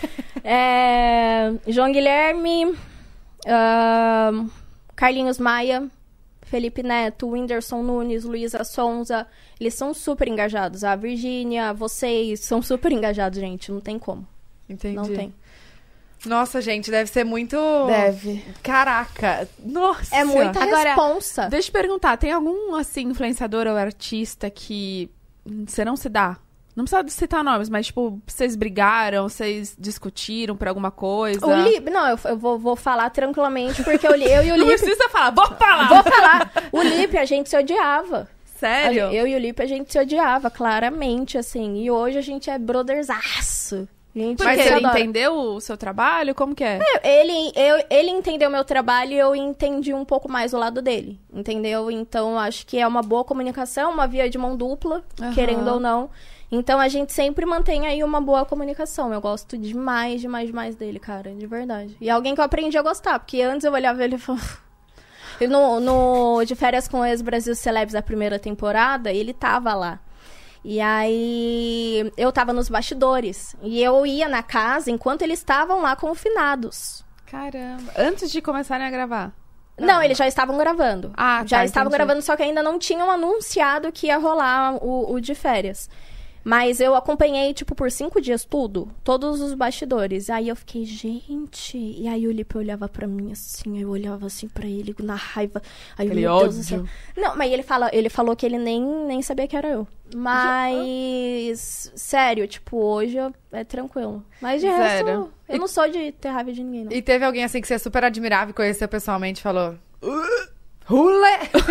é, João Guilherme, ahn, Carlinhos Maia, Felipe Neto, Whindersson Nunes, Luísa Sonza. Eles são super engajados. A Virgínia, vocês são super engajados, gente. Não tem como. Entendi. Não tem. Nossa, gente, deve ser muito... Deve. Caraca. Nossa. É muita Agora, responsa. Deixa eu te perguntar, tem algum, assim, influenciador ou artista que você não se dá? Não precisa citar nomes, mas, tipo, vocês brigaram, vocês discutiram por alguma coisa? O Lipe, não, eu, eu vou, vou falar tranquilamente, porque eu, eu e o Não Lipe... precisa falar, vou falar! Vou falar. O Lipe, a gente se odiava. Sério? Eu e o Lipe, a gente se odiava, claramente, assim. E hoje a gente é brotherzaço. A gente Porque se ele adora. entendeu o seu trabalho? Como que é? Ele, eu, ele entendeu meu trabalho e eu entendi um pouco mais o lado dele, entendeu? Então, acho que é uma boa comunicação, uma via de mão dupla, Aham. querendo ou não. Então, a gente sempre mantém aí uma boa comunicação. Eu gosto demais, demais, demais dele, cara, de verdade. E é alguém que eu aprendi a gostar, porque antes eu olhava ele e falava... No, no De Férias com Ex-Brasil Celebs, a primeira temporada, ele tava lá. E aí, eu tava nos bastidores. E eu ia na casa enquanto eles estavam lá confinados. Caramba. Antes de começarem a gravar? Não, eles já estavam gravando. Ah, já tá, estavam entendi. gravando, só que ainda não tinham anunciado que ia rolar o, o De Férias. Mas eu acompanhei, tipo, por cinco dias tudo. Todos os bastidores. Aí eu fiquei, gente... E aí o Lipe olhava pra mim assim, eu olhava assim pra ele na raiva. Aí, Aquele meu Deus do céu. ódio. Não, mas ele, fala, ele falou que ele nem, nem sabia que era eu. Mas... Sério, tipo, hoje eu- é tranquilo. Mas de resto, Zero. eu não sou de ter raiva de ninguém, não. E teve alguém assim que você super admirava e conheceu pessoalmente e falou... Rule!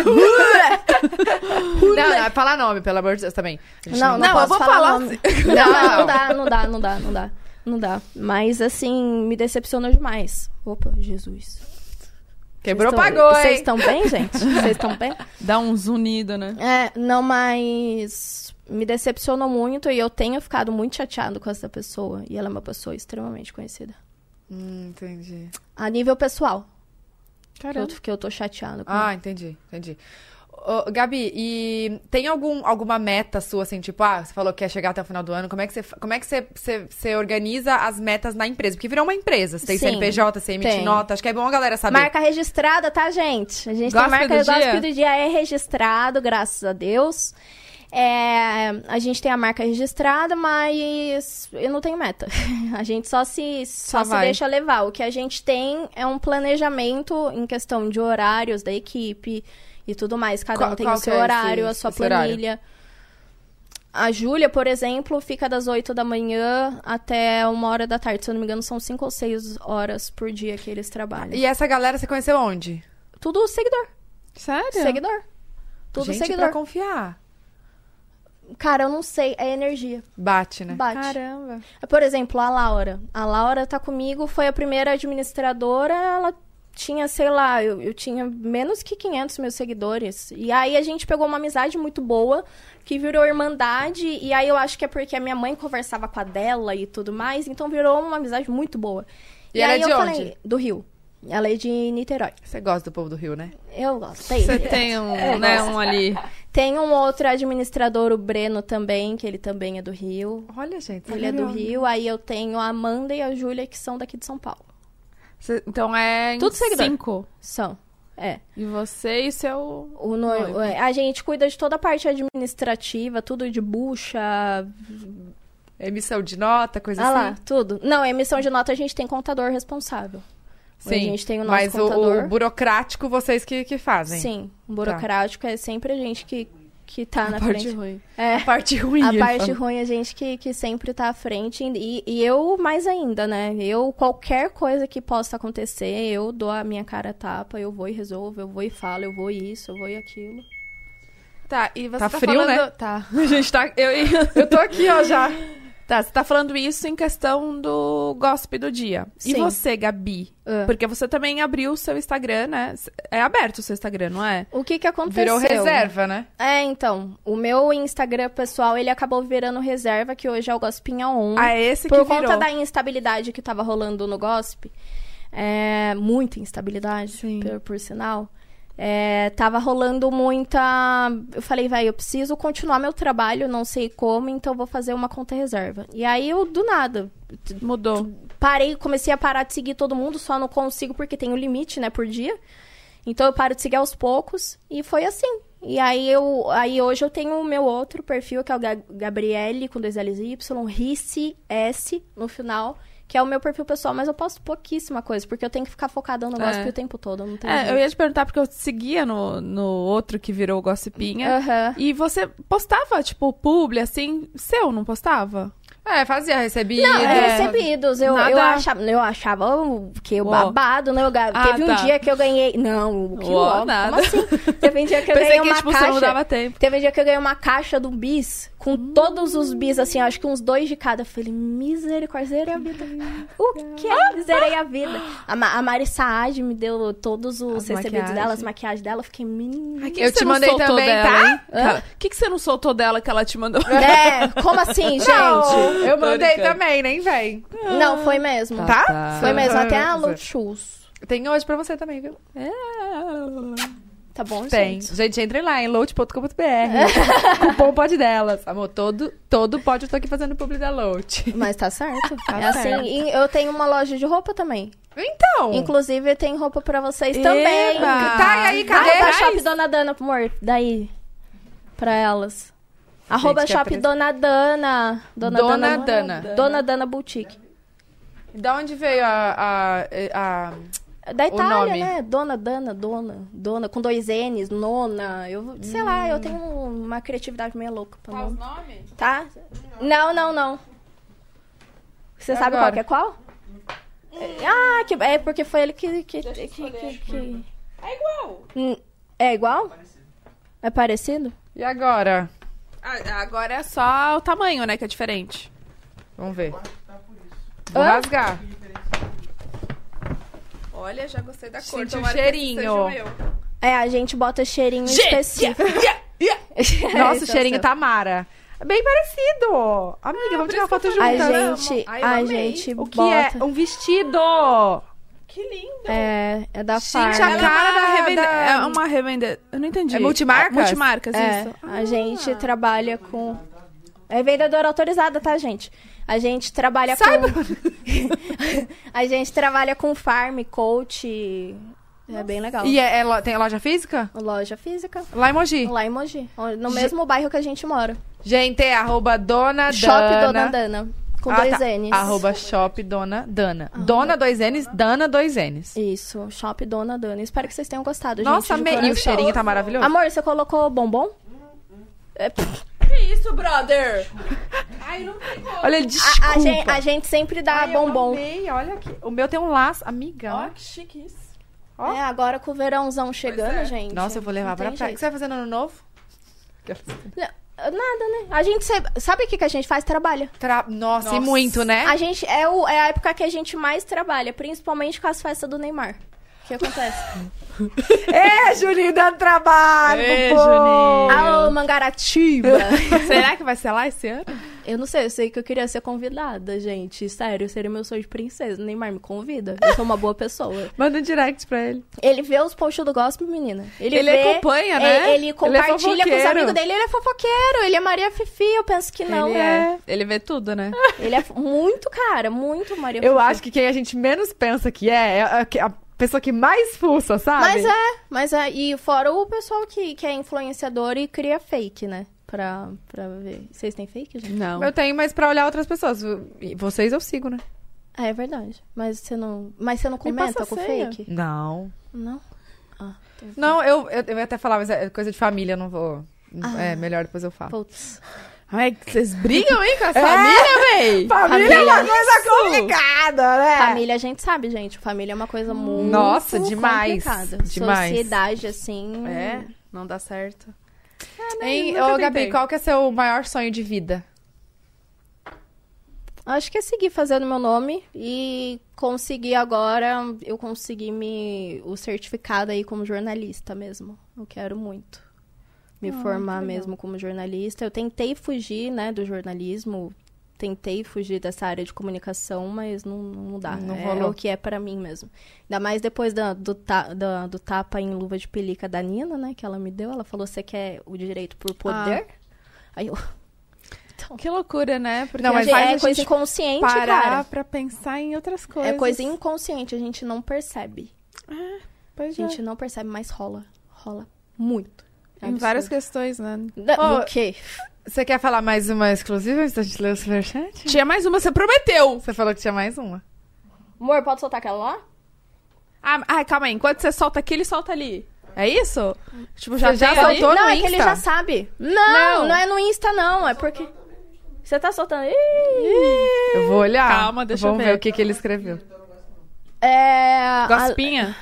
Não, não, é falar nome, pelo amor de Deus, também. A gente Não, não, Não, eu posso vou falar, falar nome. assim. Não, não, não dá, não dá, não dá, não dá, não dá. Não dá. Mas, assim, me decepcionou demais. Opa, Jesus. Quebrou, Vocês tão- pagou, hein? Vocês estão bem, gente? Vocês estão bem? Dá uns unidos, né? É, não, mas me decepcionou muito e eu tenho ficado muito chateado com essa pessoa. E ela é uma pessoa extremamente conhecida. Hum, entendi. A nível pessoal, que eu, Caramba. que eu tô chateada com Ah, entendi, entendi. Ô, Gabi, e tem algum, alguma meta sua, assim, tipo, ah, você falou que quer chegar até o final do ano, como é que você, fa- como é que você, você, você organiza as metas na empresa? Porque virou uma empresa, você tem Sim, C N P J, você emite tem. nota, acho que é bom a galera saber. Marca registrada, tá, gente? A gente Gospel tem marca do dia? Gospel do Dia é registrado, graças a Deus. É, a gente tem a marca registrada, mas eu não tenho meta. A gente só se, só Só se vai. deixa levar. O que a gente tem é um planejamento em questão de horários da equipe e tudo mais. Cada Qual- um tem qual o seu que é horário, esse- a sua esse horário? planilha. A Júlia, por exemplo, fica das oito da manhã até uma hora da tarde. Se eu não me engano, são cinco ou seis horas por dia que eles trabalham. E essa galera você conheceu onde? Tudo seguidor. Sério? Seguidor. Tudo Gente, seguidor. pra confiar. Cara, eu não sei, é energia. Bate, né? Bate. Caramba. Por exemplo, a Laura. A Laura tá comigo, foi a primeira administradora, ela tinha, sei lá, eu, eu tinha menos que quinhentos mil seguidores. E aí a gente pegou uma amizade muito boa, que virou irmandade, e aí eu acho que é porque a minha mãe conversava com a dela e tudo mais, então virou uma amizade muito boa. E ela é aí de eu onde? falei, do Rio. Ela é de Niterói. Você gosta do povo do Rio, né? Eu gostei. Você tem um, né, um ali. Tem um outro administrador, o Breno também, que ele também é do Rio. Olha, gente. Ele é do Rio. Aí eu tenho a Amanda e a Júlia, que são daqui de São Paulo. Cê- então é em Tudo seguidor. cinco. São. É. E você e seu... O noivo, é, a gente cuida de toda a parte administrativa, tudo de bucha. Emissão de nota, coisa Ah assim. lá, tudo. Não, emissão de nota a gente tem contador responsável. Sim, a gente tem o nosso mas o, contador. o burocrático vocês que, que fazem. Sim, o burocrático é sempre a gente que, que tá na parte frente. ruim. É. A parte ruim. A ele parte fala. ruim é a gente que, que sempre tá à frente. E, e eu mais ainda, né? Eu, qualquer coisa que possa acontecer, eu dou a minha cara a tapa, eu vou e resolvo, eu vou e falo, eu vou isso, eu vou e aquilo. Tá, e você Tá tá, frio, falando... né? Tá. A gente tá... Eu, eu tô aqui, ó, já. Tá, você tá falando isso em questão do gossip do dia. E Sim. você, Gabi? Ah. Porque você também abriu o seu Instagram, né? É aberto o seu Instagram, não é? O que que aconteceu? Virou reserva, né? É, então, o meu Instagram pessoal, ele acabou virando reserva, que hoje é o Gospinha On. Ah, é esse Por que conta virou. da instabilidade que tava rolando no Gossip. É, muita instabilidade, Sim. por, por sinal. É, tava rolando muita... Eu falei, vai, eu preciso continuar meu trabalho, não sei como, então vou fazer uma conta reserva. E aí, eu, do nada, Mudou. parei, comecei a parar de seguir todo mundo, só não consigo porque tem um limite, né, por dia. Então eu paro de seguir aos poucos e foi assim. E aí eu aí hoje eu tenho o meu outro perfil, que é o Ga- Gabriele com dois L's e Y, Ricci S no final, que é o meu perfil pessoal, mas eu posto pouquíssima coisa, porque eu tenho que ficar focada no gossip É. o tempo todo, eu não tenho É, jeito. eu ia te perguntar porque eu te seguia no, no outro que virou o Gossipinha. Aham. E você postava, tipo, publi, assim, seu, não postava? É, fazia, recebia. Não, É. recebidos. Eu, Nada- eu, achava, eu achava o que o Uó. babado, né? Eu, ga- Ah, teve tá. um dia que eu ganhei... Não, que Uó, uó, nada. como assim? Teve um dia que eu Pensei ganhei que, uma tipo, caixa... você não dava tempo. Teve um dia que eu ganhei uma caixa do bis, com todos os bis, assim, acho que uns dois de cada. Eu falei, misericórdia, zerei a vida. O que é? Zerei a vida. A, Ma a Mari Saad me deu todos os As recebidos maquiagens. dela, as maquiagens dela. Eu fiquei, menina. Ai, que Eu que você te não mandei soltou também, dela, tá? hein? Cara, O que, que você não soltou dela que ela te mandou? É, como assim, gente? Não, eu Tô mandei brincando. também, nem vem. Não, foi mesmo. Tá? tá. Foi mesmo, até a Ah, Low Shoes. Tem hoje pra você também, viu? Tá bom, Tem. gente? Gente, entrem lá em load ponto com ponto b r. Cupom pode delas. Amor, todo, todo pode eu tô aqui fazendo publi da Load. Mas tá certo. Tá é certo. assim. E eu tenho uma loja de roupa também. Então. Inclusive, tem roupa pra vocês também. Eba! Tá, e aí, cadê? Arroba Traz. Shop Dona Dana, amor. Daí. Pra elas. Arroba que Shop apres- Dona Dana. Dona, Dona Dana. Dana. Dona Dana Boutique. Da onde veio a... a, a... Da Itália, nome. né? Dona Dana, Dona. Dona, com dois N's, Nona. Eu, sei lá, eu tenho uma criatividade meio louca. Pra nome. nomes? Tá? Não, não, não. Você sabe Agora. qual que é qual? Ah, que, é porque foi ele que... que, que, que, que- É igual. Hum, É igual? É parecido? E agora? Ah, agora é só o tamanho, né, que é diferente. Vamos ver. Vou Hã? rasgar. Olha, já gostei da cor. Senti o tomara que cheirinho. seja o meu. É, a gente bota cheirinho específico. Nossa, Esse o é cheirinho seu. Tamara. É bem parecido. Amiga, vamos tirar uma foto A juntas. gente, Ai, eu a amei. gente O que bota... é? Um vestido. Que lindo. É, é da Gente, Farm. a Ela cara é uma da- revende... da- É uma revenda... Eu não entendi. É multimarcas? É, multimarcas, É, isso. a gente trabalha com... É vendedora autorizada, tá, gente? A gente trabalha com... A gente trabalha com farm, coach... É bem legal. E é, é lo- tem loja física? Loja física. Lá em Mogi. Lá em Mogi. No mesmo bairro que a gente mora. Gente, é arroba Dona Shop Dana. Dona Dana. Com Ah, dois tá. N's. Arroba Shop Dona Dana. Dona dois N's, Dana dois N's. Isso, Shop Dona Dana. Espero que vocês tenham gostado, Nossa, gente. de amei. E o coração. cheirinho tá maravilhoso. Amor, você colocou bombom? É, Que isso, brother? Ai, não tem como. Olha, a, desculpa. a gente, a gente sempre dá Ai, eu bombom. amei, olha aqui. O meu tem um laço. Amiga, Ó, ó. que chique isso. Ó. É, agora com o verãozão chegando, é. gente. Nossa, eu vou levar não pra tem praia. O jeito. que você vai fazer no ano novo? Nada, né? A gente sabe, sabe o que, que a gente faz? Trabalha. Tra- Nossa, e Nossa. muito, né? A gente é, o, é a época que a gente mais trabalha, principalmente com as festas do Neymar. O que acontece? É, Juninho, dando trabalho, Ê, pro povo. Juninho. Alô, Mangaratiba! Será que vai ser lá esse ano? Eu não sei, eu sei que eu queria ser convidada, gente. Sério, seria meu sonho de princesa. Neymar me convida. Eu sou uma boa pessoa. Manda um direct pra ele. Ele vê os posts do gospel, menina. Ele, Ele vê, acompanha, né? Ele, ele compartilha com os fofoqueiro. amigos dele. Ele é fofoqueiro. Ele é Maria Fifi. Eu penso que não. Ele é. Ele vê tudo, né? Ele é muito, cara. Muito Maria Fifi. Eu acho que quem a gente menos pensa que é, é a, a pessoa que mais fuça, sabe? Mas é, mas é. E fora o pessoal que, que é influenciador e cria fake, né? Pra, pra ver. Vocês têm fake, gente? Não. Eu tenho, mas pra olhar outras pessoas. E vocês eu sigo, né? É, é verdade. Mas você não, mas você não Me comenta passa com a senha. fake? Não. Não? Ah, então... Não, eu, eu, eu ia até falar, mas é coisa de família, eu não vou. Ah. É, melhor depois eu falo. Putz. Ai, vocês brigam, hein, com a família, véi? Família é uma Família. coisa complicada, né? Família a gente sabe, gente. Família é uma coisa muito Nossa, demais. complicada. Demais. Sociedade, assim... É, não dá certo. Hein, nunca ô, tentei. Gabi, qual que é seu maior sonho de vida? Acho que é seguir fazendo meu nome e conseguir agora... Eu consegui me, o certificado aí como jornalista mesmo. Eu quero muito me Ah, formar que legal. mesmo como jornalista. Eu tentei fugir, né, do jornalismo. Tentei fugir dessa área de comunicação, mas não, não dá. Não é rolou. o que é pra mim mesmo. Ainda mais depois da, do, ta, da- do tapa em luva de pelica da Nina, né? Que ela me deu. Ela falou, você quer o direito por poder? Aí eu... Então, Que loucura, né? Porque Não, mas faz é a coisa gente inconsciente, parar cara. pra pensar em outras coisas. É coisa inconsciente, a gente não percebe. Pois A é. gente não percebe, mas rola. Rola muito. É Em várias absurdo. questões, né? Da- Ô, O quê? Você quer falar mais uma exclusiva antes da gente ler o superchat? Tinha mais uma, você prometeu! Você falou que tinha mais uma. Amor, pode soltar aquela lá? Ah, ai, calma aí. Enquanto você solta aqui, ele solta ali. É isso? Tipo, já Você já tem ali? soltou? Não, no é que ele Insta? já sabe. Não, Não. não, é no Insta, não. É porque... Você tá soltando... Ih! Eu vou olhar. Calma, deixa eu Vamos ver. ver o que, que ele escreveu. É... a- Gospinha?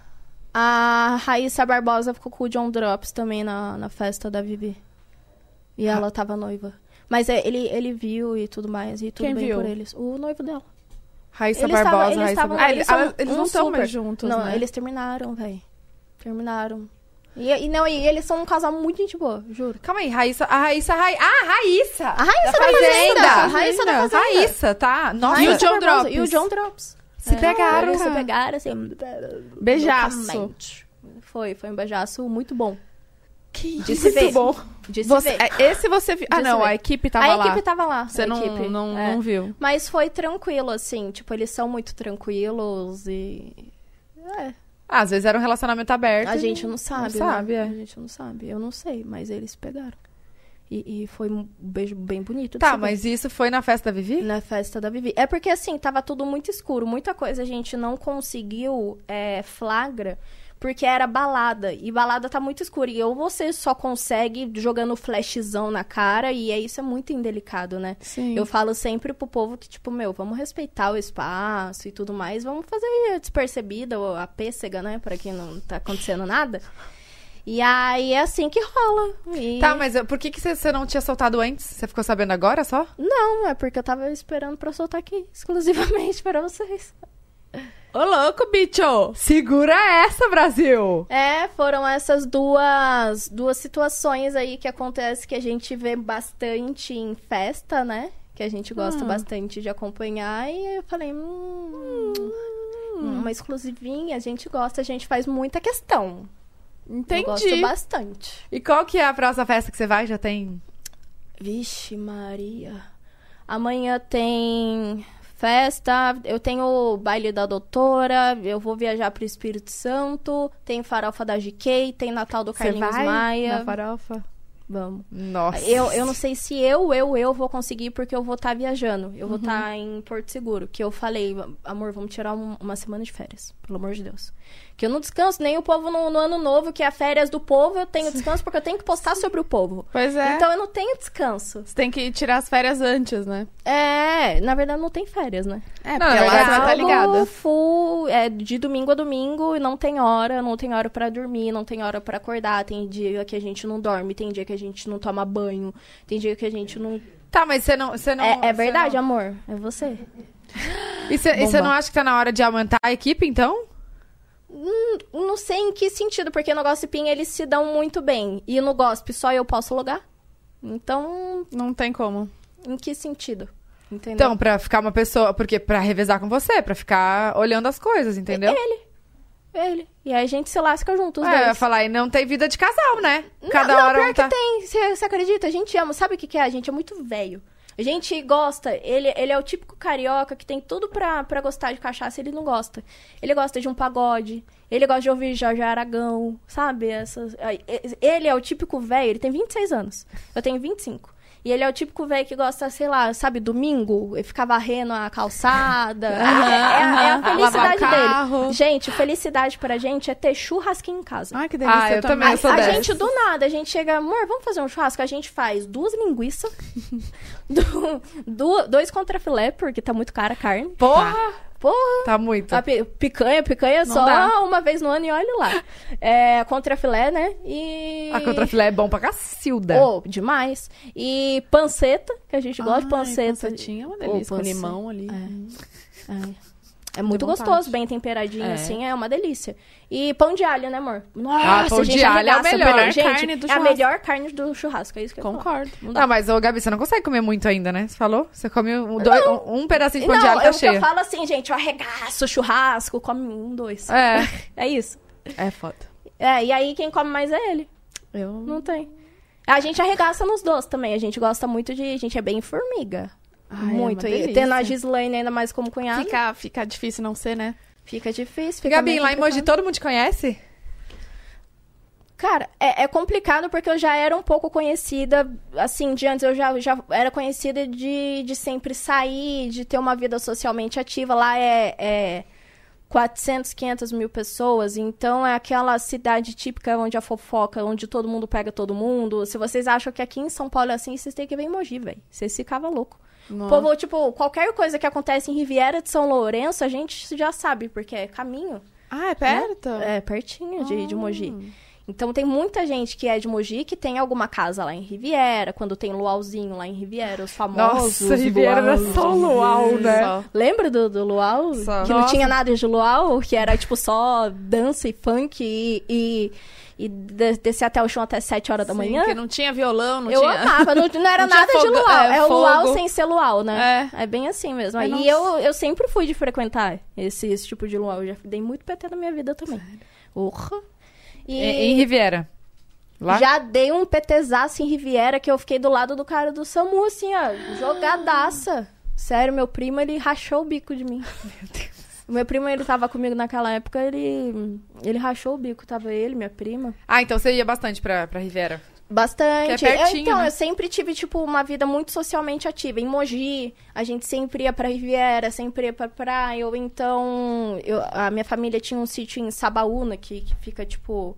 A Raíssa Barbosa ficou com o John Drops também na, na festa da Vivi. E ela tava noiva. Mas é, ele, ele viu e tudo mais, e tudo Quem bem viu? por eles. O noivo dela. Raíssa Eles Barbosa, tavam- eles Raíssa tavam- Barbosa. Ah, eles eles, são ah, eles um não estão super. mais juntos, Não, né? eles terminaram, velho. Terminaram. E, e não, e eles são um casal muito gente boa, juro. Calma aí, Raíssa. A Raíssa. Ra... Ah, Raíssa! A Raíssa da, Fazenda. Fazenda! A Raíssa da Fazenda! Raíssa, tá? Nossa, E o Raíssa John Barbosa. Drops? E o John Drops. se pegaram. Eles se cara. pegaram, assim... Beijaço. loucamente. Foi, foi um beijaço muito bom. Que De se ver. muito bom. De se Você, ver. é, esse você viu. Ah, De se não, ver. a equipe tava a lá. equipe tava lá. Você a não, equipe. não, É. não viu. Mas foi tranquilo, assim. Tipo, eles são muito tranquilos e... É, Ah, às vezes era um relacionamento aberto. a e gente não sabe, né? sabe, é. A gente não sabe. Eu não sei, mas eles se pegaram. E, e foi um beijo bem bonito. de Tá, se ver. mas isso foi na festa da Vivi? Na festa da Vivi. É porque, assim, tava tudo muito escuro. Muita coisa a gente não conseguiu é, flagra, porque era balada. E balada tá muito escura. E ou você só consegue jogando flashzão na cara, e é, isso é muito indelicado, né? Sim. Eu falo sempre pro povo que, tipo, meu, vamos respeitar o espaço e tudo mais. Vamos fazer a despercebida, ou a pêssega, né? Pra quem não tá acontecendo nada. E aí é assim que rola. E... Tá, mas eu- por que, que você, você não tinha soltado antes? Você ficou sabendo agora só? Não, é porque eu tava esperando pra soltar aqui, exclusivamente pra vocês. Ô, louco, bicho! Segura essa, Brasil! É, foram essas duas, duas situações aí que acontece que a gente vê bastante em festa, né? Que a gente gosta Hum. bastante de acompanhar. E eu falei, hum, uma exclusivinha, a gente gosta, a gente faz muita questão. Eu gosto Entendi. bastante. E qual que é a próxima festa que você vai? Já tem... Vixe, Maria. Amanhã tem festa, eu tenho o baile da doutora, eu vou viajar pro Espírito Santo, tem farofa da G K, tem Natal do Você Carlinhos vai Maia. na farofa? Vamos. Nossa. Eu, eu não sei se eu, eu, eu vou conseguir, porque eu vou estar viajando. Eu Uhum. vou estar em Porto Seguro. Que eu falei, amor, vamos tirar um- uma semana de férias. Pelo amor de Deus. Que eu não descanso, nem o povo no, no ano novo, que é a férias do povo, eu tenho descanso, porque eu tenho que postar sobre o povo. Pois é. Então eu não tenho descanso. Você tem que tirar as férias antes, né? É, na verdade não tem férias, né? É, Não, porque na lá verdade, você vai Algo tá ligada. Full, é, de domingo a domingo, e não tem hora, não tem hora pra dormir, não tem hora pra acordar, tem dia que a gente não dorme, tem dia que a gente não toma banho, tem dia que a gente não... Tá, mas você não... Você não é, é você verdade, não- amor, é você. E você, e você Bomba. não acha que tá na hora de aumentar a equipe, então? Hum, não sei em que sentido, porque no Gossipinho eles se dão muito bem, e no Gossip só eu posso logar, então... Não tem como. Em que sentido? Entendeu? Então, pra ficar uma pessoa... Porque pra revezar com você, pra ficar olhando as coisas, entendeu? Ele. Ele. E aí a gente se lasca junto, os É, eu ia dois. falar, e não tem vida de casal, né? Cada não, hora não, um pior tá... que tem. Você acredita? A gente ama. Sabe o que, que é? A gente é muito velho. A gente gosta. Ele, ele é o típico carioca que tem tudo pra, pra gostar de cachaça e ele não gosta. Ele gosta de um pagode. Ele gosta de ouvir Jorge Aragão. Sabe? Essas... Ele é o típico velho. Ele tem vinte e seis anos. Eu tenho vinte e cinco. E ele é o típico velho que gosta, sei lá, sabe, domingo, ficar varrendo a calçada. é, é, a- é a felicidade dele. Gente, felicidade pra gente é ter churrasquinho em casa. Ai, que delícia. Ah, eu também, A, eu sou a dessa. gente, do nada, a gente chega, amor, vamos fazer um churrasco? A gente faz duas linguiças, du- du- dois contrafilé, porque tá muito cara a carne. Porra! Porra! Tá muito. A pi- picanha, picanha Não só dá. uma vez no ano e olha lá. É, contrafilé, né? E... A contrafilé é bom pra cacilda. Oh, demais. E panceta, que a gente gosta de Ai, panceta. pancetinha é uma delícia, Ô, com panceta. limão ali. É. É. É muito vontade. gostoso, bem temperadinho, É. assim, é uma delícia. E pão de alho, né, amor? Nossa, Ah, pão a gente de alho é o arregaça melhor. pela- gente, Carne do é a churrasco. melhor carne do churrasco, é isso que eu ia falar. Concordo. Não dá. Não, mas, ô, Gabi, você não consegue comer muito ainda, né? Você falou? Você come um, dois- um, um pedacinho de pão de Não, alho, eu, tá o que eu cheio. falo assim, gente, eu arregaço o churrasco, come um, dois. É. É isso. É foda. É, e aí quem come mais é ele. Eu Não tem. A gente arregaça nos doces também, a gente gosta muito de... A gente é bem formiga. Ai, é muito. uma E delícia. tendo a Gislaine ainda mais como cunhada, fica, Fica, fica difícil não ser, né? fica difícil. Fica Gabi, meio lá em Mogi, complicado. todo mundo te conhece? Cara, é, é complicado porque eu já era um pouco conhecida, assim, de antes. Eu já, já era conhecida de, de sempre sair, de ter uma vida socialmente ativa. Lá é, é quatrocentos, quinhentos mil pessoas, então é aquela cidade típica onde a fofoca, onde todo mundo pega todo mundo. Se vocês acham que aqui em São Paulo é assim, vocês têm que ver em Mogi, velho. Vocês ficavam loucos. O Nossa. povo, tipo, qualquer coisa que acontece em Riviera de São Lourenço, a gente já sabe, porque é caminho. Ah, é perto? É, pertinho de, de Mogi. Hum. Então tem muita gente que é de Mogi que tem alguma casa lá em Riviera, quando tem luauzinho lá em Riviera, os famosos. Nossa, Riviera era luaus. só luau, né? Só. Lembra do, do luau? Só. Que não Nossa. tinha nada de luau, que era tipo só dança e funk e, e, e de- descer até o chão até sete horas da Sim, manhã. que não tinha violão, não Eu tinha... amava, não, não era Não tinha nada de fogo- luau. é, É, o luau fogo. sem ser luau, né? É. É bem assim mesmo. Ai, E nossa. eu, eu sempre fui de frequentar esse, esse tipo de luau. Eu já dei muito P T na minha vida também. Urra. E... Em, em Riviera. Lá? Já dei um PTzaço em Riviera que eu fiquei do lado do cara do SAMU, assim, ó, jogadaça. Sério, meu primo, ele rachou o bico de mim. Meu Deus. O meu primo, ele tava comigo naquela época, ele, ele rachou o bico. Tava ele, minha prima. Ah, então você ia bastante pra, pra Riviera. Bastante. Que é pertinho, eu, então, né? eu sempre tive, tipo, uma vida muito socialmente ativa. Em Mogi, a gente sempre ia pra Riviera, sempre ia pra praia. Ou então, eu- a minha família tinha um sítio em Sabaúna, que, que fica, tipo...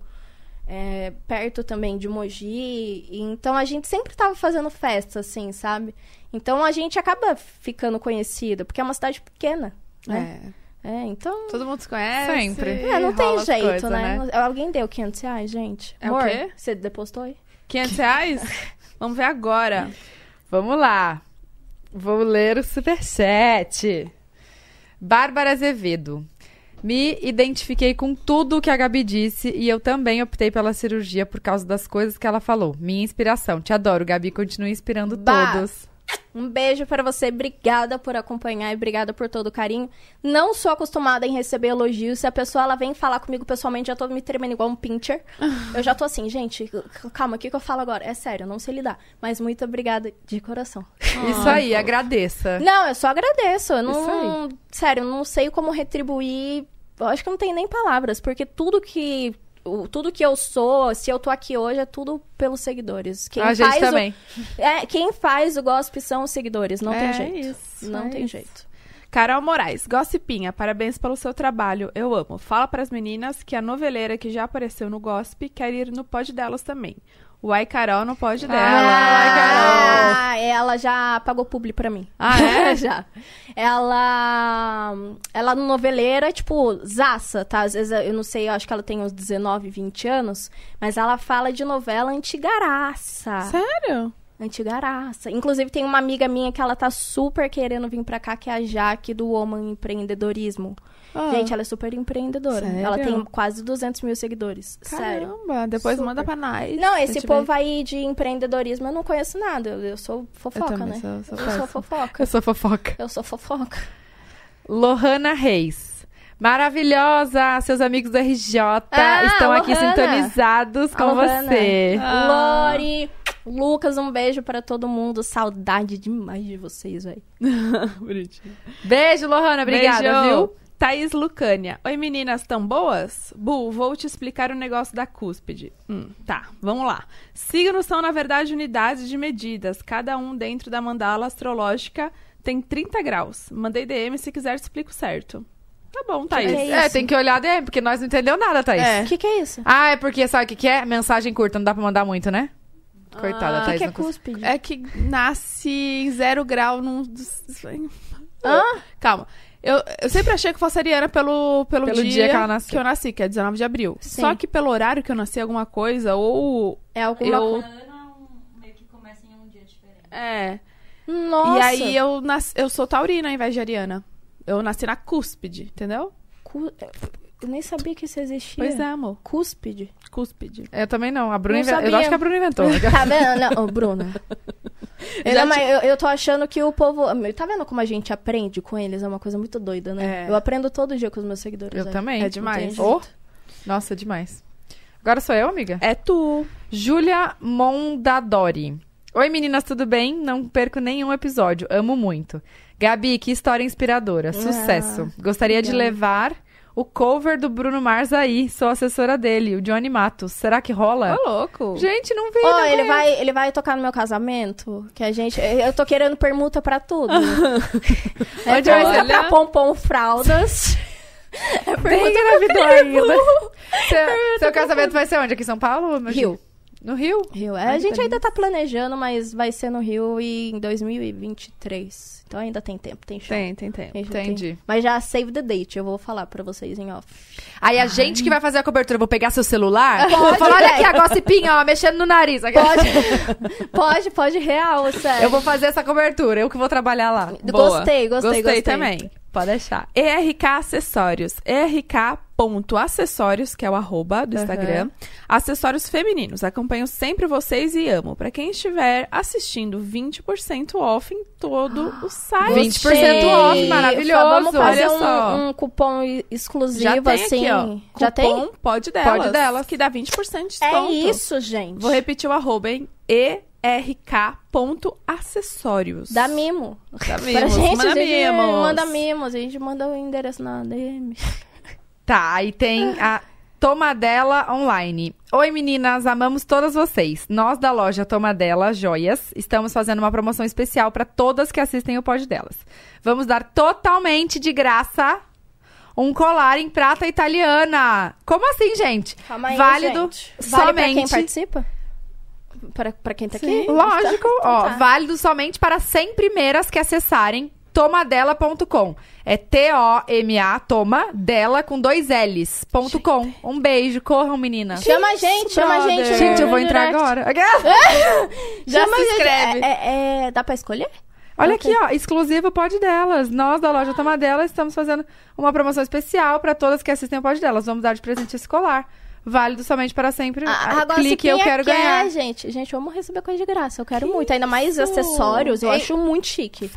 é, perto também de Mogi, e então a gente sempre tava fazendo festa, assim, sabe? Então a gente acaba ficando conhecida, porque é uma cidade pequena, né? É. É, então... Todo mundo se conhece. Sempre. É, não tem rola as jeito, coisas, né? Alguém deu quinhentos reais, gente? É o Amor, quê? você depositou aí? quinhentos reais? Vamos ver agora. Vamos lá. Vou ler o superchat. Bárbara Azevedo. Me identifiquei com tudo o que a Gabi disse e eu também optei pela cirurgia por causa das coisas que ela falou. Minha inspiração. Te adoro, Gabi. Continue inspirando Bah. todos. Um beijo pra você, obrigada por acompanhar e obrigada por todo o carinho. Não sou acostumada em receber elogios. Se a pessoa ela vem falar comigo pessoalmente, já tô me tremendo igual um pincher. Eu já tô assim, gente, c- calma, o que, que eu falo agora? É sério, eu não sei lidar. Mas muito obrigada de coração. Isso aí, agradeça. Não, eu só agradeço. Eu não, Isso aí. sério, eu não sei como retribuir. Eu acho que eu não tenho nem palavras, porque tudo que o- tudo que eu sou, se eu tô aqui hoje, é tudo pelos seguidores. Quem A gente faz também. O, é, quem faz o gossip são os seguidores, não É tem jeito. isso, não é tem isso. jeito. Carol Moraes, Gossipinha, parabéns pelo seu trabalho, eu amo. Fala pras meninas que a noveleira que já apareceu no Gossip quer ir no pod delas também. Uai, Carol, no pod dela. Uai, Carol. Ah, ela já pagou publi pra mim. Ah, é? já. Ela. Ela no noveleira, tipo, zaça, tá? Às vezes eu não sei, eu acho que ela tem uns dezenove, vinte anos, mas ela fala de novela antigaraça. Sério? Antigaraça. Inclusive, tem uma amiga minha que ela tá super querendo vir pra cá, que é a Jaque, do Woman Empreendedorismo. Ah, Gente, ela é super empreendedora. Sério? Ela tem quase duzentos mil seguidores. Sério. caramba, depois Super. manda pra nós. Não, pra esse gente povo ver. aí de empreendedorismo, eu não conheço nada. Eu, eu sou fofoca, Eu também né? sou- sou eu péssima. sou fofoca. Eu sou fofoca. Eu sou fofoca. Lohana Reis. Maravilhosa! Seus amigos do R J Ah, estão aqui Lohana. sintonizados com A Lohana. você. Ah. Lori, Lucas, um beijo pra todo mundo. Saudade demais de vocês, velho. Bonitinho. Beijo, Lohana. Obrigada, Beijo. viu? Thaís Lucânia. Oi, meninas, tão boas? Bu, vou te explicar o negócio da cúspide. Hum, tá, vamos lá. Signos são, na verdade, unidades de medidas. Cada um dentro da mandala astrológica tem trinta graus. Mandei D M, se quiser, explico certo. Tá bom, Thaís. Que é É, isso? tem que olhar a D M, porque nós não entendeu nada, Thaís. É. O que que é isso? Ah, é porque sabe o que, que é? Mensagem curta, não dá pra mandar muito, né? Coitada, Ah, O que, Thaís. que é não cons- cúspide? É que nasce em zero grau num... Hã? Calma. Eu, eu sempre achei que fosse ariana pelo, pelo, Pelo dia, dia que ela nasceu. que eu nasci, que é dezenove de abril. Sim. Só que pelo horário que eu nasci, alguma coisa, ou... É alguma Eu- coisa. Ana meio que começa em um dia diferente. É. Nossa. E aí eu, nas, eu sou taurina ao invés de ariana. Eu nasci na cúspide, entendeu? Cu- Eu nem sabia que isso existia. Pois é, amor. Cúspide. Cúspide. Eu também não. A Bruna Não inven- Eu sabia. acho que a Bruna inventou. Tá vendo? Não, ô, Bruna. Já Não, mas te- eu, eu tô achando que o povo... Tá vendo como a gente aprende com eles? É uma coisa muito doida, né? É. Eu aprendo todo dia com os meus seguidores. Eu né? também. É Não demais. tem Oh, jeito. nossa, demais. Agora sou eu, amiga? É tu. Júlia Mondadori. Oi, meninas, tudo bem? Não perco nenhum episódio. Amo muito. Gabi, que história inspiradora. Sucesso. Gostaria de obrigada. levar o cover do Bruno Mars aí. Sou assessora dele, o Johnny Matos. Será que rola? Ô, louco. Gente, não vi. Ô, não ele conheço. vai, ele vai tocar no meu casamento? Que a gente... Eu tô querendo permuta pra tudo. é Onde vai permuta ser? pra pompom fraldas. É Bem permuta engravidou ainda. Seu, seu casamento vai ser onde? Aqui em São Paulo? ou no Rio. No Rio? Rio. É, Ai, a gente que ainda tá planejando, mas vai ser no Rio e em dois mil e vinte e três. Então ainda tem tempo, tem chão. Tem, tem, tem. Tem- tem- Entendi. Mas já save the date, eu vou falar pra vocês em off. Aí a gente que vai fazer a cobertura, eu vou pegar seu celular. Pode, vou falar, olha velho. aqui, a gossipinha, ó, mexendo no nariz. Pode, pode, pode, real, sério. Eu vou fazer essa cobertura, eu que vou trabalhar lá. Boa. Gostei, gostei, gostei. também. Pode deixar. E R K Acessórios. E R K ponto acessórios, que é o arroba do Aham. Instagram. Acessórios femininos. Acompanho sempre vocês e amo. Pra quem estiver assistindo, vinte por cento off em todo o site. vinte por cento off, maravilhoso. Vamos fazer Olha só. um, um cupom i- exclusivo, Já tem assim. aqui, ó. Já tem? Cupom Pode Delas. Pode Delas. Que dá vinte por cento de É desconto. isso, gente. Vou repetir o arroba, hein? E R K ponto acessórios. Dá mimo. Dá Pra mimos. gente, Manda a gente mimos. manda mimos. A gente manda o endereço na D M. Tá, aí tem a Tomadela Online. Oi, meninas, amamos todas vocês. Nós da loja Tomadela Joias estamos fazendo uma promoção especial para todas que assistem o Pod Delas. Vamos dar totalmente de graça um colar em prata italiana. Como assim, gente? Calma aí, Válido gente. Vale pra quem somente... participa? Pra, pra quem tá Sim. aqui? Lógico, Então ó, tá. válido somente para cem primeiras que acessarem tomadela ponto com. É T O M A, toma, dela com dois L's, ponto com. Um beijo, corram, meninas. Chama a gente, chama a gente. brother. no- Gente, eu vou no entrar direct. agora. Já Chama se a gente. inscreve. É, é- é- dá pra escolher? Olha Ok. aqui, ó, exclusivo Pod Delas. Nós da loja Tomadela estamos fazendo uma promoção especial para todas que assistem o Pod Delas. Vamos dar de presente esse colar. Válido somente para sempre. Ah, agora, Clique, se eu quem quero quer, ganhar. gente. Gente, vamos receber coisa de graça. Eu quero Que muito. Ainda mais isso? acessórios. Eu Ei. acho muito chique.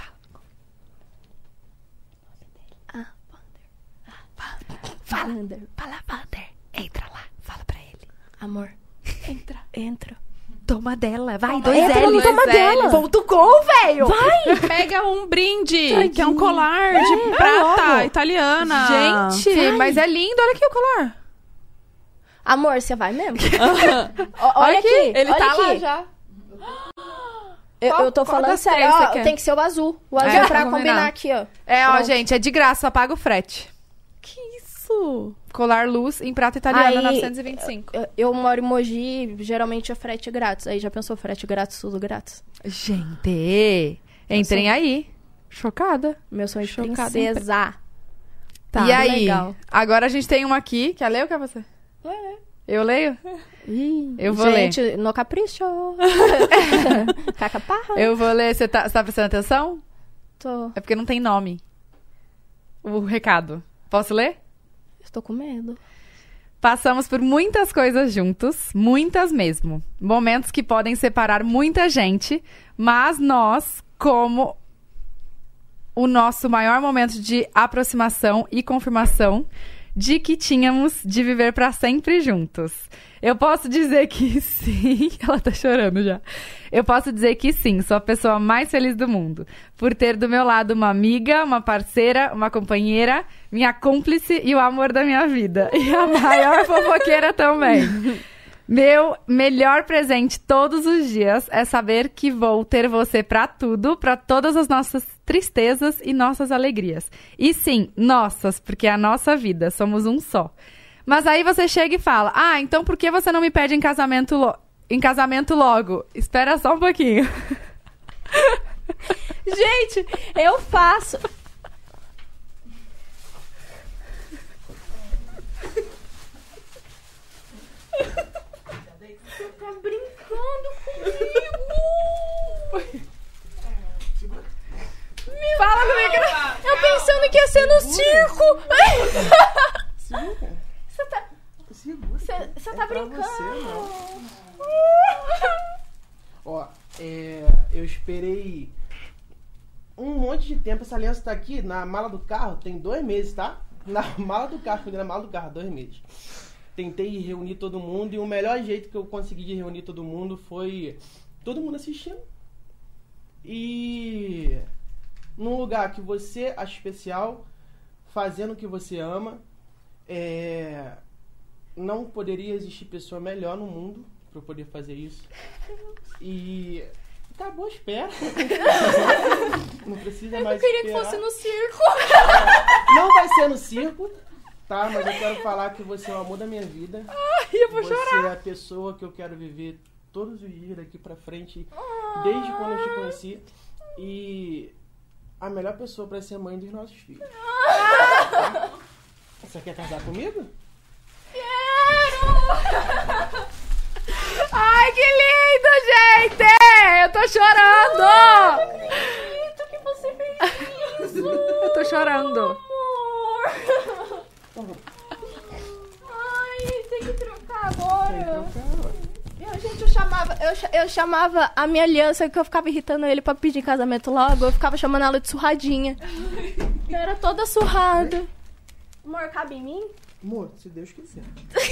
Fala, Wander. fala, Wander. Entra lá, fala pra ele. Amor, Entra. entra. Tomadela, vai, Toma dois Entra L's. no Dois Tomadela. L's. Ponto com, velho. Vai! Pega um brinde, Tadinho. que é um colar de prata logo. italiana. Gente, Vai. mas é lindo. Olha aqui o colar. Amor, você vai mesmo? Ó, olha aqui. Ele olha tá aqui. lá já. Eu, Qual- eu tô qual falando das sério. três Ó, você quer? tem que ser o azul. O azul É, pra vamos combinar combinar. aqui, ó. É, ó, Pronto. gente, é de graça, só paga o frete. Que isso? Colar luz em prata italiana, Aí, novecentos e vinte e cinco. Eu, eu moro em Mogi, geralmente é frete grátis. Aí já pensou frete grátis, tudo grátis? Gente, entrem aí. Chocada. Meu sonho de Chocada, princesa. e aí, legal. agora a gente tem uma aqui. Quer ler ou quer você? Eu leio? Ih, Eu vou gente, ler. No capricho. Cacaparra. Eu vou ler. Você tá, você tá prestando atenção? Tô. É porque não tem nome. O recado. Posso ler? Estou com medo. Passamos por muitas coisas juntos, muitas mesmo. Momentos que podem separar muita gente, mas nós, como o nosso maior momento de aproximação e confirmação de que tínhamos de viver para sempre juntos. Eu posso dizer que sim. Ela tá chorando já. Eu posso dizer que sim, sou a pessoa mais feliz do mundo. Por ter do meu lado uma amiga, uma parceira, uma companheira, minha cúmplice e o amor da minha vida. E a maior fofoqueira também. Meu melhor presente todos os dias é saber que vou ter você pra tudo, pra todas as nossas tristezas e nossas alegrias. E sim, nossas, porque é a nossa vida, somos um só. Mas aí você chega e fala, ah, então por que você não me pede em casamento, lo- em casamento logo? Espera só um pouquinho. Gente, eu faço... Você tá brincando comigo? Fala comigo. Eu pensando que ia ser no circo. Segura. Você tá, Segura. você, você É tá pra brincando. você, não. Ó, é, eu esperei um monte de tempo. Essa aliança tá aqui na mala do carro, tem dois meses, tá? Na mala do carro, foi na mala do carro, dois meses. Tentei reunir todo mundo e o melhor jeito que eu consegui de reunir todo mundo foi todo mundo assistindo. E num lugar que você acha especial, fazendo o que você ama. É, não poderia existir pessoa melhor no mundo pra eu poder fazer isso. E acabou, espera. Não precisa mais Eu queria que esperar. fosse no circo. Não vai ser no circo, tá? Mas eu quero falar que você é o amor da minha vida. Ai, eu vou Você chorar. é a pessoa que eu quero viver todos os dias daqui pra frente, desde quando eu te conheci. E a melhor pessoa pra ser mãe dos nossos filhos. Tá? Você quer casar comigo? Ai, que lindo, gente! Eu tô chorando! Bonito que você fez isso. Eu tô chorando. Amor. Ai, tem que trocar agora. Eu, gente, eu chamava, eu, cha- eu chamava a minha aliança, que eu ficava irritando ele pra pedir casamento logo, eu ficava chamando ela de surradinha. Eu era toda surrada. Amor, cabe em mim? Amor, se Deus quiser.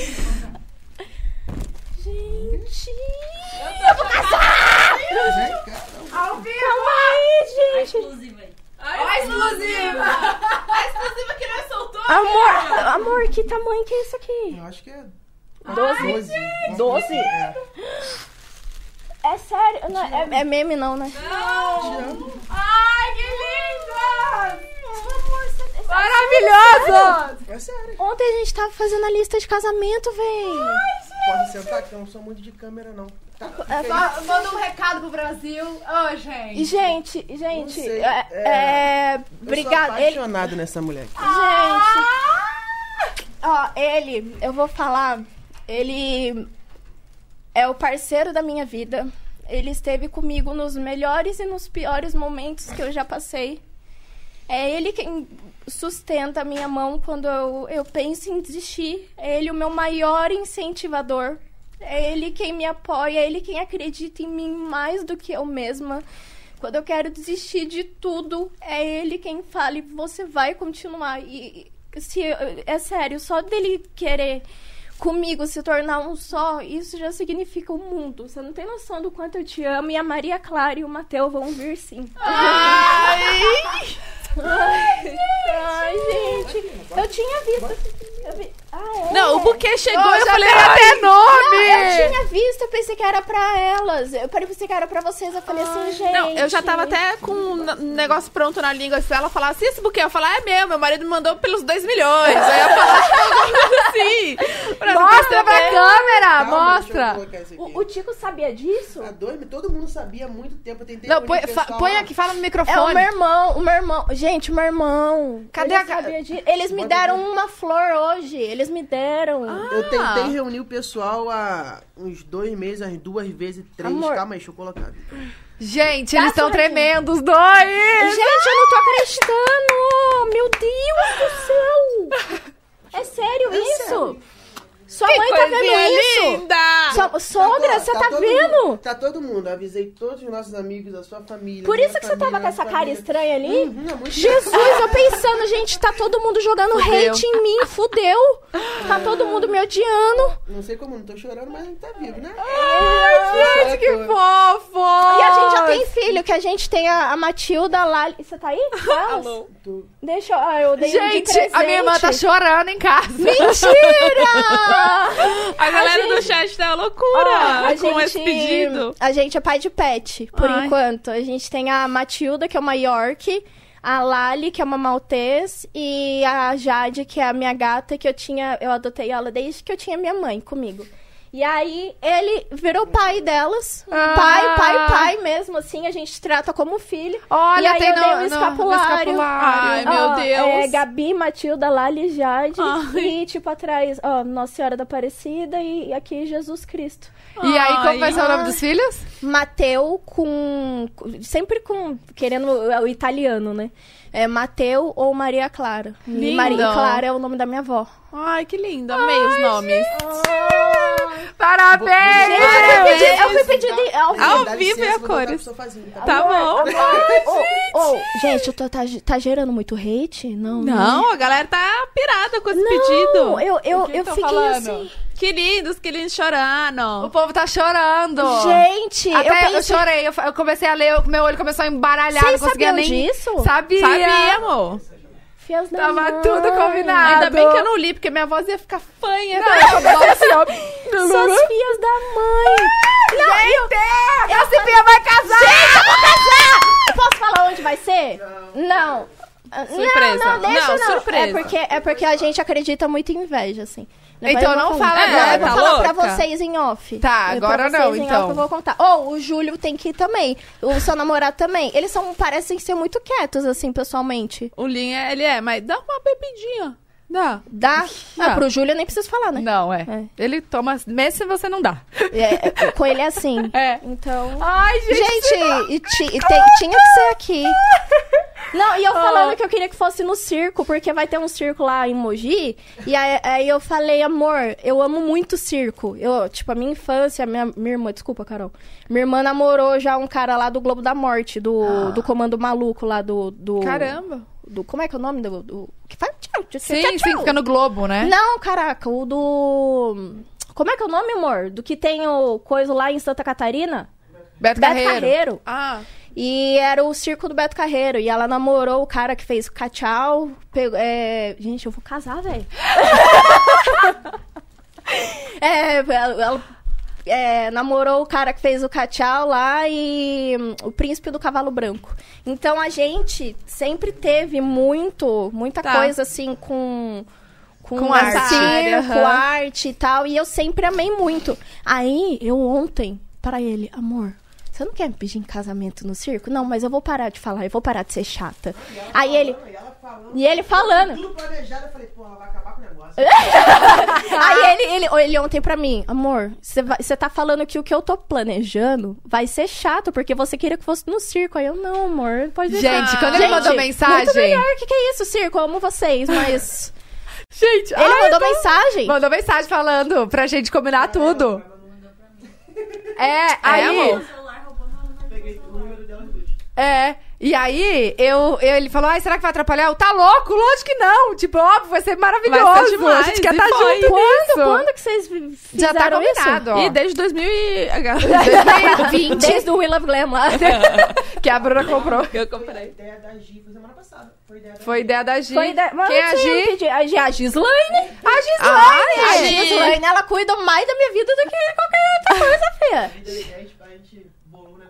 Gente, eu vou casar! Ao vivo! Calma aí, gente. Exclusiva aí. Ó a exclusiva! A exclusiva que nós soltou! Amor, amor, que tamanho que é isso aqui? Eu acho que é Doze? doze. Doze? É. É sério? Não, é, é meme não, né? Não! Ai, que lindo! Amor, você- você- Maravilhoso! É sério. Ontem a gente tava fazendo a lista de casamento, véi. Pode sentar que eu não sou muito de câmera, não. Tá, fica aí. Só manda um recado pro Brasil. Ô, gente. E, gente, gente, sei, é, é, é, Eu obrigado. sou Ele, apaixonado nessa mulher. gente, ó, ele, eu vou falar, ele é o parceiro da minha vida. Ele esteve comigo nos melhores e nos piores momentos que eu já passei. É ele quem sustenta a minha mão quando eu, eu penso em desistir. É ele o meu maior incentivador. É ele quem me apoia, é ele quem acredita em mim mais do que eu mesma. Quando eu quero desistir de tudo, é ele quem fala e você vai continuar. E se, é sério, só dele querer comigo se tornar um só, isso já significa o mundo. Você não tem noção do quanto eu te amo. E a Maria Clara e o Matheus vão vir sim. Ai! Ai, ai, gente. Eu tinha visto. Eu vi... Ah, é? Não, o buquê chegou Oh, e eu já falei, tem ai, até nome! Eu tinha visto, eu pensei que era pra elas. Eu pensei que era pra vocês. Eu falei assim, gente. Não, eu já tava até com um n- negócio pronto na língua. Se ela falasse esse buquê, eu falar, é meu, meu marido me mandou pelos dois milhões. Aí eu falar assim. Pra não Mostra pra perceber. câmera! Calma, deixa eu Mostra! colocar isso aqui. O, o Tico sabia disso? Há dois, todo mundo sabia há muito tempo. Eu tentei Não, reunir põe, o fa- pessoal põe lá. aqui, fala no É o microfone. meu irmão, o meu irmão. Gente, o meu irmão. Cadê eu já a ca- sabia disso. Eles me Bota deram aqui. uma flor hoje. Eles me deram. Eu tentei reunir o pessoal há uns dois meses, as duas vezes, três. Amor. Calma aí, deixa eu colocar. Gente, Dá eles estão pra- tremendo, os dois! Gente, eu não tô acreditando! Meu Deus do céu! É sério isso? Sua mãe tá vendo isso? linda! Sua, sogra, você tá, todo vendo? Mundo, tá todo mundo. Avisei todos os nossos amigos, a sua família. Por minha isso que você família, tava com essa minha cara família. estranha ali? Uhum, é muito Jesus, eu pensando, gente, tá todo mundo jogando Fudeu. hate em mim, fudeu. Tá todo mundo me odiando. Não sei como, não tô chorando, mas a gente tá vivo, né? Ai, gente, que fofo! E a gente já tem filho, que a gente tem a, a Matilda, a Lali... Você tá aí? Alô? Tô- Deixa eu... Ah, eu dei um de Gente, presente. a minha irmã tá chorando em casa. Mentira! A galera gente- do chat tá loucura Ó, a com esse gente, pedido. a gente é pai de pet, por Ai. enquanto. A gente tem a Matilda, que é uma York, a Lali, que é uma Maltês, e a Jade, que é a minha gata, que eu tinha, eu adotei ela desde que eu tinha minha mãe comigo. E aí, ele virou pai delas. Ah. Pai, pai, pai mesmo, assim, a gente trata como filho. Olha, e aí tem eu no, dei um no- no escapulário. Ai, meu Ó, Deus. É Gabi, Matilda, Lali e Jade. Ai. E, tipo, atrás, ó, Nossa Senhora da Aparecida e aqui Jesus Cristo. E aí, como Ai. vai ser o nome dos filhos? Mateu com... Sempre com... Querendo o italiano, né? É Mateu ou Maria Clara. E Lindo. Maria Clara é o nome da minha avó. Ai, que lindo. Amei os nomes. Parabéns! Gente, eu fui pedir... Eu fui pedir de- ao vivo. Ao Dá vivo licença, e a vou botar cores. pro sofazinho, tá? Tá bom. Ô, ô, gente, eu tô, tá, tá gerando muito hate? Não, né? Não, a galera tá pirada com esse Não, pedido. eu, eu, O que eu tão fiquei falando? assim... Que lindos, que lindos chorando. O povo tá chorando. Gente, Até eu eu, pensei... chorei, eu, fa- eu comecei a ler, o meu olho começou a embaralhar, Vocês não conseguia sabiam nem... disso? Sabia! Sabia, amor? Fias da Tava mãe. tudo combinado. Ainda bem que eu não li, porque minha voz ia ficar fanha. Suas fias da mãe. Não, eu... Essa Pia vai casar! Gente, eu vou casar! Eu posso falar onde vai ser? Não. Surpresa. Não, não, deixa Não, não. surpresa. É porque, é porque a gente acredita muito em inveja, assim. Depois Então eu vou não falar. fala Não, agora, eu vou tá falar louca? pra vocês em off. Tá, Eu- pra agora vocês não, em então. off eu vou contar. Ou o Júlio tem que ir também. O seu namorado também. Eles são, parecem ser muito quietos, assim, pessoalmente. O Linha, ele é, mas dá uma bebidinha. Dá. Dá? Dá. Ah, pro Júlio eu nem preciso falar, né? Não, é. É. Ele toma... Mesmo se você não dá. É, é, com ele é assim. É. Então... Ai, Gente, e ti- e tem- tinha que ser aqui. Não, e eu falando que eu queria que fosse no circo, porque vai ter um circo lá em Mogi. E aí, aí eu falei, amor, eu amo muito circo. Eu, tipo, a minha infância, minha, minha irmã, desculpa, Carol. Minha irmã namorou já um cara lá do Globo da Morte, do, do Comando Maluco lá do. do Caramba. Do, como é que é o nome do. do que faz? Tchau, tchau, Sim, tchau, sim, tchau. fica no Globo, né? Não, caraca, o do. Como é que é o nome, amor? Do que tem o coisa lá em Santa Catarina? Beto, Beto Carreiro. Carreiro. Ah, E era o circo do Beto Carreiro. E ela namorou o cara que fez Cachau. Pegou, é... Gente, eu vou casar, velho. é, ela, ela, é, namorou o cara que fez o Cachau lá e hum, o Príncipe do Cavalo Branco. Então a gente sempre teve muito, muita Tá. coisa assim com... Com, Com arte. circo, Aham. arte e tal. E eu sempre amei muito. Aí, eu ontem, para ele, amor, você não quer me pedir em casamento no circo? Não, mas eu vou parar de falar, eu vou parar de ser chata. Aí ele... E ela falando, E ele falando. tudo planejado, eu falei, pô, ela vai acabar com o negócio. Aí ele, ele, ele ontem pra mim, amor, você vai- você tá falando que o que eu tô planejando vai ser chato, porque você queria que fosse no circo. Aí eu, não, amor, pode deixar. Gente, quando ele Gente, mandou Muito mensagem... melhor, o que, que é isso, circo? Eu amo vocês, mas... Gente, Ele ai, mandou eu tô- mensagem. Mandou mensagem falando pra gente combinar tudo. É, aí... amor? O celular roubou meu número. Peguei o número delas duas. É, e aí, eu, eu- ele falou, ai, será que vai atrapalhar? Eu, tá louco? Lógico que não. Tipo, óbvio, vai ser maravilhoso. Vai ser demais, a gente quer e estar foi. junto Quando? nisso. Quando que vocês vi- Já tá fizeram isso? combinado, ó. E desde dois mil e... dois mil e vinte, Desde o We Love Glam lá. que a Bruna comprou. Eu Foi a comprei. ideia da Gi, foi semana passada. Foi ideia da Foi ideia da Gi. Foi ideia... Mas Quem é a você ia me Gi? pedir. A Gi, a Gislaine. A Gislaine. A Gi. Gislaine, ela cuida mais da minha vida do que qualquer outra coisa, filha. A gente, a gente bolou um negócio legal.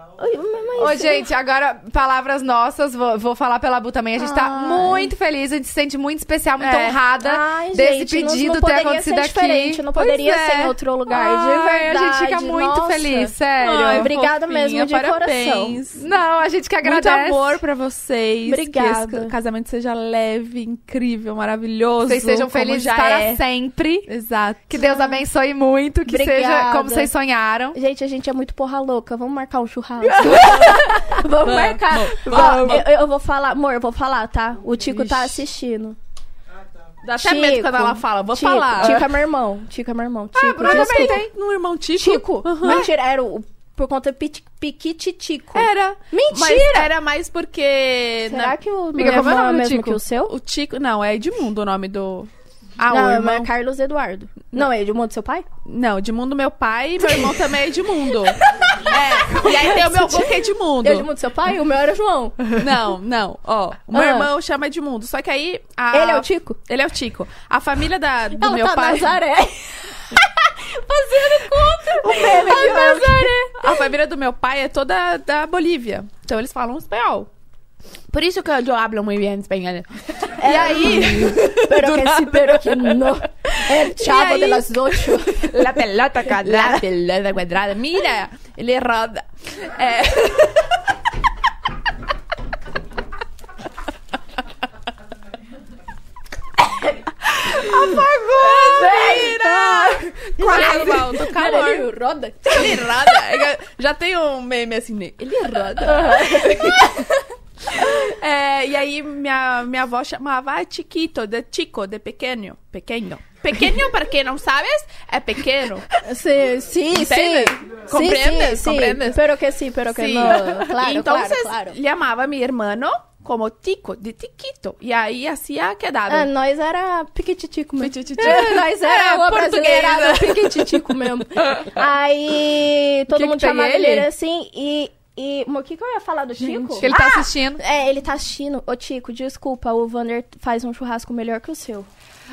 Oi, mas- Ô, gente, agora, palavras nossas, vou, vou falar pela Bu também. A gente tá Ai. muito feliz, a gente se sente muito especial, muito É. honrada Ai, desse gente, não- pedido não ter poderia acontecido ser aqui. diferente, não Pois poderia é. ser em outro lugar, de Ai, verdade. a gente fica muito nossa. feliz, sério. Ai, Obrigada fofinha, mesmo, de parabéns. Não, a gente que Muito agradece. amor pra vocês. Obrigada. Que esse casamento seja leve, incrível, maravilhoso. Vocês sejam como felizes já para é. sempre. Exato. Que Deus abençoe muito, que Obrigada. seja como vocês sonharam. Gente, a gente é muito porra louca. Vamos marcar um churrasco. Vamos marcar. Ó, eu, eu vou falar, amor, eu vou falar, tá? O Tico tá assistindo. Dá até medo quando ela fala. Vou Tico, falar. Tico é meu irmão. Tico é meu irmão. Tico, Mas eu também desculpa. tem um irmão Tico. Tico. Mentira, era o, por conta do piti- Piquititico. Era. Mentira! Mas era mais porque... Será na- que o Amiga, meu como é o irmão é nome do mesmo Tico? que o seu? O Tico... Não, é Edmundo o nome do... Ah, Não, o é irmão... Carlos Eduardo. Não, é Edmundo seu pai? Não, Edmundo meu pai e meu irmão também é Edmundo. É. E aí tem o meu avô que é Edmundo. Edmundo seu pai? O meu era João. Não, não. Ó, o meu Ah. irmão chama Edmundo. Só que aí... a- Ele é o Tico? Ele é o Tico. A família da, do Ela meu tá pai... Nazaré. Fazendo conta. O meme A de Nazaré. A família do meu pai é toda da Bolívia. Então eles falam espanhol. Por isso que eu hablo muito bem espanhol. E aí... Pero que sí, pero que no. El chavo aí? de las ocho. La pelota quadrada. La pelota quadrada. Mira, ele roda. É... Apagou! Quase mal, tô calor. Ele roda. Ele roda. Já tem um meme assim, né? Ele roda. É, e aí minha, minha avó chamava ah, Chiquito, de chico, de pequeno. Pequeno. Pequeno, para quem não sabes, é pequeno. Sí, sí, Entende? sí. Compreendes? Sí, sí, Compreendes? sí. Pero que sí, pero que Sí. no. Claro, Então claro, claro. chamava meu irmão como Tico, de Tiquito. E aí hacía quedado. Ah, nós era piquititico mesmo. Piquititico. É, nós era É, uma portuguesa. brasileirada piquititico mesmo. Aí todo Que que mundo peguei chamava ele ele? assim e... E o que, que eu ia falar do Chico? Que ele tá assistindo. É, ele tá assistindo. Ô, Tico, desculpa, o Vander faz um churrasco melhor que o seu.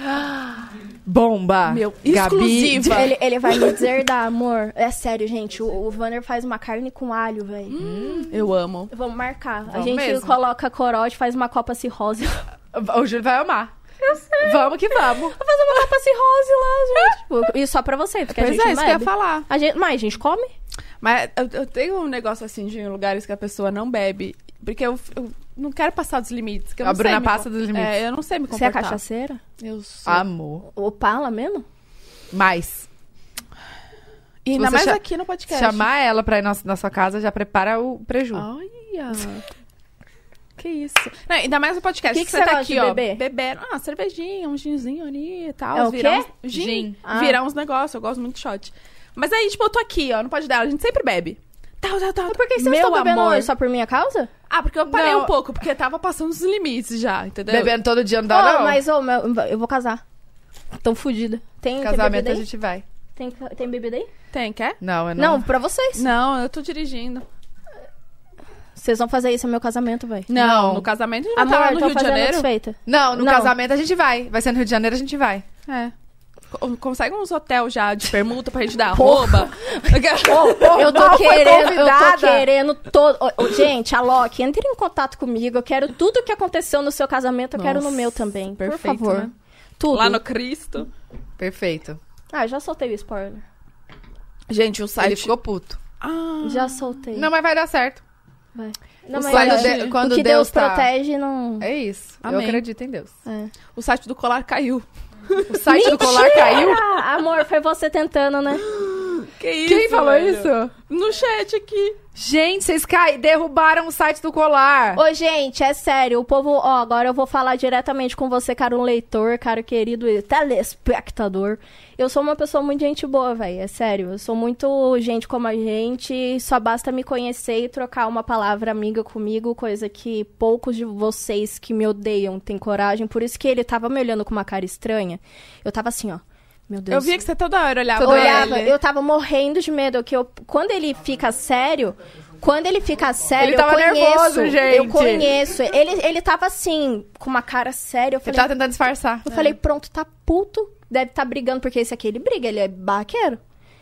Bomba. Meu, Gabi. exclusiva. Ele, ele vai me deserdar, amor. É sério, gente. O, o Vander faz uma carne com alho, velho. Eu amo. Vamos marcar. a Vamos gente mesmo. coloca corote, faz uma copa cirrose. O Júlio vai amar. Eu sei. Vamos que vamos. Vou fazer uma copa cirrose lá, gente. Tipo, e só pra você, porque Pois a gente é, isso que eu ia bebe. falar. A gente, mas a gente come? Mas eu, eu tenho um negócio assim de lugares que a pessoa não bebe. Porque eu, eu não quero passar dos limites. Que eu A não sei Bruna me passa com- dos limites. É, eu não sei me Você é comportar. cachaceira? Eu sou. Amor. O Pala mesmo? Mais. E ainda você mais cha- aqui no podcast. Chamar ela pra ir na, na sua casa, já prepara o preju. Olha. Que isso. Não, ainda mais no podcast. Que que você você tá gosta aqui, de ó. beber? Bebendo. Ah, cervejinha, um ginzinho ali e tal. É o virar quê? Uns, gin. Gin. Ah. Virar uns negócios. Eu gosto muito de shot. Mas aí, tipo, eu tô aqui, ó, no pod dela. A gente sempre bebe. Tal, tal, tal. Por que que vocês Meu estão bebendo amor. hoje? Só por minha causa? Ah, porque eu parei Não. um pouco. Porque tava passando os limites já, entendeu? Bebendo todo dia não Ô, dá, não. mas ô, meu- eu vou casar. Tão fodida. Tem, tem Casamento bebida a aí? gente vai. Tem, tem bebida aí? Tem, quer? Não, eu não. Não, pra vocês. Não, eu tô dirigindo. Vocês vão fazer isso no meu casamento, velho. Não, Não. no casamento a gente vai Amor, estar lá no tô Rio de fazendo Janeiro. desfeita. Não, no Não. casamento a gente vai. Vai ser no Rio de Janeiro, a gente vai. É. Co- Consegue uns hotéis já de permuta pra gente dar Porra. arroba. Eu tô mal foi querendo, eu tô convidada. querendo todo. Ô, ô, gente, a Loki, entre em contato comigo. Eu quero tudo que aconteceu no seu casamento, eu quero no Nossa, meu também. perfeito, Por favor. né? Tudo. Lá no Cristo. Perfeito. Ah, já soltei o spoiler. Gente, o site... Ele ficou puto. Ah, Já soltei. Não, mas vai dar certo. Vai. Não, O mas quando é, de- quando o que Deus Deus, tá- protege não. É isso. Eu Amém. acredito em Deus. É. o site do colar caiu. O site do colar caiu? Ah, amor, foi você tentando, né? Que isso, Quem falou velho? isso? No chat aqui. Gente, vocês cai... derrubaram o site do colar. Ô, gente, é sério, o povo, ó, agora eu vou falar diretamente com você, caro leitor, caro querido telespectador. Eu sou uma pessoa muito gente boa, velho, é sério. Eu sou muito gente como a gente, só basta me conhecer e trocar uma palavra amiga comigo, coisa que poucos de vocês que me odeiam têm coragem. Por isso que ele tava me olhando com uma cara estranha. Eu tava assim, ó, meu Deus. Eu via que você toda hora olhava Toda pra olhava, ele. eu tava morrendo de medo, que eu, quando ele fica sério, quando ele fica sério, Ele tava eu conheço, nervoso, gente. eu conheço. Ele, ele tava assim, com uma cara séria, eu Ele falei, tava tentando disfarçar. eu falei, pronto, tá puto, deve tá brigando, porque esse aqui ele briga, ele é barraqueiro.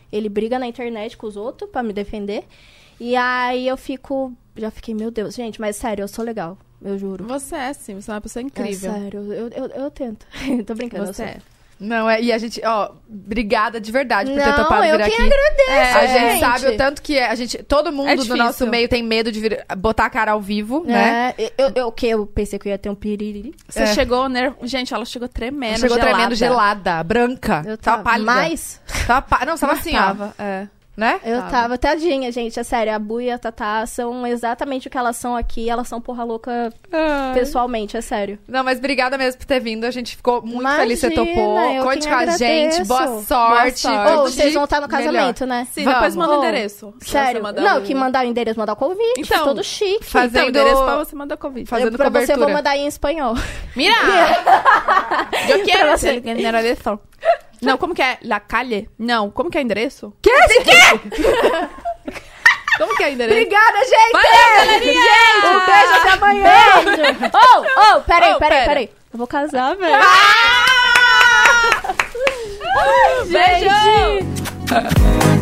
Ele briga na internet com os outros pra me defender. E aí eu fico... Já fiquei, meu Deus, gente, mas sério, eu sou legal. Eu juro. Você é, sim. Você é uma pessoa incrível. É sério, eu, eu, eu tento. Tô brincando. Você eu é. sou. Não, é, e a gente, ó, obrigada de verdade por ter Não, topado eu vir que aqui. agradeço, A gente gente. sabe o tanto que é, a gente, todo mundo É do difícil. nosso meio tem medo de vir, botar a cara ao vivo, né? É, eu, eu, que eu pensei que eu ia ter um piriri. Você É. chegou, né? Gente, ela chegou tremendo, Chegou gelada. tremendo gelada, branca. Eu tava tava, pálida. mas Tava pá- Não, tava assim, Tava, é. ó. Né? eu Tava. tava, tadinha, gente, é sério, a Bu e a Tatá são exatamente o que elas são aqui, elas são porra louca pessoalmente, é sério. Não, mas obrigada mesmo por ter vindo. A gente ficou muito Imagina, feliz que você topou. eu Conte que com a agradeço. gente. Boa sorte. Boa sorte. Ou Tudo vocês de vão estar no melhor. casamento, né? Sim, Vamos. depois manda o Oh, endereço. pra Sério, você mandar não, o- que mandar o endereço, mandar o convite, Então, tudo chique. faz- Então, o fazendo- endereço pra você mandar o convite. Fazendo Eu, pra cobertura. você, eu vou mandar em espanhol. Mira! Eu quero Pra você. ser endereço. Não, como que é? La calle? Não, como que é endereço? Que? Que? Como que é endereço? Obrigada, gente! Valeu, galerinha! Um beijo até amanhã! Beijo! Oh, oh, peraí, Oh, peraí, pera. peraí. Eu vou casar, velho. Beijo!